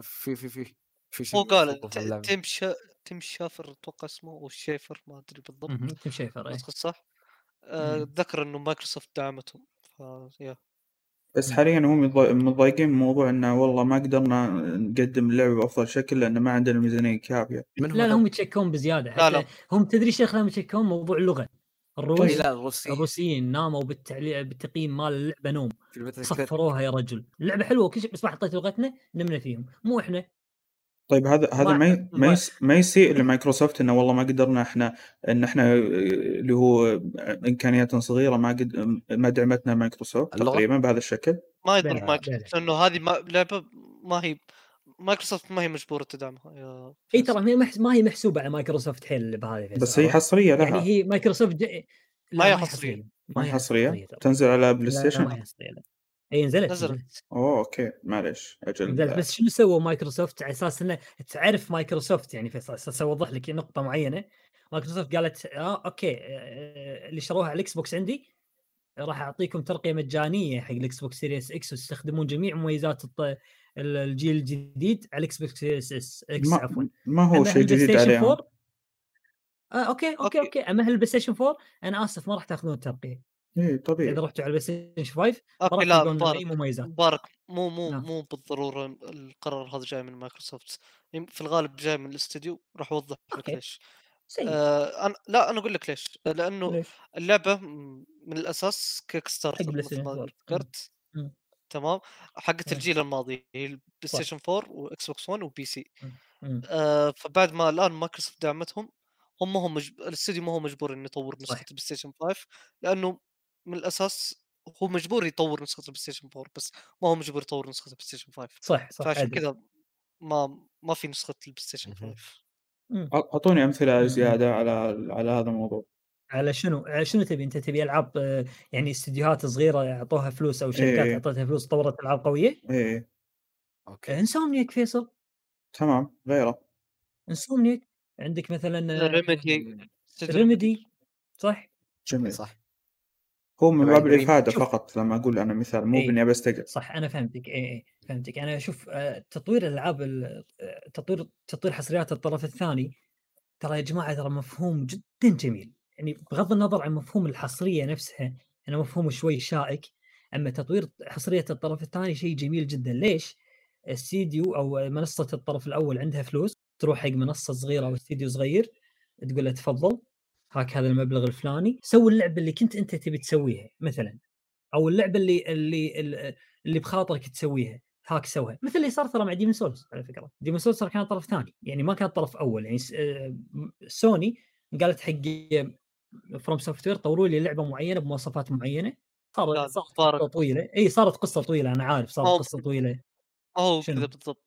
Speaker 4: في
Speaker 2: هو
Speaker 4: شيء
Speaker 2: قال
Speaker 4: في اللعبة.
Speaker 2: تيم شافر اتوقع اسمه، او شيفر ما ادري بالضبط
Speaker 1: تيم شيفر.
Speaker 2: نسخة صح. ذكر انه مايكروسوفت دعمتهم يا
Speaker 3: بس حاليا هم متضايقين من موضوع انه والله ما قدرنا نقدم اللعبة بأفضل شكل لأن ما عندنا ميزانية كافية.
Speaker 1: لا هم يتشكون بزياده حتى.
Speaker 2: لا.
Speaker 1: هم تدري ايش خلاهم يتشكون؟ موضوع اللغه. الروس
Speaker 4: لا
Speaker 1: الروسيين ناموا بالتقييم مال اللعبه نوم،
Speaker 4: في المتر
Speaker 1: صفروها يا رجل. اللعبه حلوه وكل شيء بس ما حطيت لغتنا نمنا فيهم، مو احنا.
Speaker 3: طيب هذا ما يسيء لمايكروسوفت انه والله ما قدرنا احنا اللي هو امكانيات صغيره ما دعمتنا مايكروسوفت
Speaker 4: اللغة؟
Speaker 3: تقريبا بهذا الشكل.
Speaker 2: ما يضر مايكروسوفت لانه هذه لعبه ما هي مايكروسوفت ما هي مجبوره تدعمها يا
Speaker 1: اي ترى ما هي محسوبه على مايكروسوفت حيل بهذه،
Speaker 3: بس هي حصريه لها.
Speaker 1: يعني هي مايكروسوفت
Speaker 2: ما هي حصريه.
Speaker 3: ما هي حصريه تنزل على بلاي ستيشن.
Speaker 1: ما هي حصريه. اي نزلت.
Speaker 3: اوه اوكي معليش اجل.
Speaker 1: بس شنو سووا مايكروسوفت على اساس انه تعرف مايكروسوفت يعني في اساس اوضح لك نقطه معينه. مايكروسوفت قالت اوكي اللي شروها على الاكس بوكس عندي راح اعطيكم ترقيه مجانيه حق الاكس بوكس سيريس اكس وتستخدمون جميع مميزات الجيل الجديد على الاكس بوكس سيريس اكس. عفوا
Speaker 3: ما هو شيء جديد عليهم.
Speaker 1: اوكي اما البلاي ستيشن 4 انا اسف ما راح تاخذون الترقيه.
Speaker 3: ايه طبيعي.
Speaker 1: اذا رحتوا على البلاي ستيشن 5
Speaker 2: اوكي لا مبارك
Speaker 1: مميزات.
Speaker 2: مو بالضروره القرار هذا جاي من مايكروسوفت، في الغالب جاي من الاستديو. راح اوضح لك ليش. انا اقول لك ليش. لانه اللعبه من الاساس كيك ستارتر مثل ما ذكرت. تمام. حقت الجيل الماضي هي البلاي ستيشن 4 واكس بوكس 1 وبي سي. فبعد ما الان مايكروسوفت دعمتهم، هم الاستوديو ما هو مجبور انه يطور نسخه البلاي ستيشن 5، لانه من الاساس هو مجبور يطور نسخه البلاي ستيشن 4 بس ما هو مجبور يطور نسخه البلاي ستيشن 5.
Speaker 1: صح
Speaker 2: فعشان كذا ما في نسخه البلاي ستيشن 5.
Speaker 3: اعطوني امثله زياده على هذا الموضوع.
Speaker 1: على شنو تبي انت؟ تبي العاب يعني استديوهات صغيره اعطوها فلوس او شركات اعطتها فلوس طورت العاب قويه؟
Speaker 3: ايه
Speaker 1: اوكي. انسومنيك فيصل.
Speaker 3: تمام. غيره
Speaker 1: انسومنيك عندك مثلا
Speaker 2: ريميدي
Speaker 1: صح.
Speaker 3: جميل
Speaker 4: صح.
Speaker 3: هو من باب الافاده فقط لما اقول انا مثال مو بني بستقل.
Speaker 1: صح انا فهمتك. فهمتك. انا اشوف تطوير الالعاب تطوير حصريات الطرف الثاني ترى يا جماعه ترى مفهوم جدا جميل، يعني بغض النظر عن مفهوم الحصريه نفسها انا مفهوم شوي شائك، اما تطوير حصريه الطرف الثاني شيء جميل جدا. ليش؟ استديو او منصه الطرف الاول عندها فلوس تروح حق منصه صغيره او استديو صغير تقول له تفضل هاك هذا المبلغ الفلاني سوي اللعبه اللي كنت انت تبي تسويها مثلا، او اللعبه اللي بخاطرك تسويها هاك سوها. مثل اللي صار ترى مع ديمون سولز. على فكره ديمون سولز كان طرف ثاني يعني ما كان طرف اول. يعني سوني قالت حق فروم سوفت وير طوروا لي لعبه معينه بمواصفات معينه. صارت قصه طويله. صارت قصه طويله انا عارف صارت قصه طويله.
Speaker 2: كذا بالضبط.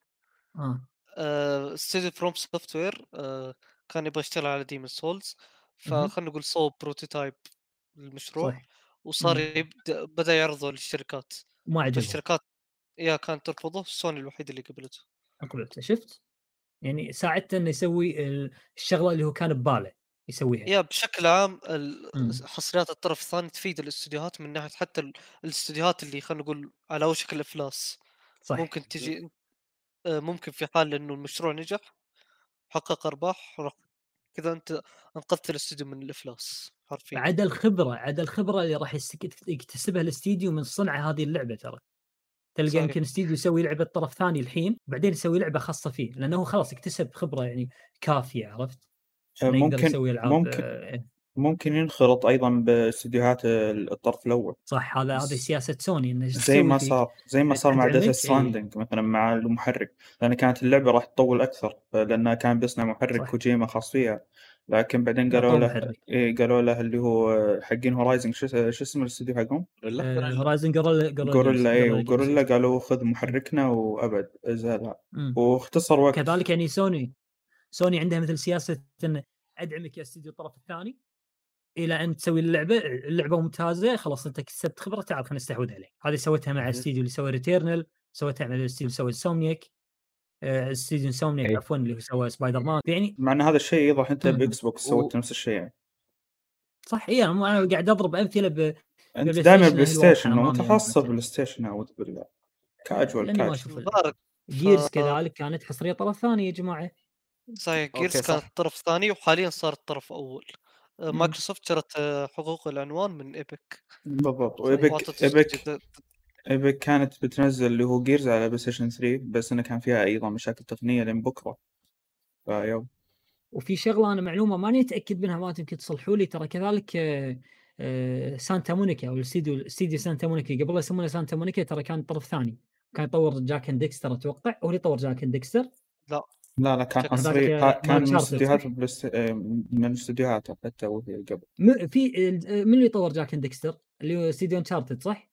Speaker 2: استوديو فروم سوفت وير كان يبغى يشتغل على ديمون سولز، فخلنا نقول صوب بروتوتايب للمشروع. صح. وصار بدا يعرضه للشركات.
Speaker 1: وما عجبهم
Speaker 2: الشركات كانت ترفضه، سوني الوحيد اللي قبلته.
Speaker 1: قبلته. شفت يعني ساعدته انه يسوي الشغله اللي هو كان بباله يسويها.
Speaker 2: بشكل عام
Speaker 1: مم.
Speaker 2: حصريات الطرف الثاني تفيد الاستديوهات من ناحيه حتى الاستديوهات اللي خلينا نقول على وشك الافلاس.
Speaker 1: صح.
Speaker 2: ممكن تجي ممكن في حال انه المشروع نجح حقق ارباح كذا انت انقذت الاستوديو من الافلاس حرفيا.
Speaker 1: عدا الخبره اللي راح يكتسبها الاستديو من صنع هذه اللعبه. ترى تلقى
Speaker 2: صحيح.
Speaker 1: يمكن استديو يسوي لعبه طرف ثاني الحين بعدين يسوي لعبه خاصه فيه لانه خلاص اكتسب خبره يعني كافيه. عرفت انه يقدر يسوي العاب.
Speaker 3: ممكن ينخرط ايضا باستديوهات الطرف الاول.
Speaker 1: صح. هذه سياسه سوني انه
Speaker 3: زي ما صار مع ديث ستراندنج مثلا مع المحرك، لان كانت اللعبه راح تطول اكثر لانه كان بيصنع محرك كوجيما خاص فيها، لكن بعدين قالوا له اللي هو حقين هورايزن شو اسمه الاستوديو حقهم؟
Speaker 1: هورايزن
Speaker 3: جوريلا. وجوريلا قالوا خذ محركنا وابد زالها واختصر وقت.
Speaker 1: كذلك يعني سوني عندها مثل سياسه ان ادعمك يا استوديو الطرف الثاني الى ان تسوي اللعبه ممتازه، خلاص انت كسبت خبره، تعال خلينا نستحوذ عليه. هذه سويتها مع الاستديو اللي سوى ريتيرنال، سويتها مع الاستديو اللي سوى سومنيك، استديو سومنيك عفوا اللي سوى سبايدر مان. يعني
Speaker 3: مع ان هذا الشيء يوضح انت باكس بوكس سويت نفس الشيء يعني.
Speaker 1: صح. انا قاعد اضرب امثله
Speaker 3: انت دائما بلاي ستيشن متخصص بلاي ستيشن اعوذ بالله كاجوال
Speaker 1: جيرز كذلك كانت حصريه طرف ثاني يا جماعه.
Speaker 2: صحيح جيرز كانت طرف ثاني وحاليا صارت طرف اول. مايكروسوفت شرت حقوق العنوان من ايبك.
Speaker 3: بالضبط. ايبك كانت بتنزل اللي هو جيرز على بلاي ستيشن 3 بس انه كان فيها ايضا مشاكل تقنيه لين بكره.
Speaker 1: وفي شغله انا معلومه ماني متاكد منها ما يمكن تصلحوا لي، ترى كذلك سانتا مونيكا او الاستديو سانتا مونيكا قبل لا يسمونه سانتا مونيكا ترى كان طرف ثاني، كان يطور جاك اند ديكستر اتوقع، هو اللي يطور جاك اند ديكستر.
Speaker 3: لا كان حصري، كان من استديوهات من استديوهاته حتى وهي قبل.
Speaker 1: في من اللي يطور جاك اند ديكستر اللي هو استديو انشارتد صح؟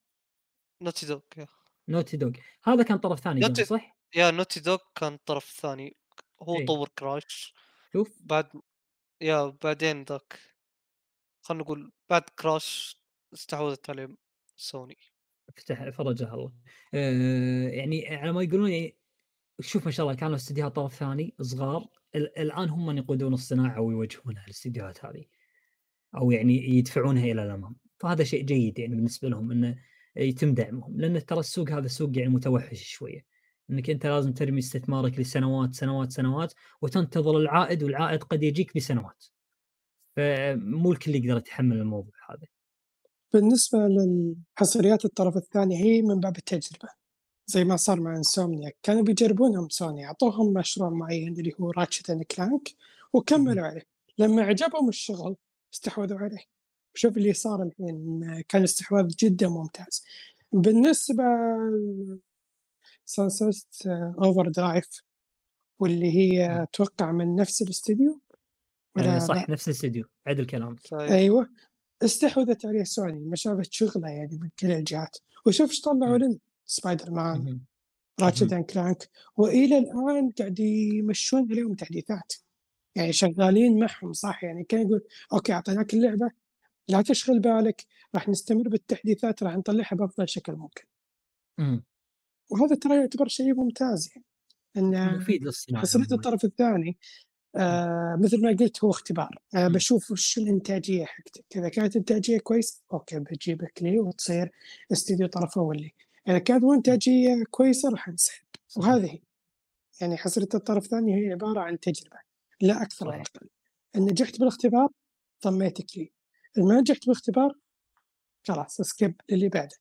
Speaker 1: نوتي دوغ هذا كان طرف ثاني قبل صح؟
Speaker 2: يا نوتي دوغ كان طرف ثاني، هو طور كراش.
Speaker 1: شوف
Speaker 2: بعدين ذاك خلنا نقول بعد كراش استحوذت عليه سوني.
Speaker 1: فرجها الله. يعني على ما يقولون يعني شوف ما شاء الله كانوا استديوهات طرف ثاني صغار، الان هم من يقودون الصناعه ويوجهونها الاستديوهات هذه او يعني يدفعونها الى الامام، فهذا شيء جيد يعني بالنسبه لهم انه يتم دعمهم، لان ترى السوق هذا سوق يعني متوحش شويه، انك انت لازم ترمي استثمارك لسنوات وتنتظر العائد، والعائد قد يجيك بسنوات، فمو الكل يقدر يتحمل الموضوع هذا.
Speaker 5: بالنسبه للحصريات الطرف الثاني هي من باب التجربه، زي ما صار مع انسومنياك، كانوا بيجربونهم سوني، أعطوهم مشروع معين اللي هو راتشت اند كلانك وكملوا عليه، لما عجبهم الشغل استحوذوا عليه. شوف اللي صار الحين، كان استحواذ جدا ممتاز. بالنسبة سانست اوفر درايف واللي هي أتوقع من نفس الاستديو
Speaker 1: ولا صح نفس الاستديو، عدل كلامك.
Speaker 5: أيوة استحوذت عليه سوني، ما شافت شغله يعني من كل الجهات. وشوف ايش طلعوا لنا سبايدر مان، راتشت اند كلانك، والى الان قاعد يمشون عليهم تحديثات، يعني شغالين معهم صح. يعني كان يقول اوكي اعطيناك اللعبه لا تشغل بالك، راح نستمر بالتحديثات، راح نطلعها بافضل شكل ممكن. وهذا ترى يعتبر شيء ممتاز، يعني انه
Speaker 1: مفيد للصناعه.
Speaker 5: حصلت الطرف الثاني مثل ما قلت هو اختبار. بشوف وش الانتاجيه حقتك، اذا كانت انتاجيه كويس اوكي بجيبك لي وتصير استديو طرف اول. اذا كانت انتاجيه كويسه راح نسحب. وهذه يعني حصلت الطرف الثاني هي عباره عن تجربه لا اكثر ولا اقل. ان نجحت بالاختبار ضميتك لي، ما نجحت بالاختبار خلاص اسكيب اللي بعده.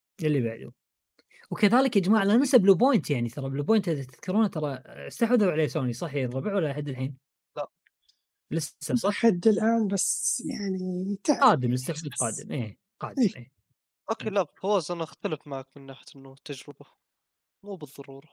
Speaker 1: وكذلك يا جماعه لا ننسى بلو بوينت، يعني ترى بلو بوينت تذكرونه ترى استحوذوا عليه سوني صح يا الربع ولا لحد الحين؟
Speaker 2: لا
Speaker 1: لسه صح
Speaker 5: لحد الان، بس يعني
Speaker 1: قادم الاستحواذ قادم.
Speaker 2: اوكي لا فوز انا اختلف معك من ناحيه انه تجربه مو بالضروره.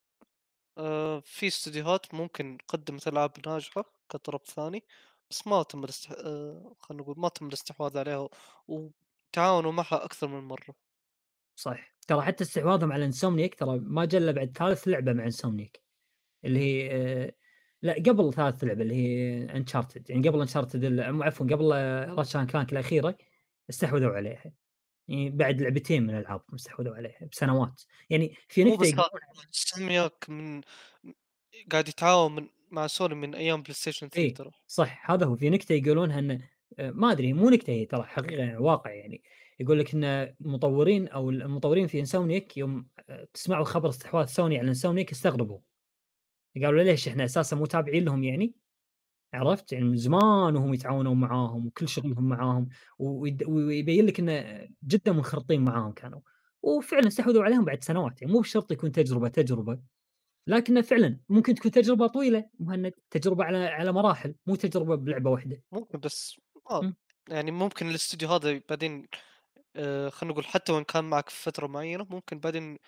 Speaker 2: في استديوهات ممكن قدمت العاب ناجحه كطرف ثاني بس ما تم خلينا نقول ما تم الاستحواذ عليها وتعاونوا معها اكثر من مره.
Speaker 1: صح. ترى حتى استحواذهم على انسومنيك ترى ما جل بعد ثالث لعبه مع انسومنيك اللي هي لا قبل ثالث لعبه اللي هي انشارتد، يعني قبل انشارتد عفوا قبل راتشان كلانك الاخيره استحوذوا عليها. يعني بعد لعبتين من الالعاب استحوذوا عليها بسنوات. يعني في
Speaker 2: مو
Speaker 1: نكته
Speaker 2: بس
Speaker 1: يقولون
Speaker 2: سمياك من قاعد يتعاون مع سوني من ايام بلاي ستيشن 3
Speaker 1: اي
Speaker 2: ترى.
Speaker 1: صح، هذا هو. في نكته يقولونها انه ما ادري، مو نكته هي ترى حقيقه يعني واقع. يعني يقول لك ان مطورين او المطورين في انسومنيك يوم تسمعوا خبر استحواذ سوني على انسومنيك استغربوا، قالوا ليش احنا اساسا مو تابعين لهم يعني، عرفت؟ يعني من زمان وهم يتعاونون معاهم وكل شغلهم معاهم، ويبين لك انه جدا منخرطين معاهم كانوا، وفعلا استحوذوا عليهم بعد سنوات. يعني مو بشرط يكون تجربه، لكنه فعلا ممكن تكون تجربه طويله مهند، تجربه على مراحل، مو تجربه بلعبه واحده.
Speaker 2: ممكن بس
Speaker 1: مم.
Speaker 2: يعني ممكن الاستوديو هذا بعدين خلينا نقول حتى وان كان معك في فترة معينة ممكن بعدين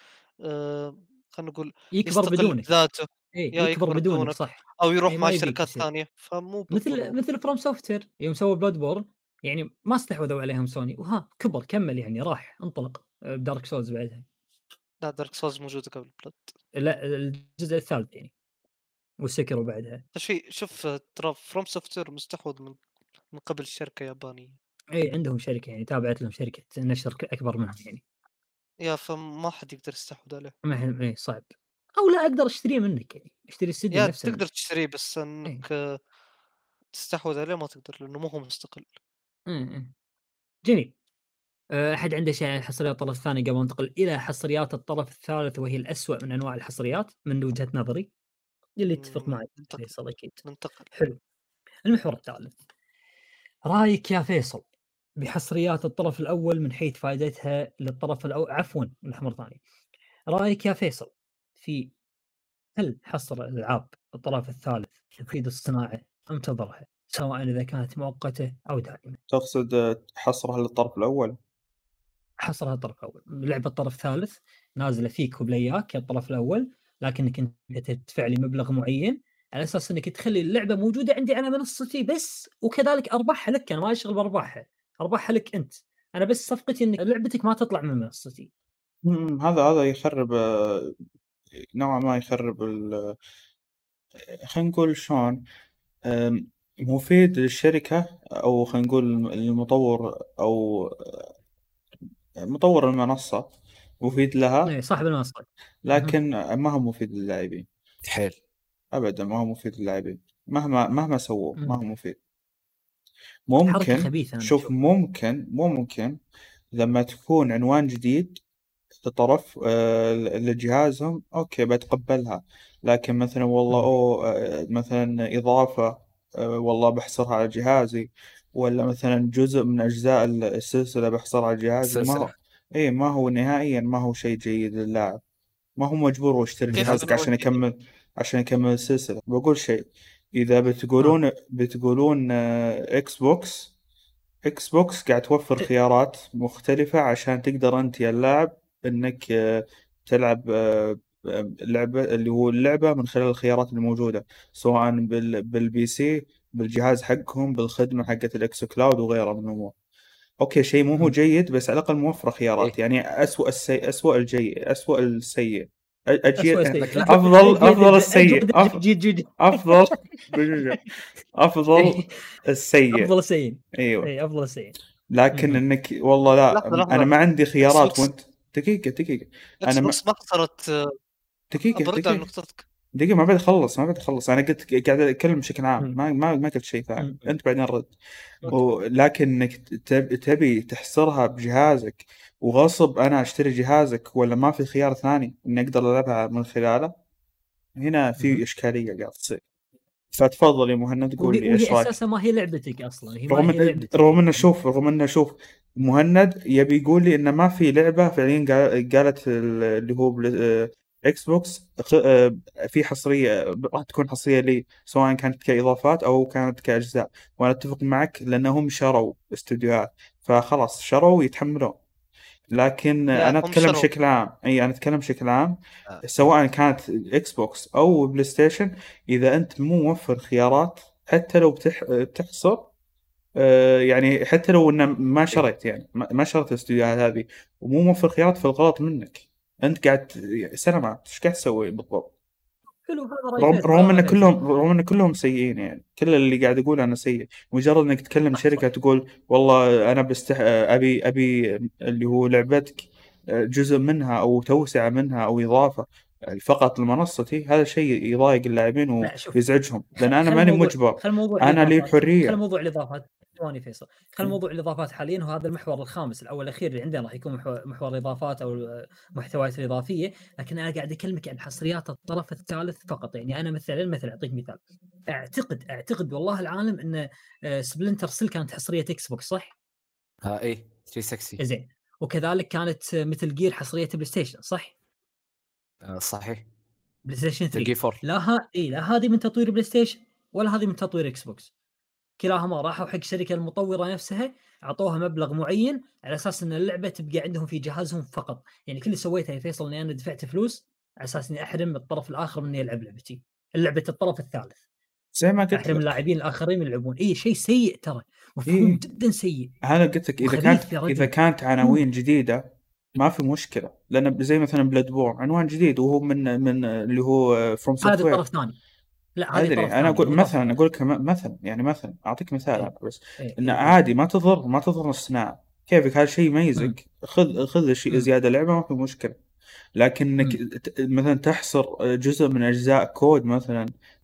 Speaker 2: خلينا نقول
Speaker 1: يكبر
Speaker 2: يستقل
Speaker 1: بدونك.
Speaker 2: بذاته،
Speaker 1: اي
Speaker 2: يا
Speaker 1: يكبر
Speaker 2: يكبر
Speaker 1: بدونك،
Speaker 2: بدونك
Speaker 1: صح.
Speaker 2: او
Speaker 1: اي
Speaker 2: يروح
Speaker 1: ما
Speaker 2: مع
Speaker 1: يبيك
Speaker 2: شركات
Speaker 1: يصير
Speaker 2: ثانية، فمو
Speaker 1: مثل
Speaker 2: بالضرورة.
Speaker 1: فروم سوفت وير يوم سووا بلاد بورن، يعني ما استحوذوا عليهم سوني وها كبر كمل، يعني راح انطلق بدارك سولز بعدها.
Speaker 2: لا دارك سولز موجودة قبل بلاد.
Speaker 1: لا الجزء الثالث يعني، وسكروا بعدها.
Speaker 2: شيء شوف ترى فروم سوفت وير مستحوذ من قبل شركة يابانية.
Speaker 1: اي عندهم شركه يعني تابعت لهم شركه نشر اكبر منهم يعني.
Speaker 2: يا فما حد يقدر يستحوذ عليه.
Speaker 1: ما اي صعب، او لا اقدر اشتريه منك، يعني اشتري الاستديو
Speaker 2: يا
Speaker 1: نفسه
Speaker 2: تقدر
Speaker 1: منك.
Speaker 2: تشتريه بس انك
Speaker 1: اي
Speaker 2: تستحوذ عليه ما تقدر لانه مو هو مستقل.
Speaker 1: إيه. جميل. احد عنده شيء عن حصريات الطرف الثاني قبل ننتقل الى حصريات الطرف الثالث، وهي الأسوأ من انواع الحصريات من وجهة نظري، اللي يتفق معي
Speaker 2: ننتقل
Speaker 1: فيصل اكيد.
Speaker 2: ننتقل
Speaker 1: حلو. المحور الثالث، رايك يا فيصل بحصريات الطرف الاول من حيث فائدتها للطرف الاول، عفوا المحور الثاني، رايك يا فيصل في هل حصر الالعاب الطرف الثالث تفيد الصناعه ام تضرها، سواء اذا كانت مؤقته او دائمه؟
Speaker 3: تقصد حصرها للطرف الأول؟
Speaker 1: حصرها الطرف الاول، لعبه الطرف الثالث نازله فيك وبلياك يا الطرف الاول، لكنك انت تدفع لي مبلغ معين على اساس انك تخلي اللعبه موجوده عندي على منصتي بس، وكذلك ارباحها لك، انا ما اشتغل بارباحها، ارباحها لك انت، انا بس صفقتي ان لعبتك ما تطلع من منصتي.
Speaker 3: هذا يخرب نوعا ما يخرب خلينا نقول شلون. مفيد للشركة أو خلينا نقول المطور أو مطور المنصة، مفيد لها،
Speaker 1: اي صاحب المنصه.
Speaker 3: لكن ما هو مفيد للاعبين
Speaker 4: حيل
Speaker 3: أبدا. ما هو مفيد للاعبين مهما سووا، ما هو مفيد.
Speaker 1: حركه
Speaker 3: ممكن
Speaker 1: خبيثه انا
Speaker 3: شوف،
Speaker 1: أشوف.
Speaker 3: ممكن لما تكون عنوان جديد لطرف لجهازهم اوكي بتقبلها، لكن مثلا والله مثلا اضافة والله بحصرها على جهازي، ولا مثلا جزء من اجزاء السلسلة بحصرها على جهازي، ما هو
Speaker 4: السلسلة.
Speaker 3: ما هو نهائيا، ما هو شيء جيد للاعب. ما هو مجبور واشتري
Speaker 2: كيف
Speaker 3: جهازك
Speaker 2: عنوان جديد؟
Speaker 3: عشان يكمل السلسلة. بقول شيء، إذا
Speaker 1: آه.
Speaker 3: بتقولون إكس بوكس قاعد توفر خيارات مختلفة عشان تقدر أنت يا اللاعب إنك تلعب لعبة اللي هو اللعبة من خلال الخيارات الموجودة، سواء بالبي سي، بالجهاز حقهم، بالخدمة حقت الإكس كلاود وغيرها من الأمور. اوكي شيء مو هو جيد، بس على الاقل موفر خيارات.
Speaker 4: إيه.
Speaker 3: يعني اسوء الجيد، اسوء السيء،
Speaker 1: أسوأ
Speaker 3: اجيد،
Speaker 1: شيء.
Speaker 3: افضل السيء،
Speaker 1: جيد
Speaker 3: افضل افضل
Speaker 1: إيه.
Speaker 3: السيء.
Speaker 1: افضل السيء.
Speaker 3: ايوه،
Speaker 1: اي افضل السيء.
Speaker 3: لكن انك والله لا، انا
Speaker 2: لحظة
Speaker 3: ما عندي
Speaker 2: اكس
Speaker 3: خيارات
Speaker 2: بوكس
Speaker 3: وانت دقيقة
Speaker 2: اكس
Speaker 3: انا
Speaker 2: بوكس ما خسرت. برد على
Speaker 3: دقيقة
Speaker 2: نقطتك.
Speaker 3: دقيقة، ما بدي اخلص. انا قاعد اتكلم بشكل عام، ما قلت شيء ثاني، انت بعدين رد. ولكن انك تبي تحصرها بجهازك وغصب انا اشتري جهازك، ولا ما في خيار ثاني اني اقدر العبها من خلاله، هنا في اشكالية قاعد تصير. فتفضل يا مهند قول لي ايش
Speaker 1: وهي
Speaker 3: رايك.
Speaker 1: اساسا ما هي لعبتك اصلا، هي ما هي لعبتك.
Speaker 3: رغم انه شوف، مهند يبي يقول لي انه ما في لعبه فعليا قالت اللي هو اكس بوكس في حصريه، راح تكون حصريه لي سواء كانت كاضافات او كانت كاجزاء. وانا اتفق معك لانهم شروا استوديوهات، فخلاص شروا يتحملون. لكن
Speaker 2: يا
Speaker 3: انا
Speaker 2: هم
Speaker 3: اتكلم
Speaker 2: شروا.
Speaker 3: بشكل عام، انا اتكلم بشكل عام،
Speaker 4: آه.
Speaker 3: سواء كانت اكس بوكس او بلاي ستيشن. اذا انت مو موفر خيارات، حتى لو بتحصر يعني حتى لو انه ما شريت، يعني ما شريت الاستديوهات هذه ومو موفر خيارات، في الغلط منك. انت قاعد سلامات، ايش قاعد تسوي بالضبط؟
Speaker 1: حلو هذا راي فيصل.
Speaker 3: رغم ان كلهم سيئين، يعني كل اللي قاعد اقوله انا سيء. مجرد انك تكلم شركه تقول والله انا ابي اللي هو لعبتك جزء منها او توسعه منها او اضافه فقط لمنصتي، هذا شيء يضايق اللاعبين
Speaker 1: لا شوف،
Speaker 3: ويزعجهم، لان انا ماني مجبر، انا لي
Speaker 1: خل
Speaker 3: بحريه.
Speaker 1: موضوع الاضافات. ثواني فيصل، خل موضوع الاضافات حاليا، وهذا المحور الخامس الاول الاخير اللي عندنا راح يكون محور الاضافات او المحتويات الاضافيه. لكن انا قاعد اكلمك عن حصريات الطرف الثالث فقط. يعني انا مثلا اعطيك مثال، اعتقد والله العالم ان سبلنتر سيل كانت حصريه اكس بوكس، صح؟
Speaker 4: ايه 360
Speaker 1: زين. وكذلك كانت مثل جير حصريه بلاي ستيشن، صح؟
Speaker 4: صحيح.
Speaker 1: بلاي ستيشن 3
Speaker 4: 4.
Speaker 1: لا هذه من تطوير بلاي ستيشن ولا هذه من تطوير اكس بوكس. كلاهما راحوا حق الشركه المطوره نفسها، اعطوها مبلغ معين على اساس ان اللعبه تبقى عندهم في جهازهم فقط. يعني كل اللي سويته يا فيصل اني انا دفعت فلوس على اساس اني احرم الطرف الاخر من يلعب لعبتي، لعبه الطرف الثالث،
Speaker 3: زي ما قلت
Speaker 1: احرم
Speaker 3: لك
Speaker 1: اللاعبين الاخرين يلعبون. شيء سيء ترى، مفهوم جدا سيء.
Speaker 3: انا قلت لك اذا كانت عناوين جديده ما في مشكله، لان زي مثلا بلاد بورن عنوان جديد وهو من اللي هو فروم سوفت
Speaker 1: هذا
Speaker 3: وير.
Speaker 1: طرف ثاني. لا هذه طرف ثاني.
Speaker 3: انا اقول مثلا مثلا مثلا اعطيك مثال بس انه
Speaker 1: إيه.
Speaker 3: عادي ما تضر الصناعه. كيفك هذا الشيء يميزك، خذ الشيء زياده لعبه ما في مشكله. لكنك مثلا تحصر جزء من اجزاء كود مثلا،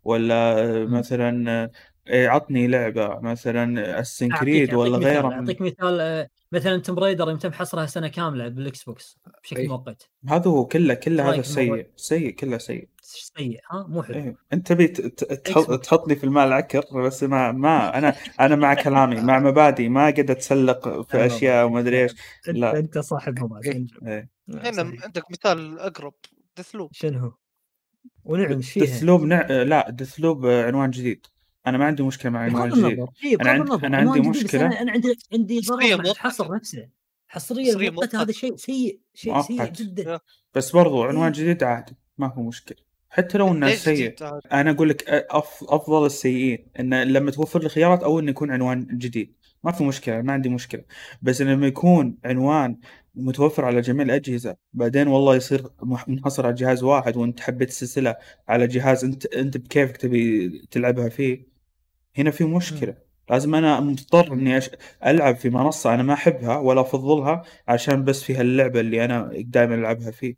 Speaker 3: ولا مثلا عطني لعبه مثلا السنكريد ولا غيره.
Speaker 1: اعطيك مثال مثلا توم رايدر يمتم حصرها سنه كامله بالاكس بوكس بشكل مؤقت.
Speaker 3: هذا هو كله هذا سيء كله سيء
Speaker 1: مو حلو.
Speaker 3: انت تحطني في المال عكر، بس ما انا مع كلامي مع مبادئ، ما قد اتسلق في اشياء وما ادري ايش. لا
Speaker 1: انت صاحب مبادئ.
Speaker 2: هنا عندك مثال اقرب، دثلوب.
Speaker 1: شنو هو؟ ونعم فيها
Speaker 3: دثلوب لا دثلوب عنوان جديد، انا ما عندي مشكله مع عنوان جديد. انا عندي مشكله،
Speaker 1: انا عندي ضرر مع الحصر نفسه. حصريه مؤقته هذا شيء سيء جدا.
Speaker 3: بس برضو عنوان جديد عادي ما هو مشكله، حتى لو انه سيء. انا اقول لك افضل السيئين ان لما توفر لي خيارات او انه يكون عنوان جديد ما في مشكله، ما عندي مشكله. بس لما يكون عنوان متوفر على جميع الاجهزه بعدين والله يصير منحصر على جهاز واحد، وانت حبيت السلسله على جهاز انت بكيفك تبي تلعبها فيه، هنا في مشكله. لازم انا مضطر اني العب في منصه انا ما احبها ولا افضلها عشان بس فيها اللعبه اللي انا دائما العبها فيه،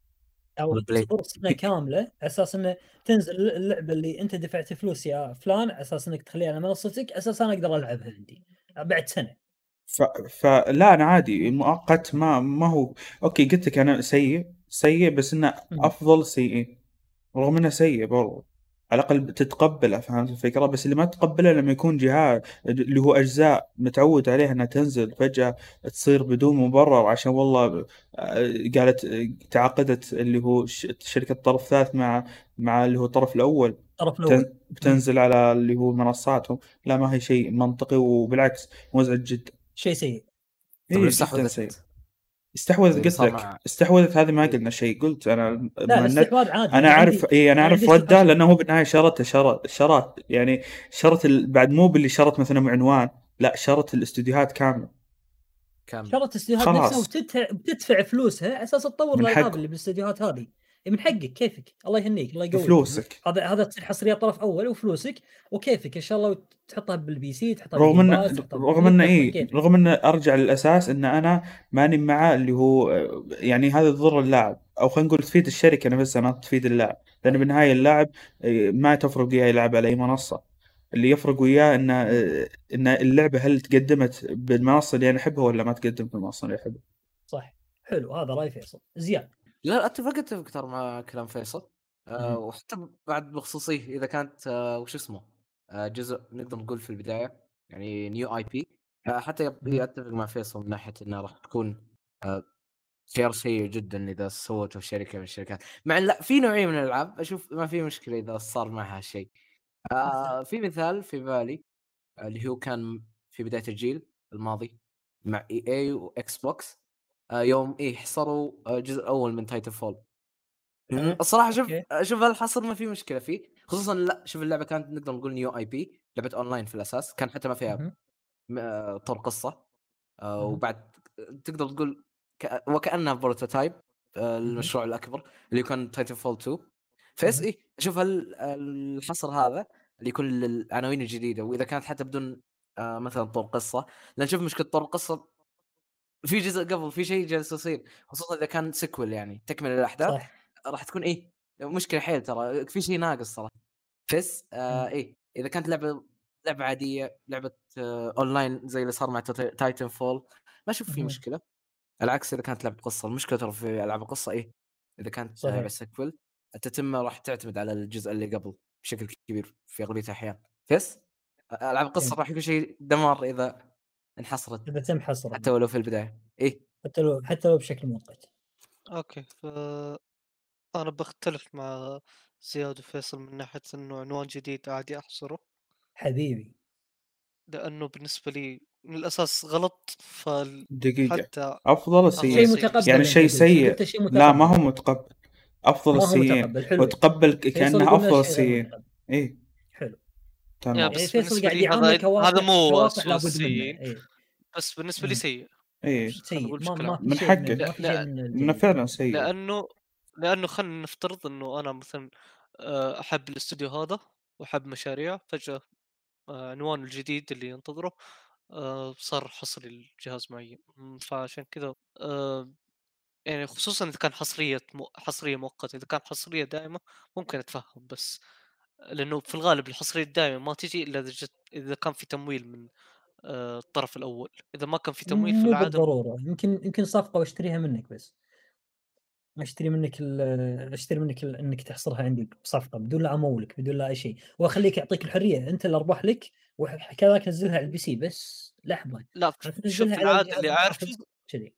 Speaker 1: او تصبر سنه كامله اساس انه تنزل اللعبه اللي انت دفعت فلوس يا فلان اساس انك تخليها على منصتك، اساس انا اقدر العبها عندي بعد سنه.
Speaker 3: فلا انا عادي مؤقت، ما هو اوكي. قلت لك انا سيء بس انه افضل سيئين، رغم انه سيء برضو على الاقل تتقبله، فهمت الفكره؟ بس اللي ما تقبله لما يكون جهاز اللي هو اجزاء متعود عليها انها تنزل فجاه تصير بدون مبرر عشان والله قالت تعاقدت اللي هو شركه طرف ثالث مع اللي هو الطرف الاول بتنزل على اللي هو منصاتهم. لا ما هي شيء منطقي، وبالعكس مزعج جدا،
Speaker 1: شيء سيء.
Speaker 3: استحوذت قلت لك استحوذت، هذه ما قلنا شيء. قلت انا
Speaker 1: لا الاستحواذ عادي.
Speaker 3: انا اعرف انا اعرف رده، لانه هو بالنهايه شرط يعني بعد مو باللي شرط مثلا عنوان، لا شرط الاستوديوهات كامله.
Speaker 1: شرط الاستوديوهات نفسها وبتدفع فلوسها اساس تطور الالعاب اللي بالاستوديوهات هذه. من حقك كيفك، الله يهنيك الله يقويك،
Speaker 3: فلوسك
Speaker 1: هذا تصير حصريه طرف اول وفلوسك وكيفك ان شاء الله تحطها بالبي سي تحطها
Speaker 3: رغم ان ارجع للاساس ان انا ماني مع اللي هو يعني هذا تضر اللاعب، او خلينا نقول تفيد الشركه نفسها ما تفيد اللاعب، لان بالنهايه اللاعب ما تفرق وياه يلعب على اي منصه. اللي يفرق وياه ان اللعبه هل تقدمت بالمنصه اللي انا احبها ولا ما تقدم بالمنصه اللي احبها.
Speaker 1: صح. حلو هذا راي فيصل. زياد
Speaker 4: لا اتفق اكثر مع كلام فيصل. وحتى بعد بخصوصيه اذا كانت وش اسمه جزء نقدر نقول في البدايه يعني نيو اي بي، حتى اتفق مع فيصل من ناحيه انها راح تكون خيار سيء جدا اذا سوته شركه من الشركات. مع لا في نوعيه من الالعاب اشوف ما في مشكله اذا صار معها شيء. في مثال في بالي اللي هو كان في بدايه الجيل الماضي مع اي اي واكس بوكس، يوم حصروا الجزء الاول من تايتن فول. الصراحه شوف الحصر ما في مشكله فيه، خصوصا لا شوف اللعبه كانت نقدر نقول نيو اي بي، لعبه اونلاين في الاساس، كان حتى ما فيها طور قصه. وبعد تقدر تقول وكانها بروتوتايب المشروع الاكبر اللي كان تايتن فول 2. فاس ايه اشوف الحصر هذا اللي يكون للعناوين الجديده، واذا كانت حتى بدون مثلا طور قصه، لان شوف مشكله طور القصه في جزء قبل في شيء جالس يصير، خصوصا اذا كان سيكول يعني تكمل الاحداث،
Speaker 1: صح.
Speaker 4: راح تكون ايه مشكله حيل، ترى في شيء ناقص صراحه. فيس ايه اذا كانت لعبه عاديه، لعبه اونلاين زي اللي صار مع تايتن فول، ما اشوف في
Speaker 1: مهم.
Speaker 4: مشكله. العكس اذا كانت لعبه قصه، المشكله ترى في العاب القصه ايه اذا كانت
Speaker 1: صحيح.
Speaker 4: لعبه سيكول التتمه راح تعتمد على الجزء اللي قبل بشكل كبير في اغلبيه الاحيان. فيس العاب القصه
Speaker 1: جميل.
Speaker 4: راح يكون شيء دمار اذا انحصرت
Speaker 1: اذا تم حصرا
Speaker 4: حتى ولو في البدايه. ايه
Speaker 1: حتى لو بشكل مؤقت.
Speaker 2: اوكي، انا بختلف مع زياد وفيصل من ناحيه انه عنوان جديد عادي احصره،
Speaker 1: حبيبي.
Speaker 2: لانه بالنسبه لي من الاساس غلط.
Speaker 3: دقيقة،
Speaker 2: حتى
Speaker 3: أفضل
Speaker 1: شيء
Speaker 3: السيئين
Speaker 2: سيء.
Speaker 1: متقبل
Speaker 3: يعني
Speaker 1: انت
Speaker 3: شيء
Speaker 1: قلت
Speaker 3: سيء.
Speaker 1: شيء
Speaker 3: لا ما
Speaker 1: متقبل.
Speaker 3: هو متقبل، أفضل
Speaker 1: ما هو
Speaker 3: السيئين
Speaker 1: متقبل. حلو.
Speaker 3: وتقبل
Speaker 1: فيصل
Speaker 3: كأنها
Speaker 1: يقول لنا
Speaker 3: أفضل
Speaker 1: شيء غير
Speaker 3: السيئين.
Speaker 1: متقبل.
Speaker 3: إيه
Speaker 1: حلو.
Speaker 2: يا
Speaker 3: تمام.
Speaker 1: يعني
Speaker 2: بس
Speaker 1: فيصل
Speaker 2: بالنسبه
Speaker 1: قاعد
Speaker 2: لي
Speaker 1: يعامله
Speaker 2: هذا
Speaker 1: كواقع،
Speaker 2: مو
Speaker 1: كواقع
Speaker 2: اسوء
Speaker 1: لابد منه.
Speaker 2: السيئين،
Speaker 1: اي.
Speaker 2: بس بالنسبه لي سيء.
Speaker 3: إيه
Speaker 2: خلينا
Speaker 1: سيء.
Speaker 2: نقول
Speaker 1: ما
Speaker 2: بشكل عام.
Speaker 1: في
Speaker 3: من
Speaker 1: شيء من
Speaker 3: حقه
Speaker 1: ما في شيء من
Speaker 3: إنه
Speaker 1: الجيد.
Speaker 3: فعلا سيء.
Speaker 2: لانه خلينا نفترض انه انا مثلا احب الاستوديو هذا واحب مشاريع، فجاه عنوان الجديد اللي ينتظره صار حصري لجهاز معين. فعشان كذا يعني خصوصا اذا كان حصريه مؤقته. اذا كان حصريه دائمه ممكن اتفهم، بس لانه في الغالب الحصريه الدائمه ما تجي الا اذا كان في تمويل من الطرف الاول. اذا ما كان في تمويل في
Speaker 1: مو
Speaker 2: العاده
Speaker 1: بالضروره، يمكن صفقه واشتريها منك، بس اشتري منك انك تحصرها عندي بصفقه بدون لا امولك بدون لا اي شيء، واخليك اعطيك الحريه انت اللي اربح لك، وكذلك نزلها على البي سي. بس لحظه،
Speaker 2: لا. شوف،
Speaker 1: تنزلها
Speaker 2: في
Speaker 1: على
Speaker 2: العاده اللي
Speaker 1: الجهاز
Speaker 2: اعرفه
Speaker 1: النافذ كذي.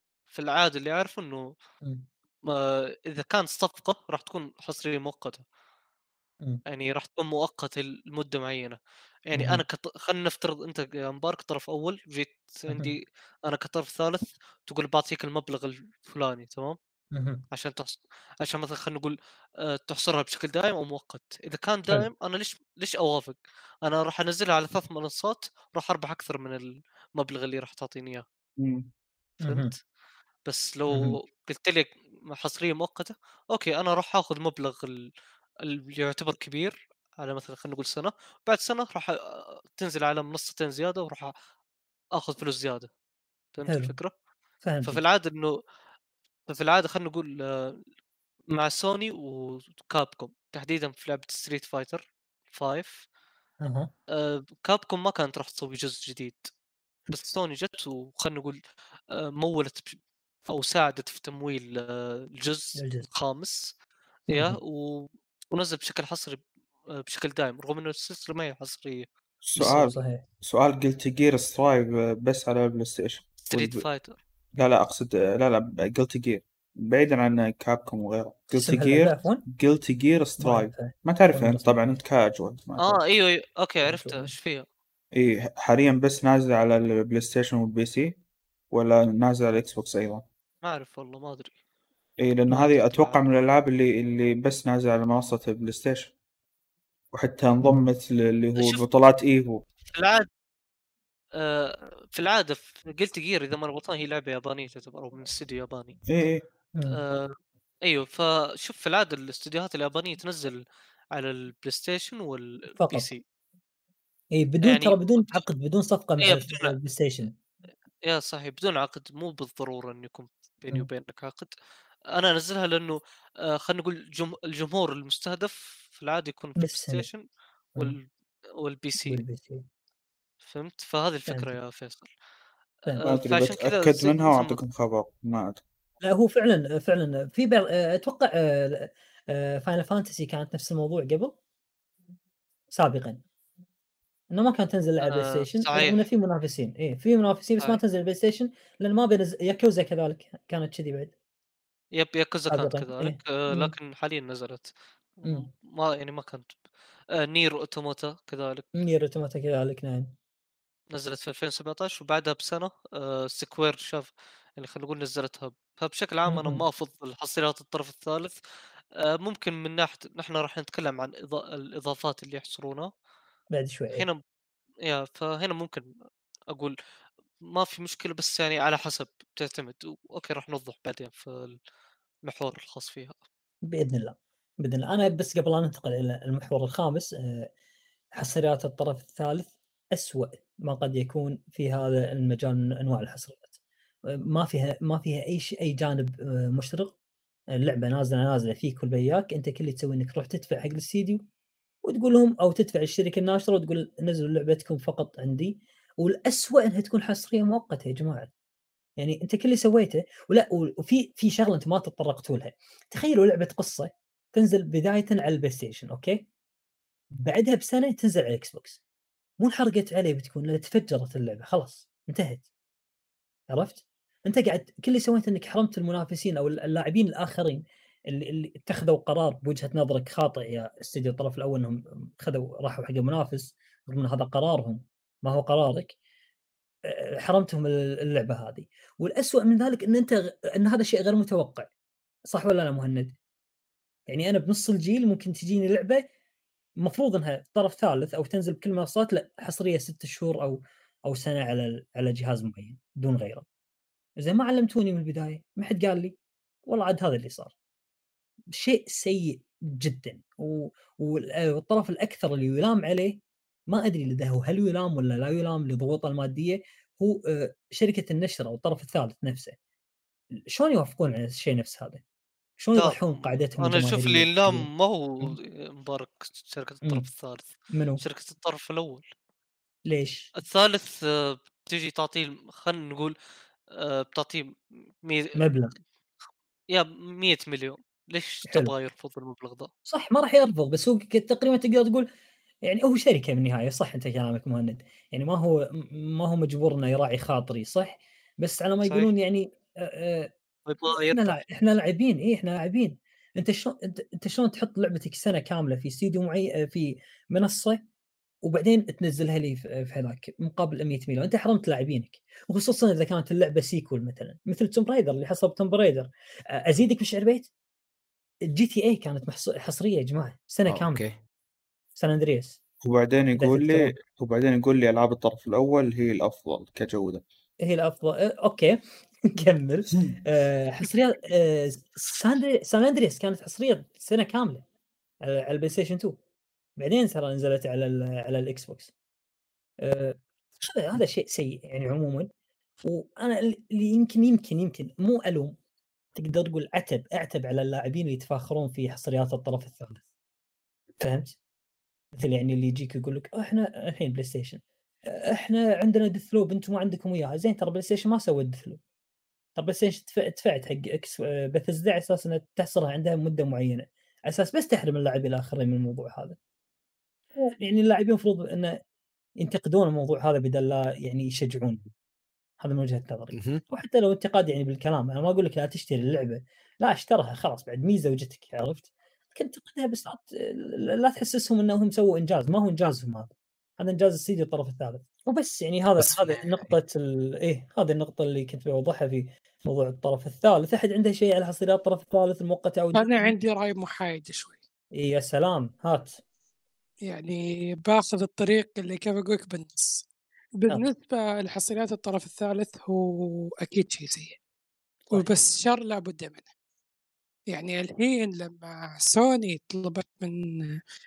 Speaker 2: انه
Speaker 1: مم.
Speaker 2: اذا كانت صفقه راح تكون حصريه مؤقته،
Speaker 1: مم.
Speaker 2: يعني راح تكون مؤقته لمده معينه. يعني
Speaker 1: مهم.
Speaker 2: انا خلينا نفترض انت يا مبارك طرف اول، جيت
Speaker 1: مهم.
Speaker 2: عندي انا كطرف ثالث، تقول بعطيك المبلغ الفلاني، تمام؟
Speaker 1: مهم.
Speaker 2: عشان عشان مثلا خلينا نقول تحصرها بشكل دائم او مؤقت. اذا كان
Speaker 1: حلو.
Speaker 2: دائم انا ليش اوافق؟ انا راح انزلها على 3 منصات، راح اربح اكثر من المبلغ اللي راح تعطيني اياه.
Speaker 3: مم.
Speaker 1: مهم.
Speaker 2: فهمت؟ بس
Speaker 1: مهم.
Speaker 2: لو قلت لي حصريه مؤقته، اوكي انا راح اخذ مبلغ اللي يعتبر كبير على مثلا خلينا نقول سنه، بعد سنه راح تنزل على منصتين زياده وراح اخذ فلوس زياده. فهمت
Speaker 1: حلو.
Speaker 2: الفكره؟ ففي
Speaker 1: فهمتك.
Speaker 2: العاده انه ففي العاده خلينا نقول مع سوني وكابكوم تحديدا في لعبه ستريت فايتر 5،
Speaker 1: اها.
Speaker 2: كابكوم ما كانت راح تسوي جزء جديد، بس سوني جت وخلنا نقول مولت او ساعدت في تمويل الجزء
Speaker 1: الجزء.
Speaker 2: الخامس.
Speaker 1: مهم.
Speaker 2: ونزل بشكل حصري بشكل دائم، رغم انه السلسله ما هي حصريه
Speaker 3: سؤال
Speaker 2: بسوني.
Speaker 1: صحيح.
Speaker 3: سؤال قلت جير سترايف بس على البلاي ستيشن
Speaker 2: ستريت فايتر
Speaker 3: لا لا أقصد لا لا قلت جير بعيدا عن كابكوم وغيره. قلت
Speaker 1: اسم اللعبه
Speaker 3: جير
Speaker 1: عفوا.
Speaker 3: قلت جير
Speaker 1: ما
Speaker 3: سترايف
Speaker 1: اعرفها.
Speaker 3: ما
Speaker 1: اول
Speaker 3: تعرفها
Speaker 1: مره
Speaker 3: أنت
Speaker 1: اسمع.
Speaker 3: طبعا، أنت كاجوال ما تعرف.
Speaker 2: ايوه اوكي عرفتها.
Speaker 1: أشوفها.
Speaker 2: ايش فيها؟
Speaker 3: إيه حاليا بس نازل على البلاي ستيشن والبي سي ولا نازل على الإكس بوكس أيضا؟
Speaker 2: ما اعرف والله، ما ادري.
Speaker 3: إيه لأن
Speaker 2: ما
Speaker 3: هذه
Speaker 2: ادري
Speaker 3: أتوقع
Speaker 2: صراحه.
Speaker 3: من الألعاب اللي بس نازل على منصة البلاي ستيشن، وحتى انضمت اللي هو
Speaker 2: شوف،
Speaker 3: بطولات إيفو.
Speaker 2: في العاده في العاده في قلت جير اذا ما غلطان هي لعبه يابانيه تعتبر، او من استديو ياباني.
Speaker 3: إيه إيه
Speaker 1: مم.
Speaker 2: ايوه، فشوف في العاده الاستديوهات اليابانيه تنزل على البلاي ستيشن والبي
Speaker 1: فقط.
Speaker 2: سي.
Speaker 1: اي بدون،
Speaker 2: يعني
Speaker 1: ترى بدون عقد، بدون صفقه مع
Speaker 2: هي بدون
Speaker 1: البلاي ستيشن.
Speaker 2: يا صحيح بدون عقد، مو بالضروره انه يكون بيني
Speaker 1: مم.
Speaker 2: وبينك عقد. انا انزلها لانه خلينا نقول الجمهور المستهدف في العاده يكون في البلاي
Speaker 1: نفسها.
Speaker 2: ستيشن
Speaker 1: مم.
Speaker 2: والبي سي.
Speaker 1: والبي سي.
Speaker 2: فهمت؟ فهذه الفكره
Speaker 1: فهمتك.
Speaker 2: يا فيصل.
Speaker 3: ما
Speaker 1: فهمتك.
Speaker 3: أدري
Speaker 2: فعشان كذا
Speaker 3: بتأكد منها
Speaker 2: مثل ما
Speaker 3: وأعطيكم خبر ما أدري.
Speaker 1: لا هو فعلا في بعض، اتوقع فاينل فانتسي كانت نفس الموضوع قبل سابقا، انه ما كانت تنزل على البلاي ستيشن رغم انه
Speaker 2: صحيح
Speaker 1: في منافسين. في منافسين بس ما
Speaker 2: صحيح.
Speaker 1: تنزل البلاي ستيشن لان ما بينزل. ياكوزا كذلك كانت كذي بعد
Speaker 2: ياكوزا كانت
Speaker 1: سابقا.
Speaker 2: كذلك،
Speaker 1: مم.
Speaker 2: لكن حاليا نزلت.
Speaker 1: مم.
Speaker 2: ما كانت. نير اوتوماتا كذلك
Speaker 1: نير اوتوماتا كذلك. نعم.
Speaker 2: نزلت في 2017، وبعدها بسنة سكوير شاف يعني خلينا نقول نزلتها. فبشكل عام أنا
Speaker 1: مم.
Speaker 2: ما أفضل حصريات الطرف الثالث. ممكن من ناحية نحن راح نتكلم عن الإضافات اللي يحصرونها
Speaker 1: بعد شوي.
Speaker 2: هنا. فهنا ممكن أقول ما في مشكلة، بس يعني على حسب تعتمد. أوكي راح نوضح بعدين في المحور الخاص فيها.
Speaker 1: باذن الله. بدنا أنا بس قبل أن ننتقل إلى المحور الخامس، حصريات الطرف الثالث أسوأ ما قد يكون في هذا المجال من أنواع الحصريات. ما فيها أي جانب مشرق. اللعبة نازلة فيك والبياك، أنت كل اللي تسوي إنك تروح تدفع حق الاستديو وتقول لهم، أو تدفع الشركة الناشرة وتقول نزلوا لعبتكم فقط عندي. والأسوأ إنها تكون حصرية مؤقتة يا جماعة. يعني أنت كل اللي سويته وفي شغلة أنت ما تطرقتوا لها. تخيلوا لعبة قصة تنزل بداية على البلاي ستيشن، أوكي، بعدها بسنة تنزل على الإكس بوكس. مو انحرقت عليه بتكون، لا تفجرت اللعبة خلاص انتهت. عرفت؟ أنت قاعد كل اللي سويته إنك حرمت المنافسين أو اللاعبين الآخرين اللي اتخذوا قرار بوجهة نظرك خاطئ يا استديو الطرف الأول، إنهم راحوا حق المنافس رغم أن هذا قرارهم ما هو قرارك. حرمتهم اللعبة هذه. والأسوأ من ذلك إن هذا شيء غير متوقع. صح ولا لا مهند؟ يعني أنا بنص الجيل ممكن تجيني لعبة مفروض انها طرف ثالث او تنزل بكل المنصات، لا حصريه 6 شهور او سنه على جهاز معين دون غيره. زين ما علمتوني من البدايه، ما حد قال لي. والله عاد هذا اللي صار، شيء سيء جدا. والطرف الاكثر اللي يلام عليه، ما ادري اذا هو هل يلام ولا لا يلام لضغوطه الماديه، هو شركه النشر او الطرف الثالث نفسه. شلون يوافقون على الشيء نفس هذا؟ شلون يضحون قاعدتهم
Speaker 2: انا اشوف اللي
Speaker 1: الجماهيريه؟
Speaker 2: اللام ما هو مبارك شركة الطرف الثالث،
Speaker 1: منو؟
Speaker 2: شركة الطرف الاول.
Speaker 1: ليش؟
Speaker 2: الثالث بتجي تعطيه، خلينا نقول بتعطيه
Speaker 1: مبلغ
Speaker 2: يا 100 مليون، ليش
Speaker 1: حلو.
Speaker 2: تبغى يرفض المبلغ ده؟
Speaker 1: صح، ما راح يرفض، بس هو تقريبا تقدر تقول يعني هو شركه بالنهايه. صح انت كلامك مهند، يعني ما هو مجبور انه يراعي خاطري، صح. بس على ما
Speaker 2: صحيح.
Speaker 1: يقولون يعني
Speaker 2: يبغى يربح.
Speaker 1: احنا لاعبين، احنا لاعبين. انت شلون تحط لعبتك سنه كامله في استديو معين في منصه، وبعدين تنزلها لي في هذاك مقابل 100 مليون؟ انت حرمت لاعبينك، وخصوصا اذا كانت اللعبه سيكول مثلا مثل توم برايدر اللي حصل توم برايدر. ازيدك بشعر بيت، جي تي اي كانت حصريه يا جماعه سنه كامله.
Speaker 4: اوكي.
Speaker 1: سان اندرياس.
Speaker 3: وبعدين يقول لي العاب الطرف الاول هي الافضل كجوده.
Speaker 1: هي الافضل. اوكي نكمل. حصريه سان اندرياس كانت حصريه سنه كامله على البلاي ستيشن 2، بعدين ترى نزلت على الاكس بوكس. هذا شيء سيء يعني عموما. وانا اللي يمكن مو الوم، تقدر تقول اعتب على اللاعبين اللي يتفاخرون في حصريات الطرف الثالث. فهمت؟ مثل يعني اللي يجيك يقول لك احنا الحين بلاي ستيشن، احنا عندنا ديث لوب انتم ما عندكم اياها. زين ترى بلاي ستيشن ما سوت ديث لوب. طب بلاي ستيشن دفعت حق اكس بثزدا على اساس انها تحصرها عندها مده معينه، على اساس بس تحرم اللاعبين الاخرين من الموضوع هذا. يعني اللاعبين المفروض انه ينتقدون الموضوع هذا بدل لا يعني يشجعون. هذا من وجهه نظري. وحتى لو انتقاد يعني بالكلام، انا ما اقول لك لا تشتري اللعبه، لا اشترها خلاص بعد ميزه وجتك، عرفت؟ كنت تنتقدها بس لا تحسسهم انهم سووا انجاز، ما هو انجازهم هذا انجاز استديو الطرف الثالث وبس. يعني هذه نقطه هذه النقطه اللي كنت بوضحها في موضوع الطرف الثالث. احد عنده شيء على حصريات الطرف الثالث المؤقته او
Speaker 5: انا عندي راي محايد شوي.
Speaker 1: يا سلام، هات.
Speaker 5: يعني باخذ الطريق اللي كيف اقول لك بالنص. بالنسبه لحصريات الطرف الثالث هو اكيد شيء سيء، وبس شر لابد منه. يعني الحين لما سوني طلبت من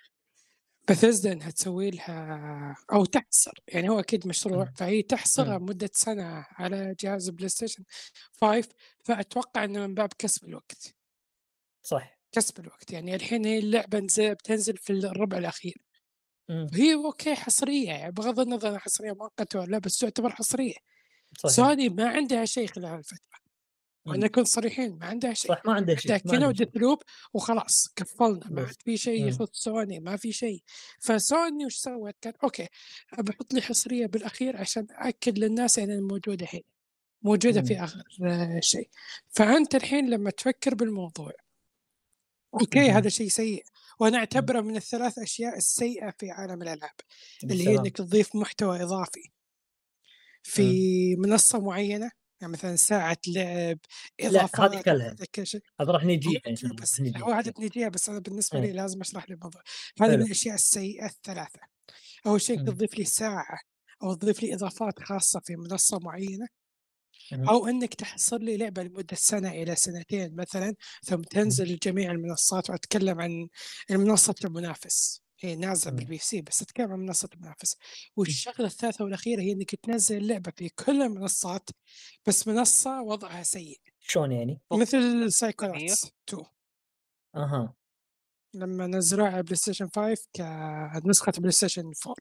Speaker 5: بثزدا انها تسوي لها او تحصر، يعني هو اكيد مشروع، فهي تحصرها مده سنه على جهاز بلاي ستيشن 5، فاتوقع انه من باب كسب الوقت.
Speaker 1: صح،
Speaker 5: كسب الوقت. يعني الحين هي اللعبه بتنزل في الربع الاخير، هي اوكي حصريه، يعني بغض النظر عن حصريه مؤقته ولا، بس تعتبر حصريه. صحيح. سوني ما عندها شيء خلال الفتره، ونكون صريحين ما عندها شيء.
Speaker 1: صح، ما عندها شيء.
Speaker 5: كانوا ديثلوب وخلاص قفلنا، ما عاد في شيء يخص سوني، ما في شيء. فسوني وش سوت؟ كان اوكي بحط لي حصريه بالاخير عشان اكد للناس ان الموجوده هنا، موجوده في اخر شيء. فانت الحين لما تفكر بالموضوع، اوكي هذا شيء سيء، وانا اعتبره من الثلاث اشياء السيئه في عالم الالعاب، اللي هي انك تضيف محتوى اضافي في منصه معينه، يعني مثلا ساعة لعب، إضافات.
Speaker 1: لا هذه هذا راح نجيها
Speaker 5: بس هو هذا بنجيها، بس أنا بالنسبة لي لازم أشرح لي الموضوع. هذه من الأشياء السيئة الثلاثة. أول شيء تضيف لي ساعة أو تضيف لي إضافات خاصة في منصة معينة، أو إنك تحصل لي لعبة لمدة سنة إلى سنتين مثلا ثم تنزل لجميع المنصات. وأتكلم عن المنصة المنافس، هي نازلة بالبي سي بس أتكلم عن منصة المنافس. والشغلة الثالثة والأخيرة هي إنك تنزل اللعبة في كل المنصات بس منصة وضعها سيء
Speaker 1: شلون يعني؟
Speaker 5: مثل سايكوناتس 2
Speaker 1: اها
Speaker 5: لما نزلوها على بلاي ستيشن 5 كنسخة بلاي ستيشن 4.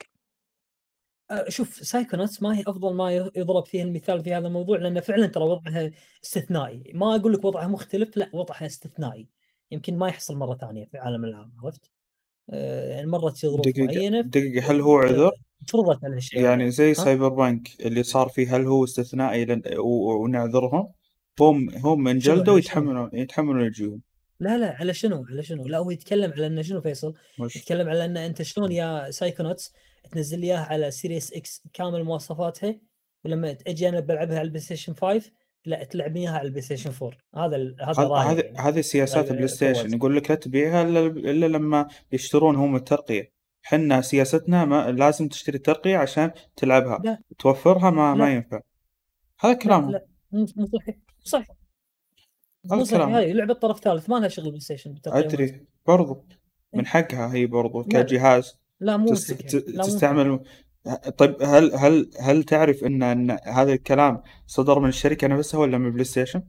Speaker 1: شوف سايكوناتس ما هي افضل ما يضرب فيه المثال في هذا الموضوع، لان فعلا ترى وضعها استثنائي. ما اقول لك وضعها مختلف، لا وضعها استثنائي، يمكن ما يحصل مره ثانيه في عالم الالعاب. عرفت؟ يعني مرت في ظروف معينه
Speaker 3: دقيقة، هل هو عذر؟
Speaker 1: فرضت على الشيء
Speaker 3: يعني زي
Speaker 1: ها؟
Speaker 3: سايبر بانك اللي صار فيه، هل هو استثنائي ونعذرهم؟ هم انجلدوا يتحملون يجيهم.
Speaker 1: لا على شنو لا هو يتكلم على انه شنو فيصل، يتكلم على ان انت شلون يا سايكونوتس تنزل لي اياها على سيريس اكس كامل مواصفاتها، ولما اجي انا بلعبها على البلاي ستيشن 5 لا تلعب اياها على البلاي ستيشن 4. هذا رايي يعني.
Speaker 3: هذه سياسات البلاي ستيشن، يقول لك لا تبيعها الا لما يشترون هم الترقية. حنا سياستنا ما لازم تشتري الترقية عشان تلعبها،
Speaker 1: لا.
Speaker 3: توفرها ما ينفع. هذا كلام
Speaker 1: لا مو صحيح. صح
Speaker 3: هذا
Speaker 1: مو صحيح.
Speaker 3: كلام
Speaker 1: هاي لعبه طرف ثالث ما لها شغل بلاي ستيشن بالتقييمات.
Speaker 3: ادري برضو من حقها هي برضو
Speaker 1: لا.
Speaker 3: كجهاز
Speaker 1: لا مو لا
Speaker 3: تستعمل. طيب هل تعرف ان هذا الكلام صدر من الشركة نفسها ولا من بلاي ستيشن؟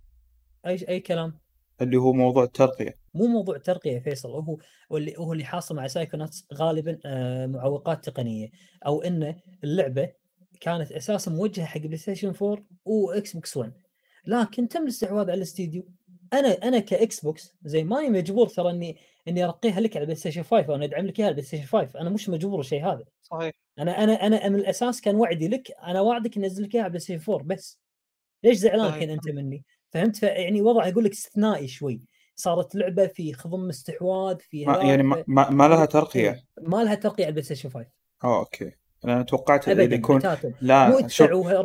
Speaker 1: اي كلام.
Speaker 3: اللي هو موضوع الترقية.
Speaker 1: مو موضوع ترقية فيصل، هو اللي حاصل مع سايكوناتس غالبا معوقات تقنية، او ان اللعبة كانت اساسا موجهة حق بلاي ستيشن 4 واكس بوكس 1، لكن تم الاستحواذ على الاستديو. انا كاكس بوكس زي ماني مجبور ترى اني ارقيها لك على بلاي ستيشن 5 او ادعم لك اياها على بلاي ستيشن 5. انا مش مجبور الشيء هذا.
Speaker 2: صحيح.
Speaker 1: انا من الاساس كان وعدي لك، انا واعدك انزل لك اياها على بلاي ستيشن 4 بس. ليش زعلان الحين انت مني؟ فهمت؟ يعني وضع اقول لك استثنائي شوي، صارت لعبه في خضم استحواذ في
Speaker 3: يعني ما لها ترقية.
Speaker 1: ما لها ترقية على البلاي ستيشن 5.
Speaker 3: اوكي انا توقعت
Speaker 1: ابدا
Speaker 3: يكون
Speaker 1: بتاتا.
Speaker 3: لا شوف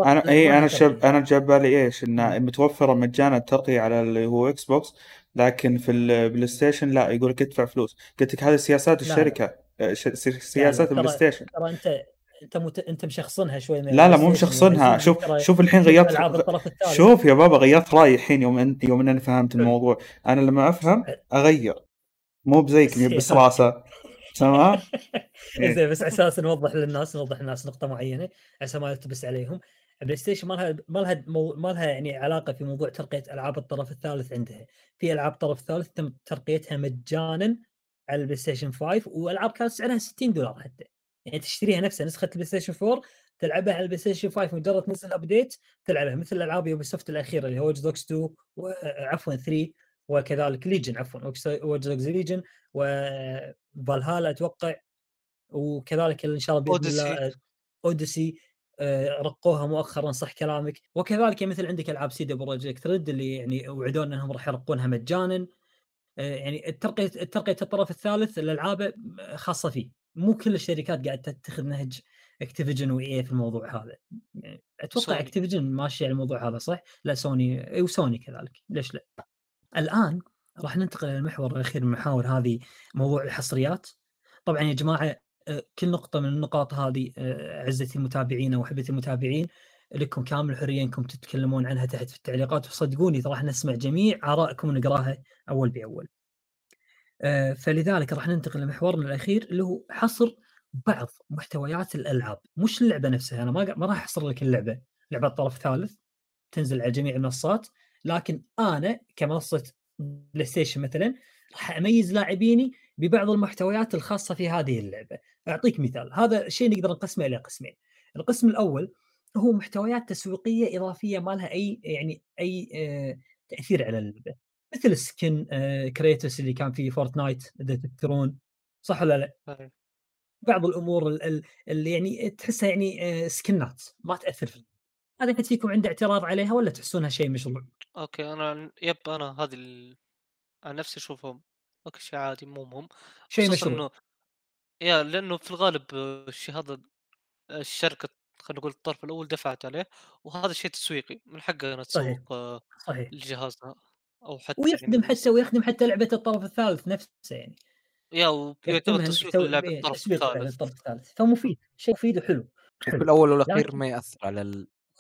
Speaker 3: انا جاب بالي ايش انه متوفره مجانا الترقية على اللي هو اكس بوكس، لكن في البلاي ستيشن لا يقول لك ادفع فلوس. قلت لك هذه سياسات الشركه، سياسات البلاي ستيشن.
Speaker 1: ترى انت مشخصنها شوي.
Speaker 3: لا مو مشخصنها. شوف الحين غيرت. شوف يا بابا غيرت رايي الحين يوم انا فهمت الموضوع. انا لما افهم اغير، مو بزيك بصراسه. تمام.
Speaker 1: زين بس اساس نوضح للناس نقطه معينه عشان ما يلتبس عليهم. بلاي ستيشن ما لها يعني علاقه في موضوع ترقيه العاب الطرف الثالث. عندها في العاب طرف ثالث تم ترقيتها مجانا على البلاي ستيشن 5، والعاب كانت سعرها $60 حتى، يعني تشتريها نفسها نسخه البلاي ستيشن 4 تلعبها على البلاي ستيشن 5 مجرد تنزل ابديت تلعبها، مثل العاب يوبي سوفت الاخيره اللي هو واتش دوجز 2 عفوا 3 وكذلك ليجن واتش دوجز ليجن وفالهالا اتوقع، وكذلك ان شاء الله باذن الله اوديسي رقوها مؤخرا صح كلامك. وكذلك مثل عندك العاب سيدي بروجكت ريد اللي يعني وعدونا انهم راح يرقونها مجانا. يعني الترقيه الطرف الثالث الالعاب خاصه فيه، مو كل الشركات قاعده تتخذ نهج اكتيفيجن واي في الموضوع هذا. يعني اتوقع اكتيفيجن ماشي على الموضوع هذا صح؟ لا سوني وسوني كذلك، ليش لا. الان راح ننتقل للمحور الاخير من المحاور هذه، موضوع الحصريات. طبعا يا جماعه كل نقطه من النقاط هذه اعزتي المتابعين واحبتي المتابعين لكم كامل الحريه انكم تتكلمون عنها تحت في التعليقات، وصدقوني راح نسمع جميع ارائكم ونقراها اول باول. فلذلك راح ننتقل لمحورنا الاخير اللي هو حصر بعض محتويات الالعاب، مش اللعبه نفسها. انا ما راح احصر لك اللعبه، لعبه طرف ثالث تنزل على جميع المنصات، لكن انا كمنصه بلاي ستيشن مثلا راح اميز لاعبيني ببعض المحتويات الخاصه في هذه اللعبه. اعطيك مثال، هذا الشيء نقدر نقسمه الى قسمين. القسم الاول هو محتويات تسويقيه اضافيه ما لها اي تاثير على اللعبه، مثل سكن كريتوس اللي كان في فورتنايت اذا تذكرون صح ولا لا؟ بعض الامور اللي يعني تحسها يعني سكنات ما تاثر في هذا. حد فيكم عنده اعتراض عليها ولا تحسونها شيء مشروع؟
Speaker 2: اوكي انا انا هذه انا نفسي اشوفهم اوكي شيء عادي مو مهم،
Speaker 1: شيء مشروع
Speaker 2: انه لانه في الغالب الشيء هذا الشركه خلينا نقول الطرف الاول دفعت عليه، وهذا شيء تسويقي من حقها انها تسوق
Speaker 1: صحيح
Speaker 2: لجهازها او حتى
Speaker 1: ويخدم حتى لعبه الطرف الثالث نفسه يعني.
Speaker 2: ويعتبر تسويق للعبه الطرف الثالث
Speaker 1: فمفيد، شيء مفيد وحلو.
Speaker 4: في الاول والاخير ما ياثر على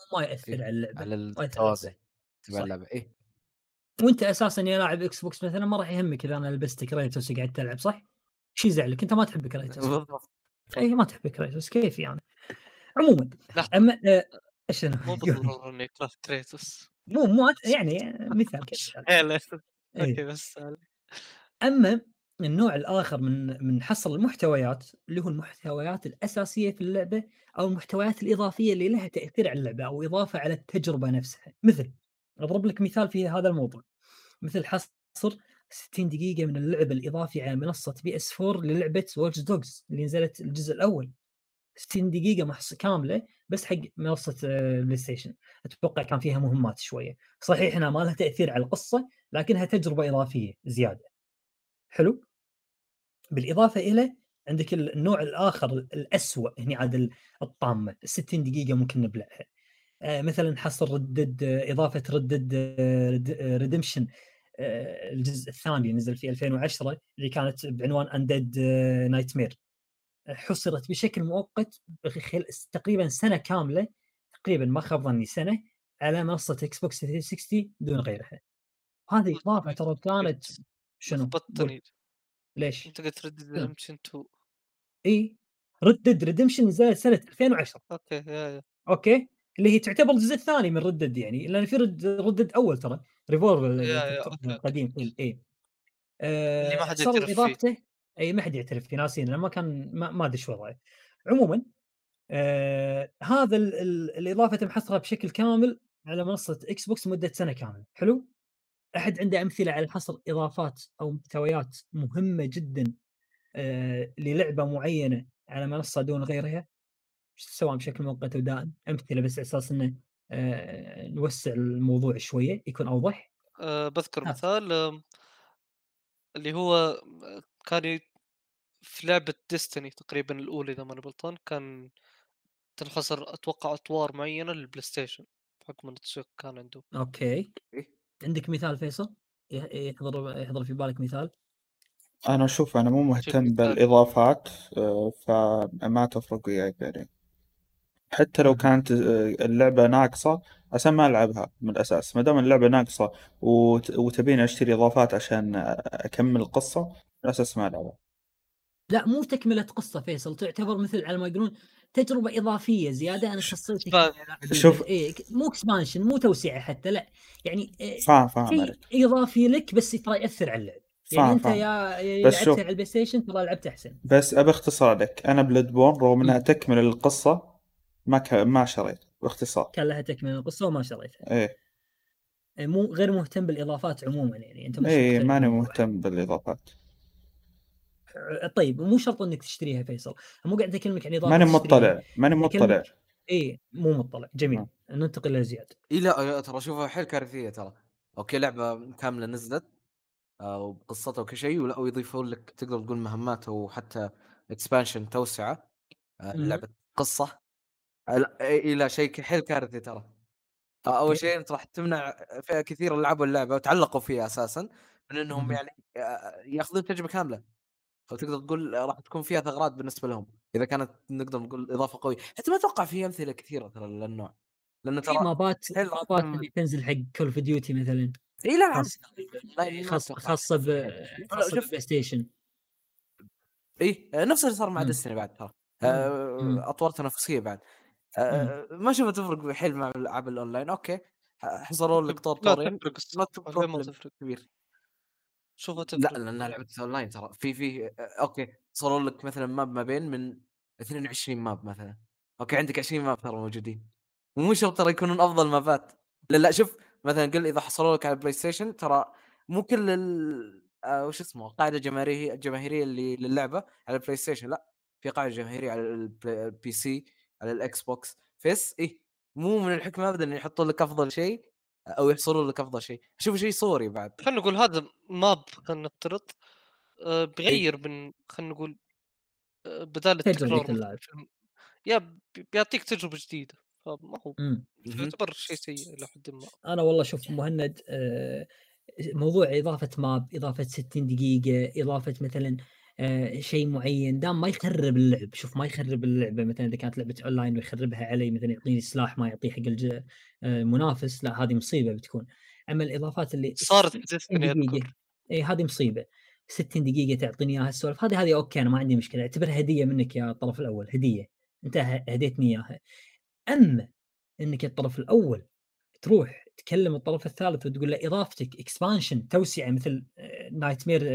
Speaker 1: ما ياثر
Speaker 4: إيه،
Speaker 1: على اللعبه
Speaker 4: على
Speaker 1: ما يأثر على
Speaker 4: التوازن
Speaker 1: اللعبة.
Speaker 4: تبع
Speaker 1: صح.
Speaker 4: اللعبه. ايه
Speaker 1: وانت اساسا يا لاعب اكس بوكس مثلا ما راح يهمك اذا انا لبست كريتوس قاعد تلعب، صح؟ شي يزعلك؟ انت ما تحب كريتوس.
Speaker 4: بالضبط.
Speaker 1: اي ما تحب كريتوس كيف يعني؟ عموما
Speaker 2: لحظه
Speaker 1: اما ايش انا
Speaker 2: مو بالضروره اني اكره كريتوس.
Speaker 1: مو يعني مثال كذا.
Speaker 2: إيه، لا.
Speaker 1: إيه.
Speaker 2: اوكي بس
Speaker 1: اما النوع الاخر من حصر المحتويات اللي هو المحتويات الاساسيه في اللعبه او المحتويات الاضافيه اللي لها تاثير على اللعبه او اضافه على التجربه نفسها. مثل اضرب لك مثال في هذا الموضوع، مثل حصر 60 دقيقه من اللعب الاضافي على منصه بي اس 4 للعبه واتش دوجز اللي نزلت الجزء الاول. 60 دقيقه كامله بس حق منصه بلاي ستيشن. اتوقع كان فيها مهمات شويه، صحيح انها ما لها تاثير على القصه لكنها تجربه اضافيه زياده. حلو. بالاضافه الى عندك النوع الاخر الاسوء هنا عاد الطامه، 60 دقيقه ممكن نبلعها. مثلا حصر ردد، اضافه ردد ريدمشن الجزء الثاني نزل في 2010 اللي كانت بعنوان اندد نايت مير. حصرت بشكل مؤقت تقريبا سنه كامله، تقريبا ما خاب ظني سنه، على منصه اكس بوكس 360 دون غيرها. هذه اضافه ترى كانت شنو؟
Speaker 2: لخبطتني.
Speaker 1: ليش؟
Speaker 2: انت قلت ردد ريدمشن 2.
Speaker 1: اي ردد ريدمشن نزلت سنه 2010.
Speaker 2: اوكي يا
Speaker 1: اوكي، اللي هي تعتبر الجزء الثاني من ردد، يعني لان في ردد اول ترى ريفولفر
Speaker 2: اوكي
Speaker 1: القديم في الاي.
Speaker 2: اللي ما حد
Speaker 1: صاروا
Speaker 2: يعترف فيه.
Speaker 1: اضافته. اي ما حد يعترف في ناسين لما كان ما ادري شو وضعه. عموما هذا الاضافه تم حصرها بشكل كامل على منصه اكس بوكس مده سنه كامله. حلو. احد عنده امثله على حصر اضافات او محتويات مهمه جدا للعبه معينه على منصه دون غيرها، سواء بشكل مؤقت او دائم؟ امثله بس على اساس انه نوسع الموضوع شويه يكون اوضح.
Speaker 2: بذكر مثال اللي هو كان في لعبة ديستني تقريبا الأولى إذا ماني غلطان، كان تنحصر أتوقع أطوار معينة للبلاي ستيشن بحكم إن التسويق كان عنده.
Speaker 1: اوكي،
Speaker 4: إيه؟
Speaker 1: عندك مثال فيصل يحضر في بالك مثال؟
Speaker 3: أنا أشوف أنا مو مهتم
Speaker 2: مثال.
Speaker 3: بالإضافات، فما تفرق وياي يعني. حتى لو كانت اللعبة ناقصة عشان ما ألعبها من الأساس، ما دام اللعبة ناقصة وتبيني أشتري إضافات عشان أكمل القصة، من الأساس ما ألعبها.
Speaker 1: لا مو تكمله قصه فيصل، تعتبر مثل على ما يقولون تجربه اضافيه زياده. انا خصيتك
Speaker 3: شوف
Speaker 1: مو اكسبانشن، مو توسعه حتى، لا يعني
Speaker 3: فاهم
Speaker 1: شيء
Speaker 3: عليك،
Speaker 1: اضافي لك بس ترى ياثر على اللعب. يعني انت
Speaker 3: فاهم.
Speaker 1: يا
Speaker 3: بس
Speaker 1: لعبتها
Speaker 3: شوف
Speaker 1: على البلاي ستيشن ترى لعبت احسن.
Speaker 3: بس أبي اختصر لك، أنا بلاد بورن رغم إنها تكمل القصة ما شريت، باختصار.
Speaker 1: كان لها تكمله القصه وما شريتها.
Speaker 3: إيه
Speaker 1: مو غير مهتم بالاضافات عموما، يعني انت مش
Speaker 3: إيه
Speaker 1: مقتنع
Speaker 3: ماني
Speaker 1: بالموضوع.
Speaker 3: مهتم بالإضافات.
Speaker 1: طيب مو شرط انك تشتريها فيصل، مو قاعد اكلمك عن اضافه
Speaker 3: ماني
Speaker 1: تشتريها،
Speaker 3: مطلع.
Speaker 1: اي مو مطلع. جميل، ننتقل لزياد.
Speaker 4: اي لا ترى شوفها حيل كارثيه ترى. اوكي لعبه كامله نزلت وبقصتها وكل شيء، ويضيفوا لك تقدر تقول مهمات وحتى اكسبانشن توسعه لعبه قصه. الى شيء حيل كارثي ترى. اول شيء انت راح تمنع فئه كثيره لعبوا اللعبه وتعلقوا فيها اساسا من انهم يعني ياخذون تجربه كامله، او تقدر تقول راح تكون فيها ثغرات بالنسبه لهم اذا كانت نقدر نقول اضافه قويه. حتى ما اتوقع في امثله كثيره ترى للنوع، لانه
Speaker 1: في
Speaker 4: ترى
Speaker 1: مابات اللي تنزل حق كول اوف ديوتي مثلا،
Speaker 4: اي لا
Speaker 1: خاصه بالبلاي ستيشن.
Speaker 4: اي نفس اللي صار مع ديستني بعد ترى اطوار تنافسيه بعد. ما شفت تفرق حيل مع العاب الاونلاين. اوكي حصلوا لك طورين
Speaker 2: ما تفرق
Speaker 4: كبير.
Speaker 2: شوفها تفرق.
Speaker 4: لا لانها لعبه اونلاين ترى في اوكي صاروا لك مثلا ماب ما بين من 22 ماب مثلا. اوكي عندك 20 ماب ترى موجودين، ومو شرط ترى يكونون افضل مابات. لا شوف مثلا قل اذا حصلوا لك على البلاي ستيشن ترى مو كل وش اسمه قاعده جماهيريه اللي للعبه على البلاي ستيشن، لا في قاعده جماهيريه على البي سي على الاكس بوكس فيس. مو من الحكمه ابدا ان يحطوا لك افضل شيء او يحصلوا لك افضل شيء. شوف شيء صوري بعد.
Speaker 2: خلينا نقول هذا ماب، خلينا نفترض بغير من خلينا نقول بدال التكرار يا بيعطيك تجربه جديده، فما هو يعتبر شيء سيء الى حد ما.
Speaker 1: انا والله شوف مهند، موضوع اضافه ماب، اضافه 60 دقيقه، اضافه مثلا شيء معين دام ما يخرب اللعب. شوف ما يخرب اللعبه، مثلا اذا كانت لعبه اونلاين ويخربها علي، مثلا يعطيني سلاح ما يعطيه حق المنافس، لا هذه مصيبه بتكون. اما الاضافات اللي
Speaker 2: صارت
Speaker 1: 60
Speaker 2: بتذكرني
Speaker 1: دقيقه،
Speaker 2: اذكر.
Speaker 1: اي هذه مصيبه. 60 دقيقه تعطيني اياها السوالف هذه اوكي، انا ما عندي مشكله، اعتبرها هديه منك يا الطرف الاول، هديه انت هديتني اياها. اما انك الطرف الاول تروح تكلم الطرف الثالث وتقول له اضافتك اكسبانشن توسعه مثل نايت مير،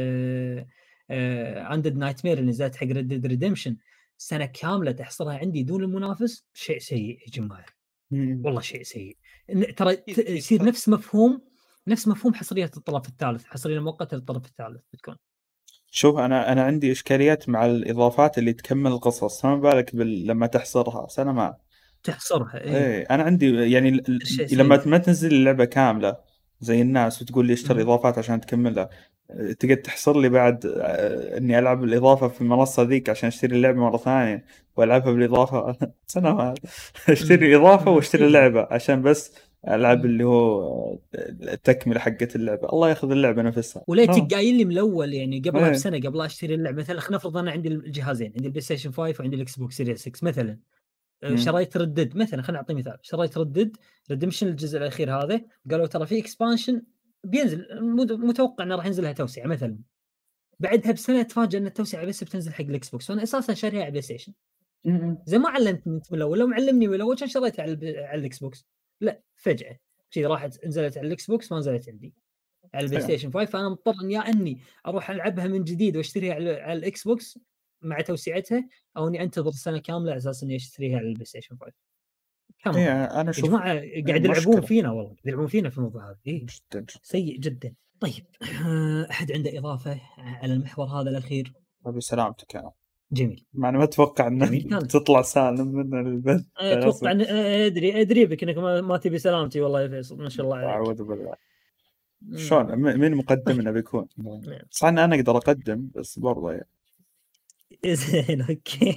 Speaker 1: عندد نايت مير اللي نزلت حق ريد ديد ريدمشن، سنه كامله تحصرها عندي دون المنافس، شيء سيء يا جماعه، والله شيء سيء. ترى يصير نفس مفهوم حصريه الطرف الثالث، حصريه مؤقته للطرف الثالث بتكون.
Speaker 3: شوف انا عندي اشكاليات مع الاضافات اللي تكمل القصص، فما بالك لما تحصرها سنه ما
Speaker 1: تحصرها.
Speaker 3: ايه انا عندي يعني
Speaker 1: شيء
Speaker 3: لما
Speaker 1: سيء.
Speaker 3: ما تنزل اللعبه كامله زي الناس وتقول لي اشتري اضافات عشان تكملها، تقعد تحصر لي بعد اني العب الاضافه في المنصه ذيك عشان اشتري اللعبه مره ثانيه والعبها بالاضافه سنه ما اشتري اضافه واشتري اللعبه عشان بس العب اللي هو التكمله حقه اللعبه. الله ياخذ اللعبه نفسها.
Speaker 1: وليتك قايل لي من الاول يعني قبلها
Speaker 3: إيه.
Speaker 1: بسنه قبل لا اشتري اللعبه. مثلا خلينا نفرض انا عندي الجهازين، عندي البلاي ستيشن 5 وعندي الاكس بوكس سيريس 6 مثلا. شريت ردد مثلا، خلينا نعطي مثال، شريت ردد ريدمشن الجزء الاخير هذا، قالوا ترى في اكسبانشن بينزل، متوقع انه راح ينزل لها توسعه مثلا. بعدها بسنه اتفاجئ ان التوسعه بس بتنزل حق الاكس بوكس، وانا اساسا شاريها على بلاي ستيشن. زي ما علمتني انت من الاول، لو معلمني من الاول كان شريتها على الاكس بوكس. لا فجاه شي راحت نزلت على الاكس بوكس، ما نزلت عندي على البلاي ستيشن 5، فانا مضطر اني اروح العبها من جديد واشتريها على الاكس بوكس مع توسعتها، او اني انتظر سنه كامله على اساس اني اشتريها على البلاي ستيشن 5.
Speaker 3: انا
Speaker 1: يا
Speaker 3: اشوف
Speaker 1: جماعه قاعد يلعبون فينا، والله قاعد يلعبون فينا في الموضوع هذا. إيه؟
Speaker 3: جدا
Speaker 1: سيء جدا. طيب احد عنده اضافه على المحور هذا الاخير؟
Speaker 3: ابي سلامتك انا.
Speaker 1: جميل.
Speaker 3: مع أنا ما اتوقع ان تطلع سالم من البث.
Speaker 1: اتوقع ادري بك انك ما تبي سلامتي، والله يا فيصل ما شاء الله عليك.
Speaker 3: اعوذ بالله. شلون مين مقدمنا بيكون؟ صح ان انا اقدر اقدم بس برضه يعني.
Speaker 1: زين اوكي.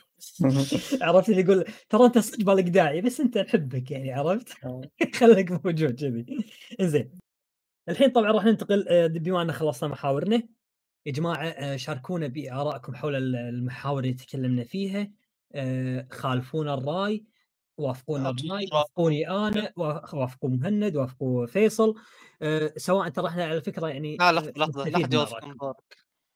Speaker 1: عرفت اللي يقول ترى انت صدق بالك داعي بس انت نحبك يعني، عرفت؟ خليك موجود كذي. زين الحين طبعا راح ننتقل، بما ان خلصنا محاورنا يا جماعه، شاركونا بآرائكم حول المحاور اللي تكلمنا فيها. خالفونا الراي، وافقونا الراي، وافقوني انا، وافقوا مهند، وافقوا فيصل. سواء ترى احنا على فكره يعني
Speaker 2: لا لحظه لا حد يوافق مبارك.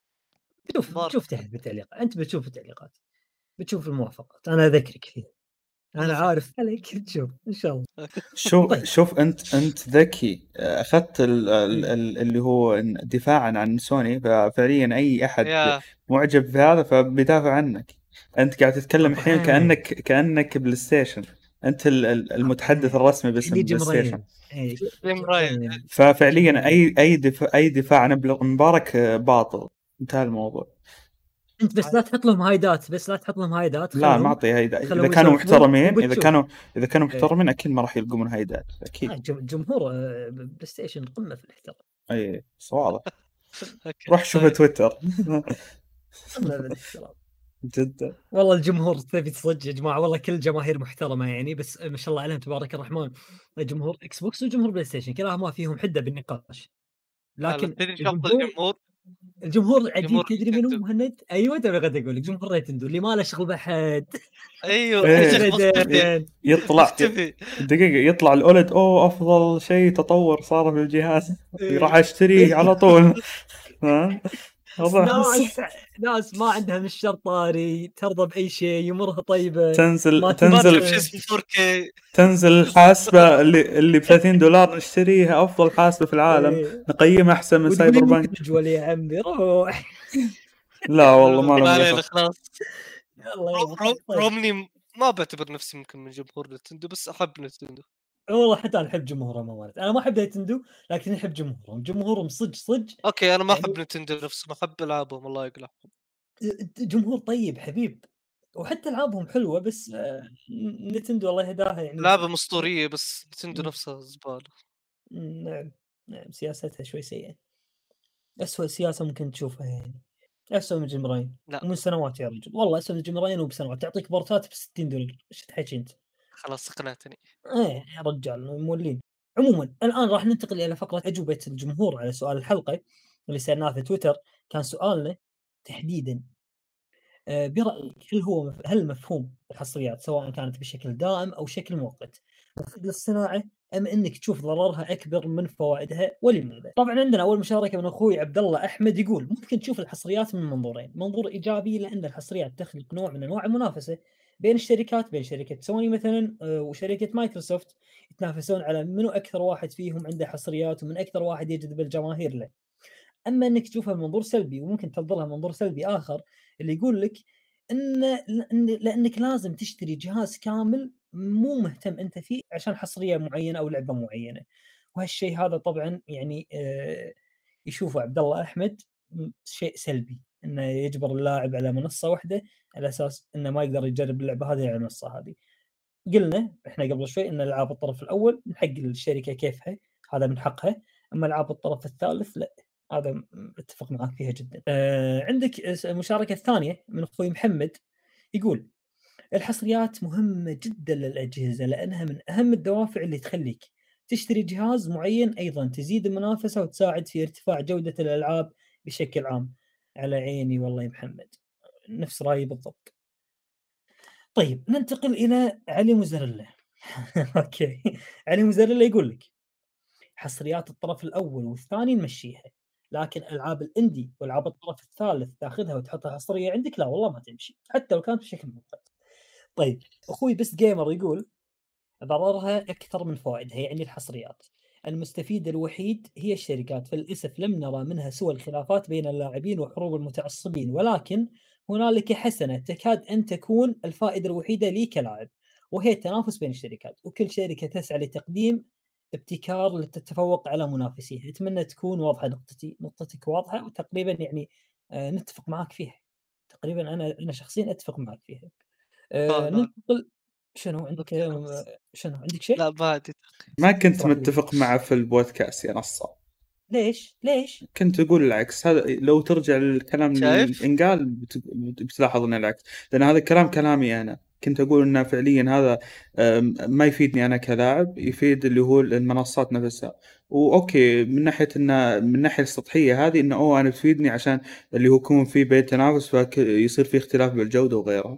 Speaker 1: شوف تحت بالتعليقات، انت بتشوف التعليقات، بتشوف الموافقات، انا اذكرك فيها، انا عارف عليك تشوف ان شاء الله.
Speaker 3: شوف انت ذكي، اخذت اللي هو دفاعا عن سوني، ففعليا اي احد معجب بهذا فبيدافع عنك. انت قاعد تتكلم الحين كانك بلاي ستيشن، انت المتحدث الرسمي باسم بلاي ستيشن. ففعليا اي دفاع عن مبارك باطل، انتهى الموضوع.
Speaker 1: انت بس لا تحط لهم هايدات،
Speaker 3: لا ما اعطي هايدات. اذا كانوا محترمين، اذا كانوا محترمين اكيد ما راح يلقون هايدات اكيد.
Speaker 1: جمهور بلاي ستيشن قمه في الاحترام.
Speaker 3: اي واضح. روح شوف تويتر. جدا
Speaker 1: والله الجمهور تبي تصدق يا جماعه، والله كل جماهير محترمه يعني، بس ما شاء الله عليهم تبارك الرحمن. جمهور اكس بوكس وجمهور بلاي ستيشن كلاهما فيهم حده بالنقاش، لكن الجمهور عجيب. تدري منو مهند؟ ايوه تبي غدا اقول لك جمهور نينتندو اللي ما له شغل بحد.
Speaker 2: ايوه
Speaker 3: يطلع دقيقه يطلع الاولد افضل شيء تطور صار في الجهاز، راح اشتريه على طول.
Speaker 1: ناس ما عندها من الشر طاري، ترضى باي شيء يمرها طيبه.
Speaker 3: تنزل الحاسبه اللي ب $30 نشتريها، افضل حاسبه في العالم، نقيمها احسن من سايبر بانك.
Speaker 1: تجول يا عمي روح.
Speaker 3: لا والله ما له
Speaker 2: خلاص. رومني ما بعتبر نفسي ممكن من جمهور نينتندو، بس احب نينتندو
Speaker 1: والله. حتى انا احب جمهورهم، انا ما احب نينتندو لكن احب جمهورهم صدق.
Speaker 2: اوكي انا ما احب نينتندو نفسه، ما احب العابهم الله يقلعهم.
Speaker 1: جمهور طيب حبيب، وحتى العابهم حلوه، بس نينتندو الله يهداها يعني
Speaker 2: لعبه اسطوريه، بس نينتندو نفسها زباله.
Speaker 1: نعم سياستها شوي سيئه، أسوأ سياسه ممكن تشوفها يعني، أسوأ من جيم راين ومن سنوات يا رجل، والله أسوأ من جيم راين وبسنوات. تعطيك بورتات ب$60، ايش تحكي انت؟
Speaker 2: خلاص اقنعتني.
Speaker 1: يا رجال مولين. عموما الان راح ننتقل الى فقره اجوبه الجمهور على سؤال الحلقه اللي سالناه في تويتر. كان سؤالنا تحديدا برأيك هل مفهوم الحصريات سواء كانت بشكل دائم أو شكل مؤقت مفيد للصناعة أم أنك تشوف ضررها أكبر من فوائدها ولماذا؟ طبعا عندنا أول مشاركة من أخوي عبد الله أحمد يقول ممكن تشوف الحصريات من منظورين، منظور إيجابي لأن الحصريات تخلق نوع من أنواع المنافسة بين الشركات، بين شركة سوني مثلا وشركة مايكروسوفت، يتنافسون على منو أكثر واحد فيهم عنده حصريات ومن أكثر واحد يجذب الجماهير له. اما انك تشوفها بمنظور سلبي وممكن تفضلها منظور سلبي اخر اللي يقول لك لانك لازم تشتري جهاز كامل مو مهتم انت فيه عشان حصريه معينه او لعبه معينه. وهالشيء هذا طبعا يعني يشوفه عبد الله احمد شيء سلبي، انه يجبر اللاعب على منصه واحده على اساس انه ما يقدر يجرب اللعبه هذه على المنصه هذه. قلنا احنا قبل شوي ان العاب الطرف الاول من حق الشركه كيفها، هذا من حقها، اما العاب الطرف الثالث لا، هذا اتفق معك فيها جدا. عندك المشاركه الثانيه من اخوي محمد يقول الحصريات مهمه جدا للاجهزه لانها من اهم الدوافع اللي تخليك تشتري جهاز معين، ايضا تزيد المنافسه وتساعد في ارتفاع جوده الالعاب بشكل عام. على عيني والله يا محمد، نفس رايي بالضبط. طيب ننتقل الى علي مزرله. اوكي، علي مزرله يقول لك حصريات الطرف الاول والثاني نمشيها، لكن العاب الاندي والعاب الطرف الثالث تاخذها وتحطها حصريه عندك لا والله ما تمشي حتى لو كانت بشكل مؤقت. طيب اخوي بس جيمر يقول ضررها اكثر من فوائدها، يعني الحصريات المستفيد الوحيد هي الشركات، فللاسف لم نرى منها سوى الخلافات بين اللاعبين وحروب المتعصبين، ولكن هنالك حسنه تكاد ان تكون الفائده الوحيده لي كلاعب، وهي التنافس بين الشركات، وكل شركه تسعى لتقديم ابتكار لتتفوق على منافسيها. اتمنى تكون واضحه نقطتك واضحه وتقريبا يعني نتفق معك فيها تقريبا. انا شخصيا اتفق معك فيها. ننتقل. شنو عندك شنو عندك شيء؟
Speaker 2: لا بعد
Speaker 3: ما كنت متفق معه في البودكاست يا نصاب.
Speaker 1: ليش؟
Speaker 3: كنت أقول العكس. هذا لو ترجع للكلام اللي انقال بتلاحظ إنه العكس، لأن هذا الكلام كلامي أنا. كنت أقول إنه فعليا هذا ما يفيدني أنا كلاعب، يفيد اللي هو المنصات نفسها. وأوكي من ناحية إنه من الناحية السطحية هذه إنه أنا تفيدني عشان اللي هو يكون في بين تنافس فيصير في اختلاف بالجودة وغيرها.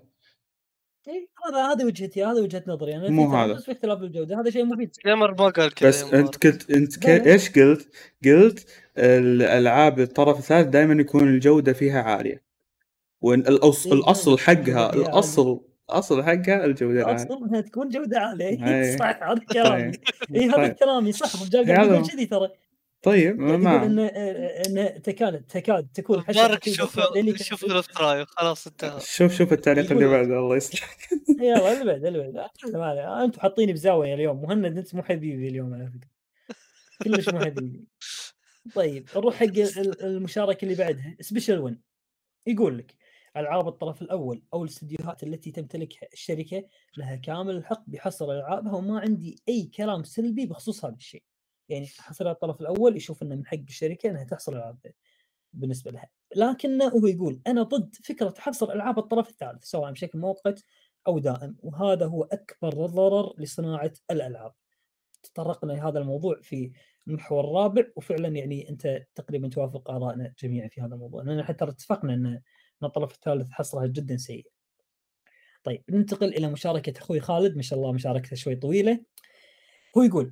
Speaker 1: هذا وجهتي، هذا وجهة نظري انا.
Speaker 3: مو
Speaker 1: في
Speaker 3: هذا
Speaker 1: تنافس في اختلاف الجوده، هذا شيء مفيد.
Speaker 2: جيمر ما قال كذا.
Speaker 3: بس انت ايش قلت الالعاب الطرف الثالث دائما يكون الجوده فيها عاليه، وان الاصل حقها الاصل حقها الجوده العاليه،
Speaker 1: الاصل انها تكون جوده عاليه.
Speaker 3: أي.
Speaker 1: صح، هذا كلامي. اي هذا كلامي صح. الرجال قاعد يقول كذي ترى.
Speaker 3: طيب
Speaker 1: يقول ان تكاد تكون
Speaker 2: بارك. شوف الافتراء خلاص انتهى.
Speaker 3: شوف التعليق اللي بعده الله يصلحك.
Speaker 1: يلا اللي بعد انتم حاطيني بزاويه اليوم. مهند انت مو حبيبي اليوم على فكره، كلش مو حبيبي. طيب نروح حق المشاركه اللي بعدها. سبيشال 1 يقول لك العاب الطرف الاول او الاستديوهات التي تمتلكها الشركه لها كامل الحق بحصر العابها، وما عندي اي كلام سلبي بخصوص هذا الشيء. يعني حصر الطرف الاول يشوف انه من حق الشركه انها تحصر العابها بالنسبه لها، لكنه هو يقول انا ضد فكره حصر العاب الطرف الثالث سواء بشكل مؤقت او دائم، وهذا هو اكبر ضرر لصناعه الالعاب. تطرقنا لهذا الموضوع في المحور الرابع، وفعلا يعني انت تقريبا توافق ارائنا جميعا في هذا الموضوع، لان حتى اتفقنا ان الطرف الثالث حصرها جدا سيء. طيب ننتقل الى مشاركه اخوي خالد، ما شاء الله مشاركته شوي طويله. هو يقول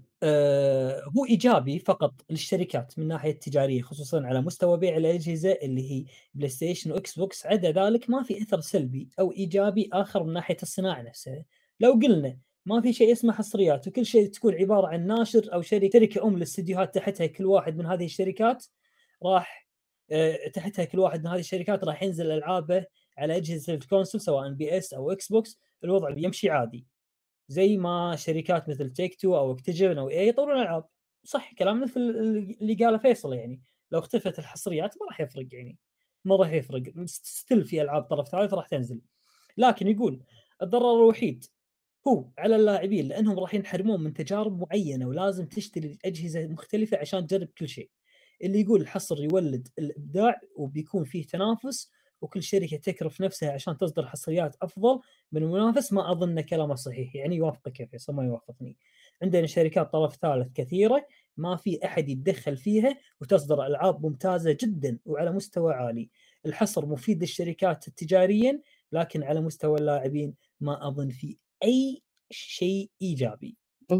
Speaker 1: هو ايجابي فقط للشركات من ناحيه تجاريه، خصوصا على مستوى بيع الاجهزه اللي هي بلاي ستيشن واكس بوكس. عدا ذلك ما في اثر سلبي او ايجابي اخر من ناحيه الصناعه نفسها. لو قلنا ما في شيء اسمه حصريات وكل شيء تكون عباره عن ناشر او شركه للاستديوهات تحتها كل واحد من هذه الشركات راح تحتها كل واحد من هذه الشركات راح ينزل العابه على اجهزه الكونسول سواء بي اس او اكس بوكس. الوضع بيمشي عادي زي ما شركات مثل تيك تو او اكتيجن او اي يطورون العاب. صح كلام مثل اللي قاله فيصل، يعني لو اختفت الحصريات ما راح يفرق، يعني ما راح يفرق، ستيل في العاب طرف ثالث راح تنزل. لكن يقول الضرر الوحيد هو على اللاعبين لانهم راح ينحرمون من تجارب معينه، ولازم تشتري اجهزه مختلفه عشان تجرب كل شيء. اللي يقول الحصر يولد الابداع وبيكون فيه تنافس، وكل شركه تكرف نفسها عشان تصدر حصريات افضل من المنافس، ما اظن كلامه صحيح. يعني يوافقك يا فيصل ما يوافقني. عندنا شركات طرف ثالث كثيرة ما في أحد يتدخل فيها وتصدر ألعاب ممتازة جدا وعلى مستوى عالي. الحصر مفيد للشركات تجاريا، لكن على مستوى اللاعبين ما أظن في أي شيء إيجابي.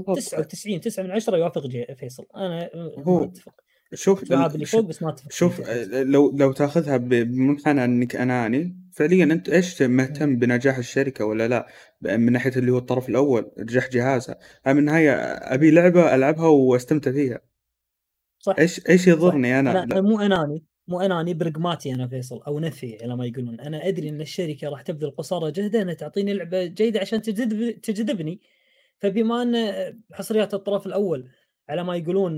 Speaker 1: 99.9 يوافق فيصل. أنا ما أتفق.
Speaker 3: شوف
Speaker 1: الألعاب اللي فوق بس ما أتفق.
Speaker 3: شوف لو تاخذها بمنحنى انك اناني فعليا، انت ايش مهتم بنجاح الشركه ولا لا؟ من ناحيه اللي هو الطرف الاول نجاح جهازها، انا من النهايه ابي لعبه العبها واستمتع فيها.
Speaker 1: صح.
Speaker 3: ايش يضرني
Speaker 1: أنا
Speaker 3: لا.
Speaker 1: مو اناني برقماتي انا فيصل او نفي على ما يقولون. انا ادري ان الشركه راح تبذل قصارى جهدها انها تعطيني لعبه جيده عشان تجذبني. فبما ان حصريات الطرف الاول على ما يقولون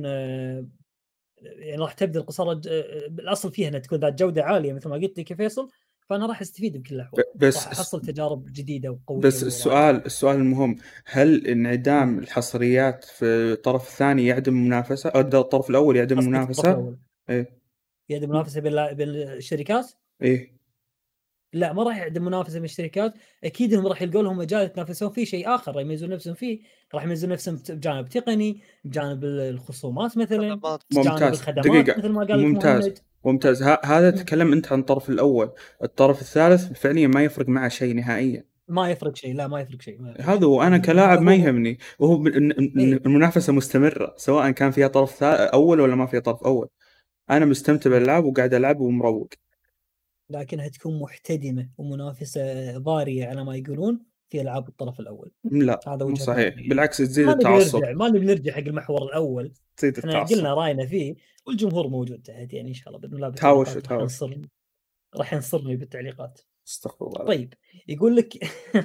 Speaker 1: يعني راح تبذل قصارى الاصل فيها انها تكون ذات جوده عاليه مثل ما قلت لك يا فيصل، فانا راح استفيد بكل الاحوال.
Speaker 3: بس
Speaker 1: راح احصل تجارب جديده وقويه.
Speaker 3: بس السؤال المهم، هل انعدام الحصريات في الطرف الثاني يعدم المنافسه او الطرف الاول يعدم المنافسه؟
Speaker 1: ايه يعدم منافسه بين الشركات؟
Speaker 3: ايه
Speaker 1: لا ما راح يعدم منافسه بين الشركات. اكيد هم راح يلقوا لهم مجال يتنافسون فيه، شيء اخر راح يميزون نفسهم فيه. راح يميزون نفسهم بجانب تقني، بجانب الخصومات مثلا، بجانب الخدمات
Speaker 3: دقيقة.
Speaker 1: مثل ما قال
Speaker 3: ممتاز. هذا تكلم انت عن الطرف الاول. الطرف الثالث فعليا ما يفرق معه شيء نهائيا.
Speaker 1: ما يفرق شيء. لا ما يفرق شيء.
Speaker 3: هذا وانا كلاعب ما يهمني، وهو المنافسه مستمره سواء كان فيها طرف اول ولا ما فيها طرف اول. انا مستمتع بالالعاب وقاعد العب ومروق،
Speaker 1: لكنها تكون محتدمه ومنافسه ضاريه على ما يقولون في العاب الطرف الاول.
Speaker 3: لا
Speaker 1: هذا
Speaker 3: مو صحيح، بالعكس تزيد
Speaker 1: ما
Speaker 3: التعصب.
Speaker 1: ما نبي نرجع حق المحور الاول.
Speaker 3: تزيد
Speaker 1: احنا
Speaker 3: التعصب.
Speaker 1: قلنا راينا فيه والجمهور موجود تحت، يعني ان شاء الله باذن الله
Speaker 3: تهاوش
Speaker 1: راح ينصرني بالتعليقات.
Speaker 3: استغفر الله.
Speaker 1: طيب يقول لك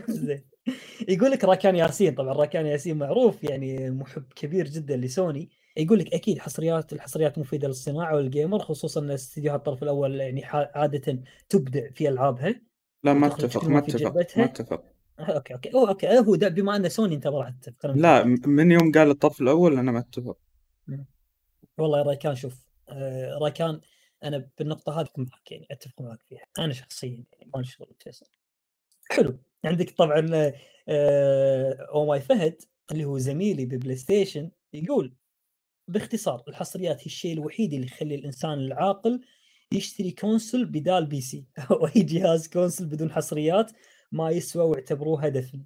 Speaker 1: يقول لك راكان ياسين. طبعا راكان ياسين معروف يعني محب كبير جدا لسوني. يقول لك اكيد الحصريات مفيده للصناعه والجيمر، خصوصا ان استديوهات الطرف الاول يعني عاده تبدع في العابها.
Speaker 3: لا ما اتفق.
Speaker 1: اوكي هو ده بما ان سوني انت ما راح تتفق.
Speaker 3: لا من يوم قال الطرف الاول انا ما اتفق.
Speaker 1: والله يا راكان شوف راكان انا بالنقطه هذه معك، يعني اتفق معك فيها انا شخصيا، يعني ما شغل فيصل. حلو. عندك طبعا او ماي فهد اللي هو زميلي ببلاي ستيشن يقول باختصار الحصريات هي الشيء الوحيد اللي يخلي الانسان العاقل يشتري كونسول بدال بي سي او اي جهاز. كونسول بدون حصريات ما يسوى واعتبروه دفن.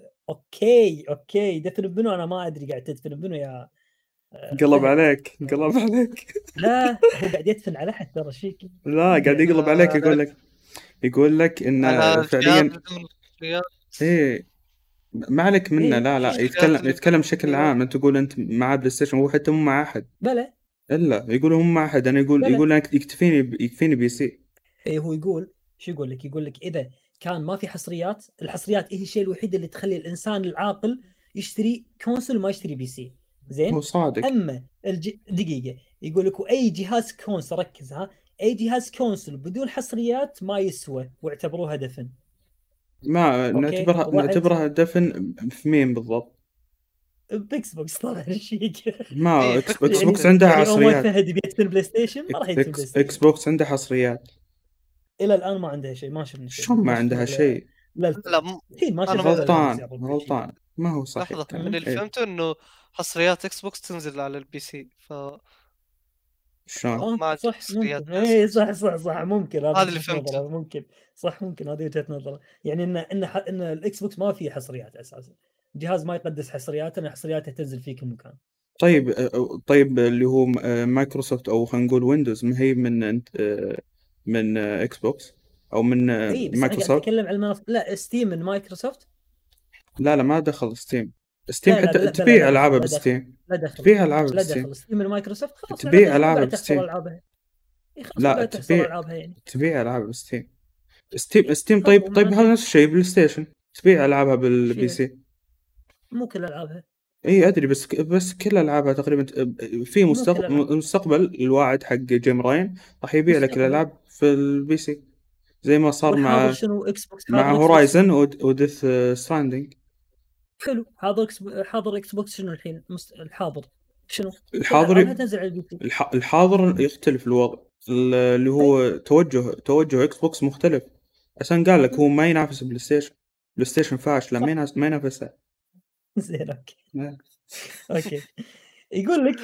Speaker 1: اوكي دفن بنو. انا ما ادري قاعد تدفن بنو يا
Speaker 3: قلب عليك.
Speaker 1: لا هو قاعد يدفن على حد ترى شيك.
Speaker 3: لا قاعد يقلب عليك. يقول لك ان فعليا ايه ما عليك منه. لا يتكلم بشكل عام. انت تقول انت مع بلاي ستيشن وهو حتى مو مع احد.
Speaker 1: بلى
Speaker 3: الا يقول هم مع احد. انا يقول لك يكتفيني بي سي.
Speaker 1: ايه هو يقول شو يقول لك اذا كان ما في حصريات، الحصريات هي الشيء الوحيد اللي تخلي الانسان العاقل يشتري كونسول ما يشتري بي سي. زين
Speaker 3: هو صادق.
Speaker 1: اما دقيقه يقول لك اي جهاز كونسول، ركز اي جهاز كونسول بدون حصريات ما يسوى واعتبروها دفن.
Speaker 3: ما نعتبرها دفن في مين بالضبط؟
Speaker 1: باكس بوكس طبعا شيك.
Speaker 3: ما اكس بوكس عنده حصريات.
Speaker 1: فهد بيدفن بلاي ستيشن ما راح يدفن بلاي ستيشن.
Speaker 3: اكس بوكس عنده حصريات
Speaker 1: الى الان ما عندها شيء. ما شفنا شيء.
Speaker 3: شو ما عندها شيء؟
Speaker 1: لا
Speaker 2: ما
Speaker 3: غلطان. ما هو صحيح.
Speaker 2: لحظة من اللي فهمته انه حصريات اكس بوكس تنزل على البي سي
Speaker 3: شلون؟
Speaker 1: ما صح ممكن. اي صح ممكن.
Speaker 2: هذا اللي فهمته.
Speaker 1: ممكن صح. ممكن هذه وجهة نظره. يعني ان الاكس بوكس ما فيه حصريات اساسا. الجهاز ما يقدس حصرياته، ان حصرياته تنزل في كل مكان.
Speaker 3: طيب اللي هو مايكروسوفت او خلينا نقول ويندوز ما هي من اكس بوكس او من مايكروسوفت.
Speaker 1: اتكلم عن لا ستيم من مايكروسوفت.
Speaker 3: لا ما دخل ستيم حتى تبيع العابها بستيم. تبيع العابها بستيم.
Speaker 1: ستيم من مايكروسوفت خلاص
Speaker 3: تبيع العابها بستيم.
Speaker 1: لا
Speaker 3: تبيع العابها بستيم. ستيم طيب هذا نفس الشيء بلاي ستيشن. تبيع العابها بالبي سي.
Speaker 1: مو كل العابها.
Speaker 3: اي ادري بس كل العابها تقريبا في مستقبل الواعد حق جيم راين راح يبيع لك الالعاب في البي سي زي ما صار مع هورايزن وديث ستراندينج.
Speaker 1: حلو. حاضر اكس بوكس شنو الحين الحاضر شنو؟
Speaker 3: الحاضر يختلف الوضع. اللي هو توجه اكس بوكس مختلف. عشان قال لك هو ما ينافس بلاي ستيشن فاشل. ما ينافسها.
Speaker 1: زين اوكي. اوكي يقول لك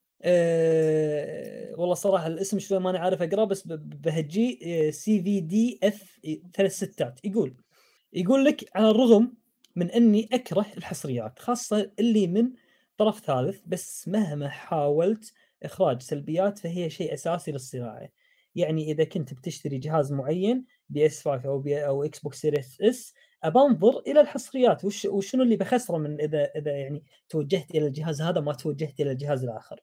Speaker 1: والله صراحه الاسم شوي ماني عارف اقرا بس بهجي CVDF 3 يقول لك على الرغم من اني اكره الحصريات خاصه اللي من طرف ثالث، بس مهما حاولت اخراج سلبيات فهي شيء اساسي للصناعه. يعني اذا كنت بتشتري جهاز معين PS5 او اكس بوكس سيريس اس، ابنظر الى الحصريات وشنو اللي بخسره من اذا يعني توجهت الى الجهاز هذا ما توجهت الى الجهاز الاخر.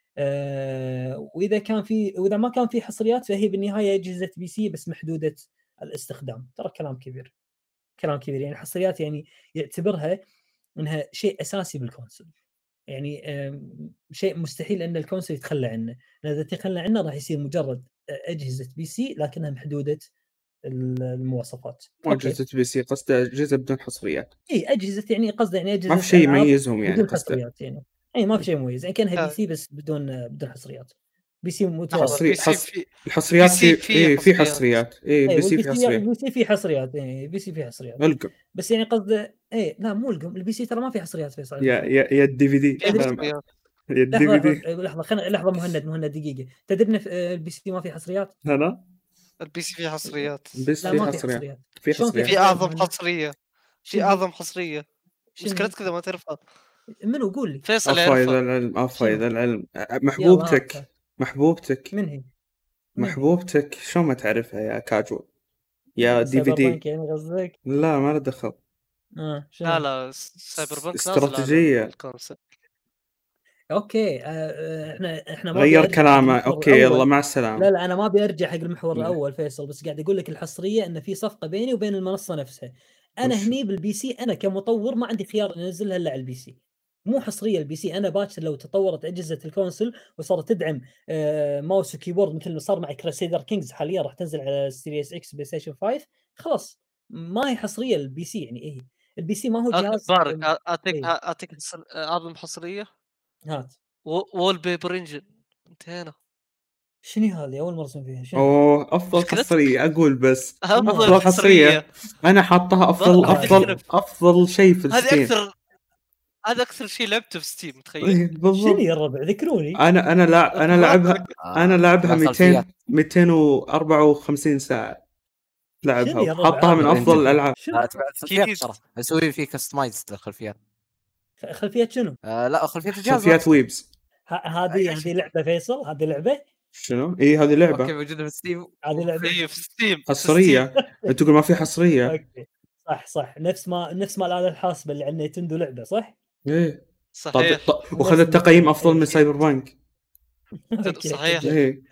Speaker 1: واذا ما كان في حصريات فهي بالنهايه اجهزه بي سي بس محدوده الاستخدام. ترى كلام كبير يعني الحصريات يعني يعتبرها انها شيء اساسي بالكونسول، يعني شيء مستحيل ان الكونسول يتخلى عنه، لان اذا تخلى عنه راح يصير مجرد اجهزه بي سي لكنها محدوده المواصفات.
Speaker 3: اجهزه بي سي قصده اجهزه بدون حصريات.
Speaker 1: اي اجهزه يعني قصده يعني اجهزه
Speaker 3: ما في شيء يميزهم يعني
Speaker 1: بدون
Speaker 3: قصده.
Speaker 1: حصريات يعني اي ما في شيء مميز يعني كانها بي سي بس بدون حصريات. بي سي
Speaker 3: الحصريات في حصريات
Speaker 1: اي
Speaker 3: بي سي في حصريات
Speaker 1: البي سي في حصريات اي بي سي في حصريات
Speaker 3: القم.
Speaker 1: بس يعني قصده اي لا مو القم، البي سي ترى ما في حصريات فيصل.
Speaker 3: يا الدي في دي يا الدي في دي.
Speaker 1: لحظه مهند دقيقه، تدري ان البي سي ما في حصريات؟
Speaker 3: انا
Speaker 2: البي سي فيه حصريات
Speaker 3: بس في حصريات
Speaker 2: في اعظم حصريه في اعظم حصريه مشكلتك كذا ما تعرفها.
Speaker 1: منو قول لي؟
Speaker 2: فيصل
Speaker 3: يعرفها. العلم محبوبتك
Speaker 1: من هي؟
Speaker 3: محبوبتك شو ما تعرفها يا كاجوال يا دي في دي
Speaker 1: يعني قصدك؟
Speaker 3: لا ما له دخل.
Speaker 2: لا سايبر بانك
Speaker 3: استراتيجيه.
Speaker 1: اوكي احنا ما
Speaker 3: غير كلامه. اوكي يلا مع السلامه.
Speaker 1: لا انا ما ابي ارجع حق المحور الاول فيصل، بس قاعد اقول لك الحصريه ان في صفقه بيني وبين المنصه نفسها. انا هني بالبي سي انا كمطور ما عندي خيار انزلها الا على البي سي، مو حصريه البي سي. انا باكر لو تطورت اجهزه الكونسول وصارت تدعم ماوس وكيبورد مثل ما صار مع كراسيدر كينجز حاليا راح تنزل على سيريس اكس بلاي ستيشن 5 خلاص ما هي حصريه البي سي. يعني ايه البي سي ما هو جهاز
Speaker 2: بارك اعطيك اعظم حصريه.
Speaker 1: هات
Speaker 2: وول بيبر انجن انتهينا.
Speaker 1: شنو هذه اول مره اسمع فيها؟
Speaker 3: اوه افضل حصريه اقول بس
Speaker 2: افضل حصريه
Speaker 3: انا حاطها افضل شيء في الستيم.
Speaker 2: هذا اكثر شيء لعبته في ستيم تخيل.
Speaker 1: شنو يا الربع ذكروني.
Speaker 3: انا لعبها 254 ساعه لعبها حطها من افضل الالعاب.
Speaker 4: اسوي فيه كستمايز الخلفيات.
Speaker 1: خلفيات شنو؟
Speaker 4: لا خلفيات الجهاز.
Speaker 3: خلفيات ويبز.
Speaker 1: هذه لعبه فيصل، هذه لعبه
Speaker 3: شنو؟ هذه لعبه
Speaker 4: اوكي موجوده في ستيم.
Speaker 1: هذه لعبه
Speaker 2: في ستيم
Speaker 3: حصريه. انت تقول ما في حصريه.
Speaker 1: اوكي صح نفس ما الاله الحاسبه اللي على نينتندو لعبه صح؟
Speaker 3: ايه
Speaker 2: صحيح.
Speaker 3: وخذت تقييم افضل من سايبر بانك.
Speaker 2: صحيح.
Speaker 3: ايه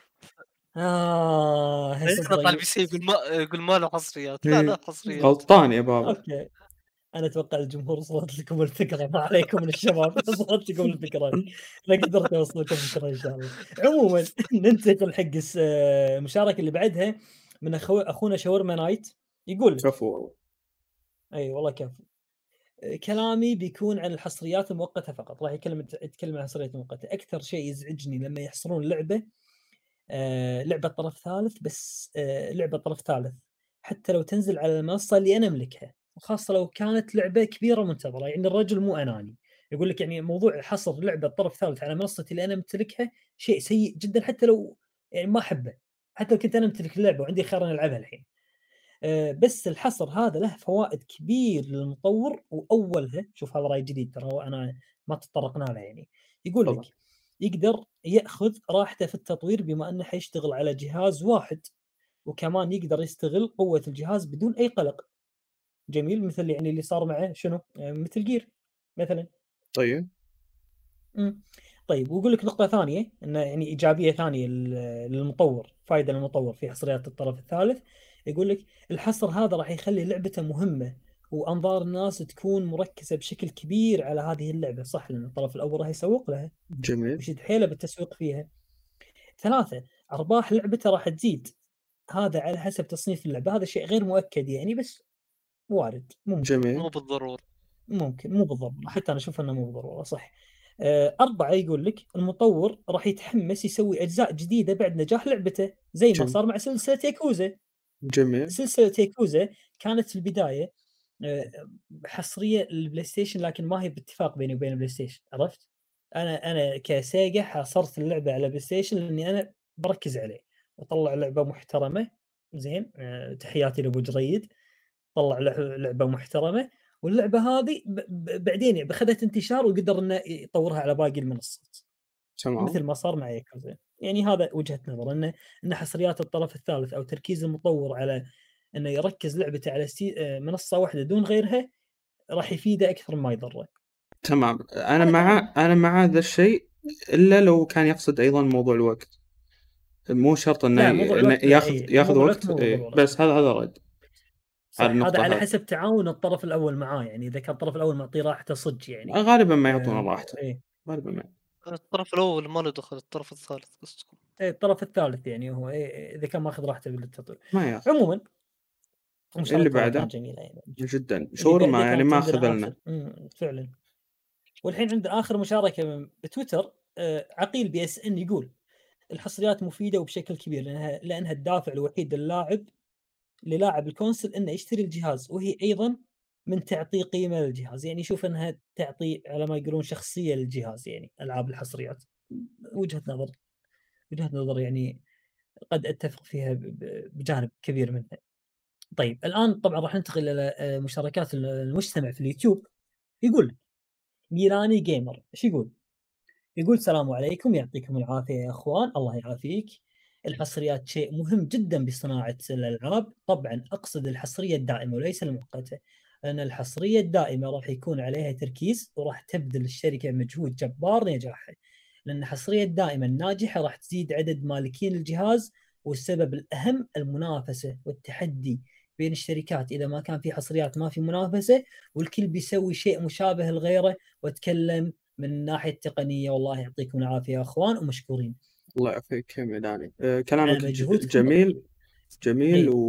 Speaker 2: يقطع البي سي يقول ما له حصريات. لا حصريات.
Speaker 3: غلطان يا بابا.
Speaker 1: اوكي انا اتوقع الجمهور وصلت لكم الفكره، ما عليكم من الشباب وصلت لكم الفكره، انا قدرت اوصل لكم الفكره ان شاء الله. عموما ننتقل حق المشاركه اللي بعدها من اخونا شاورما نايت. يقول
Speaker 3: كفو.
Speaker 1: اي والله كفو. كلامي بيكون عن الحصريات المؤقته فقط، راح يتكلم عن الحصريات المؤقته. اكثر شيء يزعجني لما يحصرون لعبه لعبه طرف ثالث، بس لعبه طرف ثالث حتى لو تنزل على المنصه اللي انا املكها، وخاصه لو كانت لعبه كبيره منتظره. يعني الرجل مو اناني، يقول لك يعني موضوع حصر لعبه طرف ثالث على منصتي اللي انا امتلكها شيء سيء جدا، حتى لو يعني ما احبه، حتى لو كنت انا امتلك اللعبه وعندي خيار ان العبها الحين. بس الحصر هذا له فوائد كبير للمطور، واولها شوف هذا راي جديد ترى انا ما تطرقنا له. يعني يقول لك يقدر ياخذ راحته في التطوير بما انه حيشتغل على جهاز واحد، وكمان يقدر يستغل قوه الجهاز بدون اي قلق. جميل، مثل يعني اللي صار معه شنو يعني مثل جير مثلا.
Speaker 3: طيب
Speaker 1: ويقول لك نقطه ثانيه انه يعني ايجابيه ثانيه للمطور، فائده للمطور في حصريات الطرف الثالث. يقول لك الحصر هذا راح يخلي لعبته مهمه وانظار الناس تكون مركزه بشكل كبير على هذه اللعبه، صح، لان الطرف الاول راح يسوق لها.
Speaker 3: جميل.
Speaker 1: ويشد حيله بالتسويق فيها. 3 ارباح لعبته راح تزيد، هذا على حسب تصنيف اللعبه، هذا شيء غير مؤكد يعني بس وارد ممكن.
Speaker 3: جميل.
Speaker 2: مو بالضروره،
Speaker 1: ممكن مو بالضروره، حتى انا اشوف انه مو بالضروره صح. 4 يقول لك المطور راح يتحمس يسوي اجزاء جديده بعد نجاح لعبته، زي ما صار مع سلسله ياكوزا.
Speaker 3: جميل.
Speaker 1: سلسله ياكوزا كانت في البدايه حصريه للبلاي ستيشن، لكن ما هي باتفاق بيني وبين البلاي ستيشن. عرفت؟ انا كسيجا حصرت اللعبه على بلاي ستيشن لاني انا بركز عليه وطلع لعبه محترمه. زين، تحياتي لابو جريد، طلع لعبه محترمه. واللعبه هذه بعدين يعني اخذت انتشار وقدر انه يطورها على باقي المنصات مثل ما صار مع ياكوزا. يعني هذا وجهه نظر، ان حصريات الطرف الثالث او تركيز المطور على انه يركز لعبته على منصه واحده دون غيرها راح يفيده اكثر ما يضره.
Speaker 3: تمام، انا مع هذا الشيء، الا لو كان يقصد ايضا موضوع الوقت. مو شرط انه ياخذ وقت. بس هذا رد
Speaker 1: هذا على حسب تعاون الطرف الاول معاه. يعني اذا كان الطرف الاول معطيه راحته صدق، يعني
Speaker 3: غالبا ما يعطونه راحته. غالبا ما.
Speaker 2: الطرف الاول ما له دخل، الطرف الثالث قصدكم؟
Speaker 1: الطرف الثالث يعني هو اذا كان ماخذ راحته بالتطوير.
Speaker 3: ما ياخذ.
Speaker 1: عموما
Speaker 3: اللي بعده
Speaker 1: جميله يعني
Speaker 3: جدا شاورما، يعني ما خذلنا
Speaker 1: فعلا. والحين عند اخر مشاركه بتويتر، عقيل بي اس ان يقول الحصريات مفيده وبشكل كبير لانها الدافع الوحيد للاعب الكونسل انه يشتري الجهاز، وهي ايضا من تعطي قيمه للجهاز. يعني يشوف انها تعطي على ما يقولون شخصيه للجهاز. يعني العاب الحصريات وجهه نظر يعني قد اتفق فيها بجانب كبير منها. طيب الان طبعا راح ننتقل الى مشاركات المجتمع في اليوتيوب. يقول ميراني جيمر ايش يقول السلام عليكم، يعطيكم العافيه يا اخوان. الله يعافيك. الحصريات شيء مهم جدا بصناعه الالعاب. طبعا اقصد الحصريه الدائمه وليس المؤقته، لان الحصريه الدائمه راح يكون عليها تركيز وراح تبذل الشركه مجهود جبار لنجاحها، لان الحصريه الدائمه الناجحه راح تزيد عدد مالكين الجهاز. والسبب الاهم المنافسه والتحدي بين الشركات. اذا ما كان في حصريات ما في منافسه، والكل بيسوي شيء مشابه لغيره. واتكلم من الناحيه التقنيه. والله يعطيكم العافيه يا اخوان ومشكورين.
Speaker 3: الله يعافيك يا ميلاني. كلامك جميل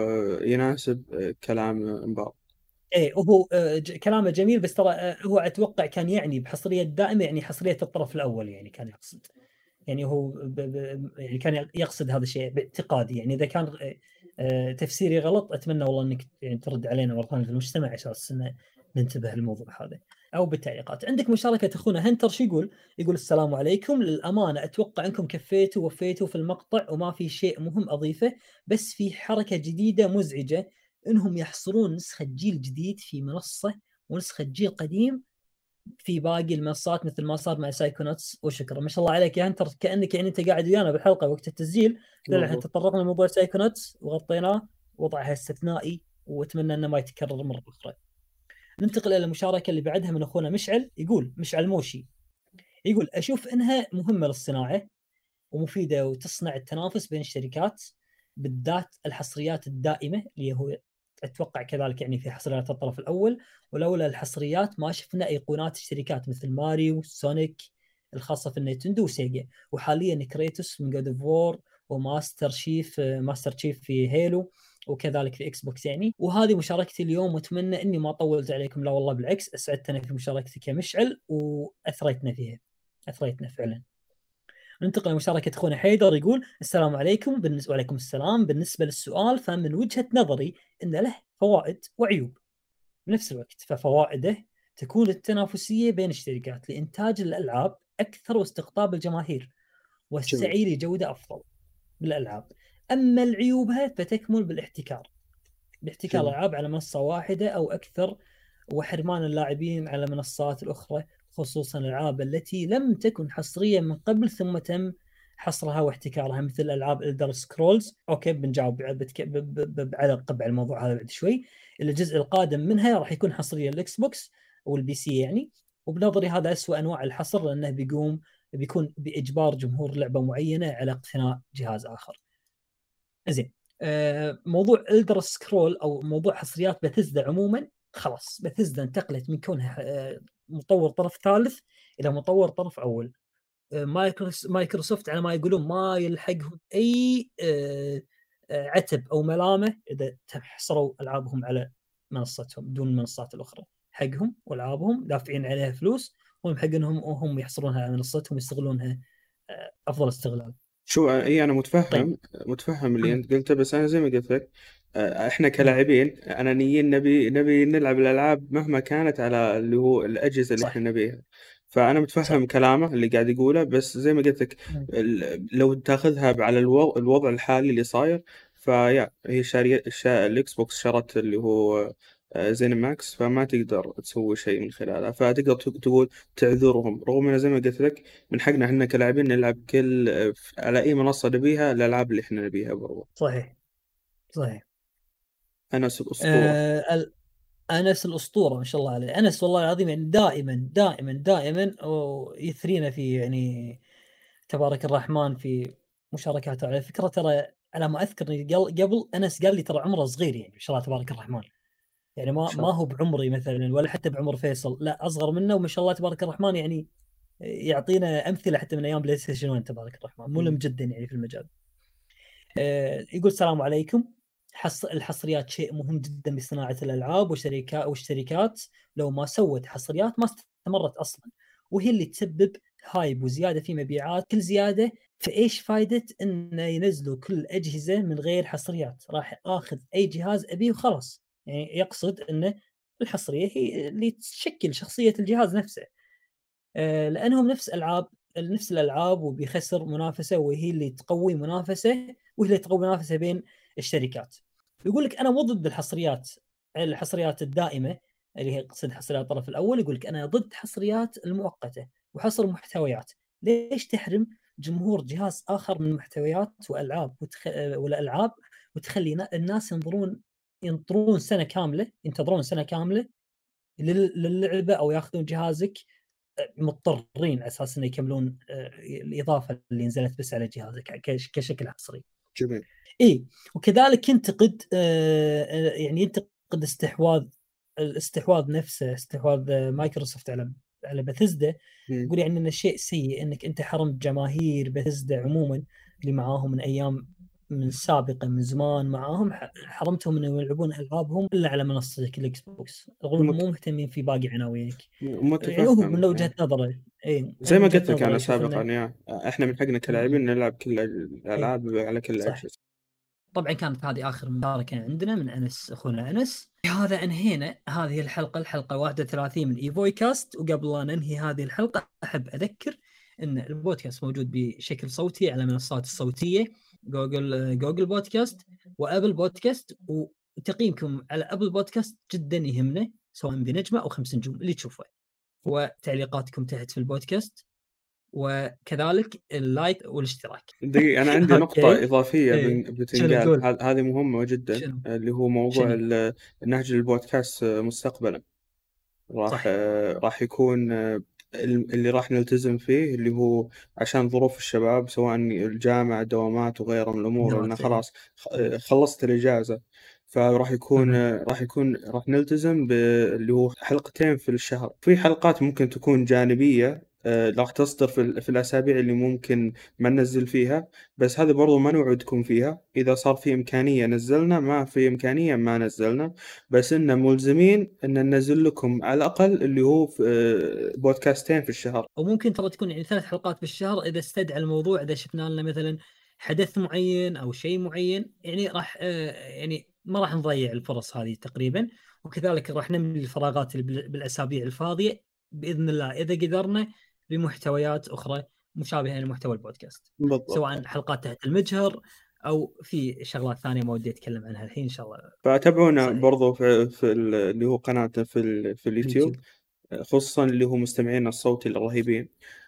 Speaker 3: ويناسب كلام انبار.
Speaker 1: وهو كلامه جميل، بس ترى هو اتوقع كان يعني بحصريه دائمه، يعني حصريه الطرف الاول يعني كان يقصد. يعني هو يعني كان يقصد هذا الشيء باعتقادي. يعني اذا كان تفسيري غلط اتمنى والله انك يعني ترد علينا مره ثانيه في المجتمع عشان ننتبه للموضوع هذا او بالتعليقات. عندك مشاركه اخونا هنتر شو يقول السلام عليكم. للامانه اتوقع انكم كفيتوا ووفيتوا في المقطع وما في شيء مهم اضيفه، بس في حركه جديده مزعجه انهم يحصرون نسخه جيل جديد في منصه ونسخه جيل قديم في باقي المنصات مثل ما صار مع سايكونوتس. وشكرا ما شاء الله عليك يا هنتر، كانك يعني انت قاعد ويانا بالحلقه وقت التسجيل. الحين تطرقنا لموضوع سايكونوتس وغطيناه وضعها استثنائي، واتمنى انه ما يتكرر مره اخرى. ننتقل الى المشاركه اللي بعدها من اخونا مشعل. يقول مشعل موشي يقول اشوف انها مهمه للصناعه ومفيده وتصنع التنافس بين الشركات، بالذات الحصريات الدائمه اللي هو اتوقع كذلك يعني في حصريات الطرف الاول. ولولا الحصريات ما شفنا ايقونات الشركات مثل ماريو، سونيك الخاصه في النينتندو وسيجا، وحاليا كريتوس من جود اوف وور، وماستر شيف في هيلو، وكذلك في اكس بوكس يعني. وهذه مشاركتي اليوم، واتمنى اني ما طولت عليكم. لا والله بالعكس، اسعدتنا في مشاركتك يا مشعل واثريتنا فعلا. ننتقل لمشاركة أخونا حيدر. يقول السلام عليكم. وعليكم السلام. بالنسبة للسؤال، فمن وجهة نظري أن له فوائد وعيوب بنفس الوقت. ففوائده تكون التنافسية بين الشركات لإنتاج الألعاب أكثر واستقطاب الجماهير والسعي لجودة أفضل بالألعاب. أما العيوبها فتكمن بالاحتكار الألعاب على منصة واحدة أو أكثر، وحرمان اللاعبين على المنصات الأخرى، خصوصا الألعاب التي لم تكن حصرية من قبل ثم تم حصرها واحتكارها، مثل ألعاب إلدر سكرولز. أوكي بنجاوب على قبع الموضوع هذا بعد شوي. الجزء القادم منها راح يكون حصرية الإكس بوكس والبي سي يعني. وبنظري هذا أسوأ أنواع الحصر، لأنه بيكون بإجبار جمهور لعبة معينة على اقتناء جهاز آخر. زين، موضوع إلدر سكرول أو موضوع حصريات بثزدا عموما، خلاص بثزدا انتقلت من كونها مطور طرف ثالث إلى مطور طرف أول. مايكروسوفت على ما يقولون ما يلحقهم أي عتب أو ملامة إذا حصروا ألعابهم على منصتهم دون المنصات الأخرى. حقهم وألعابهم دافعين عليها فلوس، وهم حق أنهم يحصرونها على منصتهم ويستغلونها أفضل استغلال.
Speaker 3: شو اي انا
Speaker 1: طيب.
Speaker 3: متفهم اللي انت قلته، بس انا زي ما قلت لك احنا كلاعبين انانيين، نبي نلعب الالعاب مهما كانت على اللي هو الاجهزه اللي
Speaker 1: صح.
Speaker 3: احنا نبيها. فانا متفهم
Speaker 1: صح.
Speaker 3: كلامه اللي قاعد يقوله، بس زي ما قلت لك لو تاخذها على الوضع الحالي اللي صاير، فيا هي الاكس بوكس شرت اللي هو زين ماكس، فما تقدر تسوي شيء من خلالها، فتقدر تقول تعذرهم، رغم انه زي ما قلت لك من حقنا احنا كلاعبين نلعب على اي منصه نبيها الالعاب اللي احنا نبيها برضو.
Speaker 1: صحيح.
Speaker 3: انس الاسطوره.
Speaker 1: أنس الأسطورة ما شاء الله عليه. أنس والله العظيم يعني دائما ويثرينا في يعني تبارك الرحمن في مشاركاته. على فكرة ترى على ما أذكر قبل أنس قال لي ترى عمره صغير يعني ما شاء الله تبارك الرحمن، يعني ما هو بعمري مثلا ولا حتى بعمر فيصل، لا أصغر منه وما شاء الله تبارك الرحمن، يعني يعطينا أمثلة حتى من أيام بلاي ستيشن 1 تبارك الرحمن، ملم جدا يعني في المجال. يقول السلام عليكم. الحصريات شيء مهم جدا بصناعة الألعاب والشركات لو ما سوت حصريات ما استمرت أصلا، وهي اللي تسبب هايب وزيادة في مبيعات. كل زيادة فإيش فايدة إنه ينزلوا كل الأجهزة من غير حصريات؟ راح آخذ أي جهاز أبيه وخلاص. يعني يقصد إنه الحصرية هي اللي تشكل شخصية الجهاز نفسه، لأنهم نفس الألعاب وبيخسر منافسة، وهي اللي تقوي منافسة بين الشركات. يقول لك أنا مو ضد الحصريات الدائمة اللي هي قصد حصريات الطرف الأول. يقول لك أنا ضد حصريات المؤقتة وحصر محتويات. ليش تحرم جمهور جهاز آخر من محتويات والألعاب وتخلي الناس ينطرون سنة كاملة للعبة أو ياخذون جهازك مضطرين اساسا انه يكملون الاضافه اللي نزلت بس على جهازك كشكل حصري.
Speaker 3: جميل.
Speaker 1: وكذلك ينتقد يعني ينتقد الاستحواذ نفسه، استحواذ مايكروسوفت على بثزدا. يقول يعني انه شيء سيء انك انت حرمت جماهير بثزدا عموما اللي معاهم من ايام من سابقا من زمان معاهم، حرمتهم انهم يلعبون العابهم الا على منصتك الاكس بوكس، رغم انهم مو مهتمين في باقي عناوينك. يعني هو من وجهة نظره
Speaker 3: زي ما قلت لك انا سابقا احنا من حقنا كلاعبين نلعب كل الالعاب على كل الاجهزه.
Speaker 1: طبعا كانت هذه اخر مشاركه عندنا من انس اخونا انس. بهذا انهينا هذه الحلقه 31 من ايفوي كاست. وقبل لا ننهي هذه الحلقه احب اذكر ان البودكاست موجود بشكل صوتي على منصات الصوتيه جوجل بودكاست وابل بودكاست، وتقييمكم على ابل بودكاست جدا يهمنا، سواء بنجمه او 5 نجوم اللي تشوفه، وتعليقاتكم تحت في البودكاست، وكذلك اللايك والاشتراك.
Speaker 3: دقيقة أنا عندي نقطة إضافية بتنقال، هذه مهمة جدا، اللي هو موضوع النهج البودكاست مستقبلا راح يكون اللي راح نلتزم فيه، اللي هو عشان ظروف الشباب سواء الجامعة دوامات وغيرها من الأمور، أنا خلاص خلصت الإجازة، فراح يكون راح نلتزم باللي هو حلقتين في الشهر. في حلقات ممكن تكون جانبية راح تصدر في الأسابيع اللي ممكن ما ننزل فيها، بس هذا برضو ما نوعدكم فيها. إذا صار في إمكانية نزلنا، ما في إمكانية ما نزلنا، بس إننا ملزمين إن ننزل لكم على الأقل اللي هو في بودكاستين في الشهر.
Speaker 1: وممكن ترى تكون يعني 3 حلقات في الشهر إذا استدعى الموضوع، إذا شفنا لنا مثلا حدث معين أو شيء معين، يعني راح يعني ما راح نضيع الفرص هذه تقريبا. وكذلك راح نملي الفراغات بالأسابيع الفاضية بإذن الله إذا قدرنا بمحتويات أخرى مشابهة لمحتوى البودكاست
Speaker 3: بالضبط.
Speaker 1: سواء حلقات تحت المجهر أو في شغلات ثانية ما ودي أتكلم عنها الحين إن شاء الله.
Speaker 3: فتابعونا برضو في اللي هو قناتنا في اليوتيوب، خصوصا اللي هو مستمعين الصوتي الرهيبين،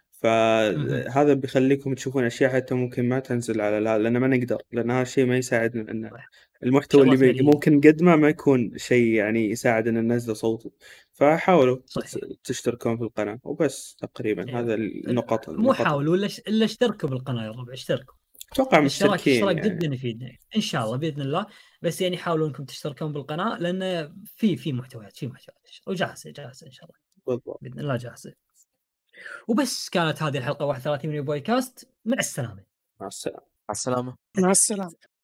Speaker 3: فهذا بيخليكم تشوفون أشياء حتى ممكن ما تنزل على لأن ما نقدر، لأن هذا الشيء ما يساعدنا إن المحتوى اللي ممكن قدمه ما يكون شيء يعني يساعد إن ننزله صوتي. فحاولوا تشتركون في القناة وبس، تقريبا هذا النقاط.
Speaker 1: مو حاولوا إلا اشتركوا بالقناة يا ربع، اشتركوا.
Speaker 3: أتوقع مشتركين
Speaker 1: الاشتراك يعني جدا يفيدنا إن شاء الله بإذن الله، بس يعني حاولوا إنكم تشتركون بالقناة لأن في محتويات وجاهزة إن شاء الله.
Speaker 3: بالضبط.
Speaker 1: بإذن الله جاهزة. وبس كانت هذه الحلقة 31 من بودكاست. مع السلامة.
Speaker 3: مع السلامة.
Speaker 4: مع السلامة.
Speaker 5: مع السلامة.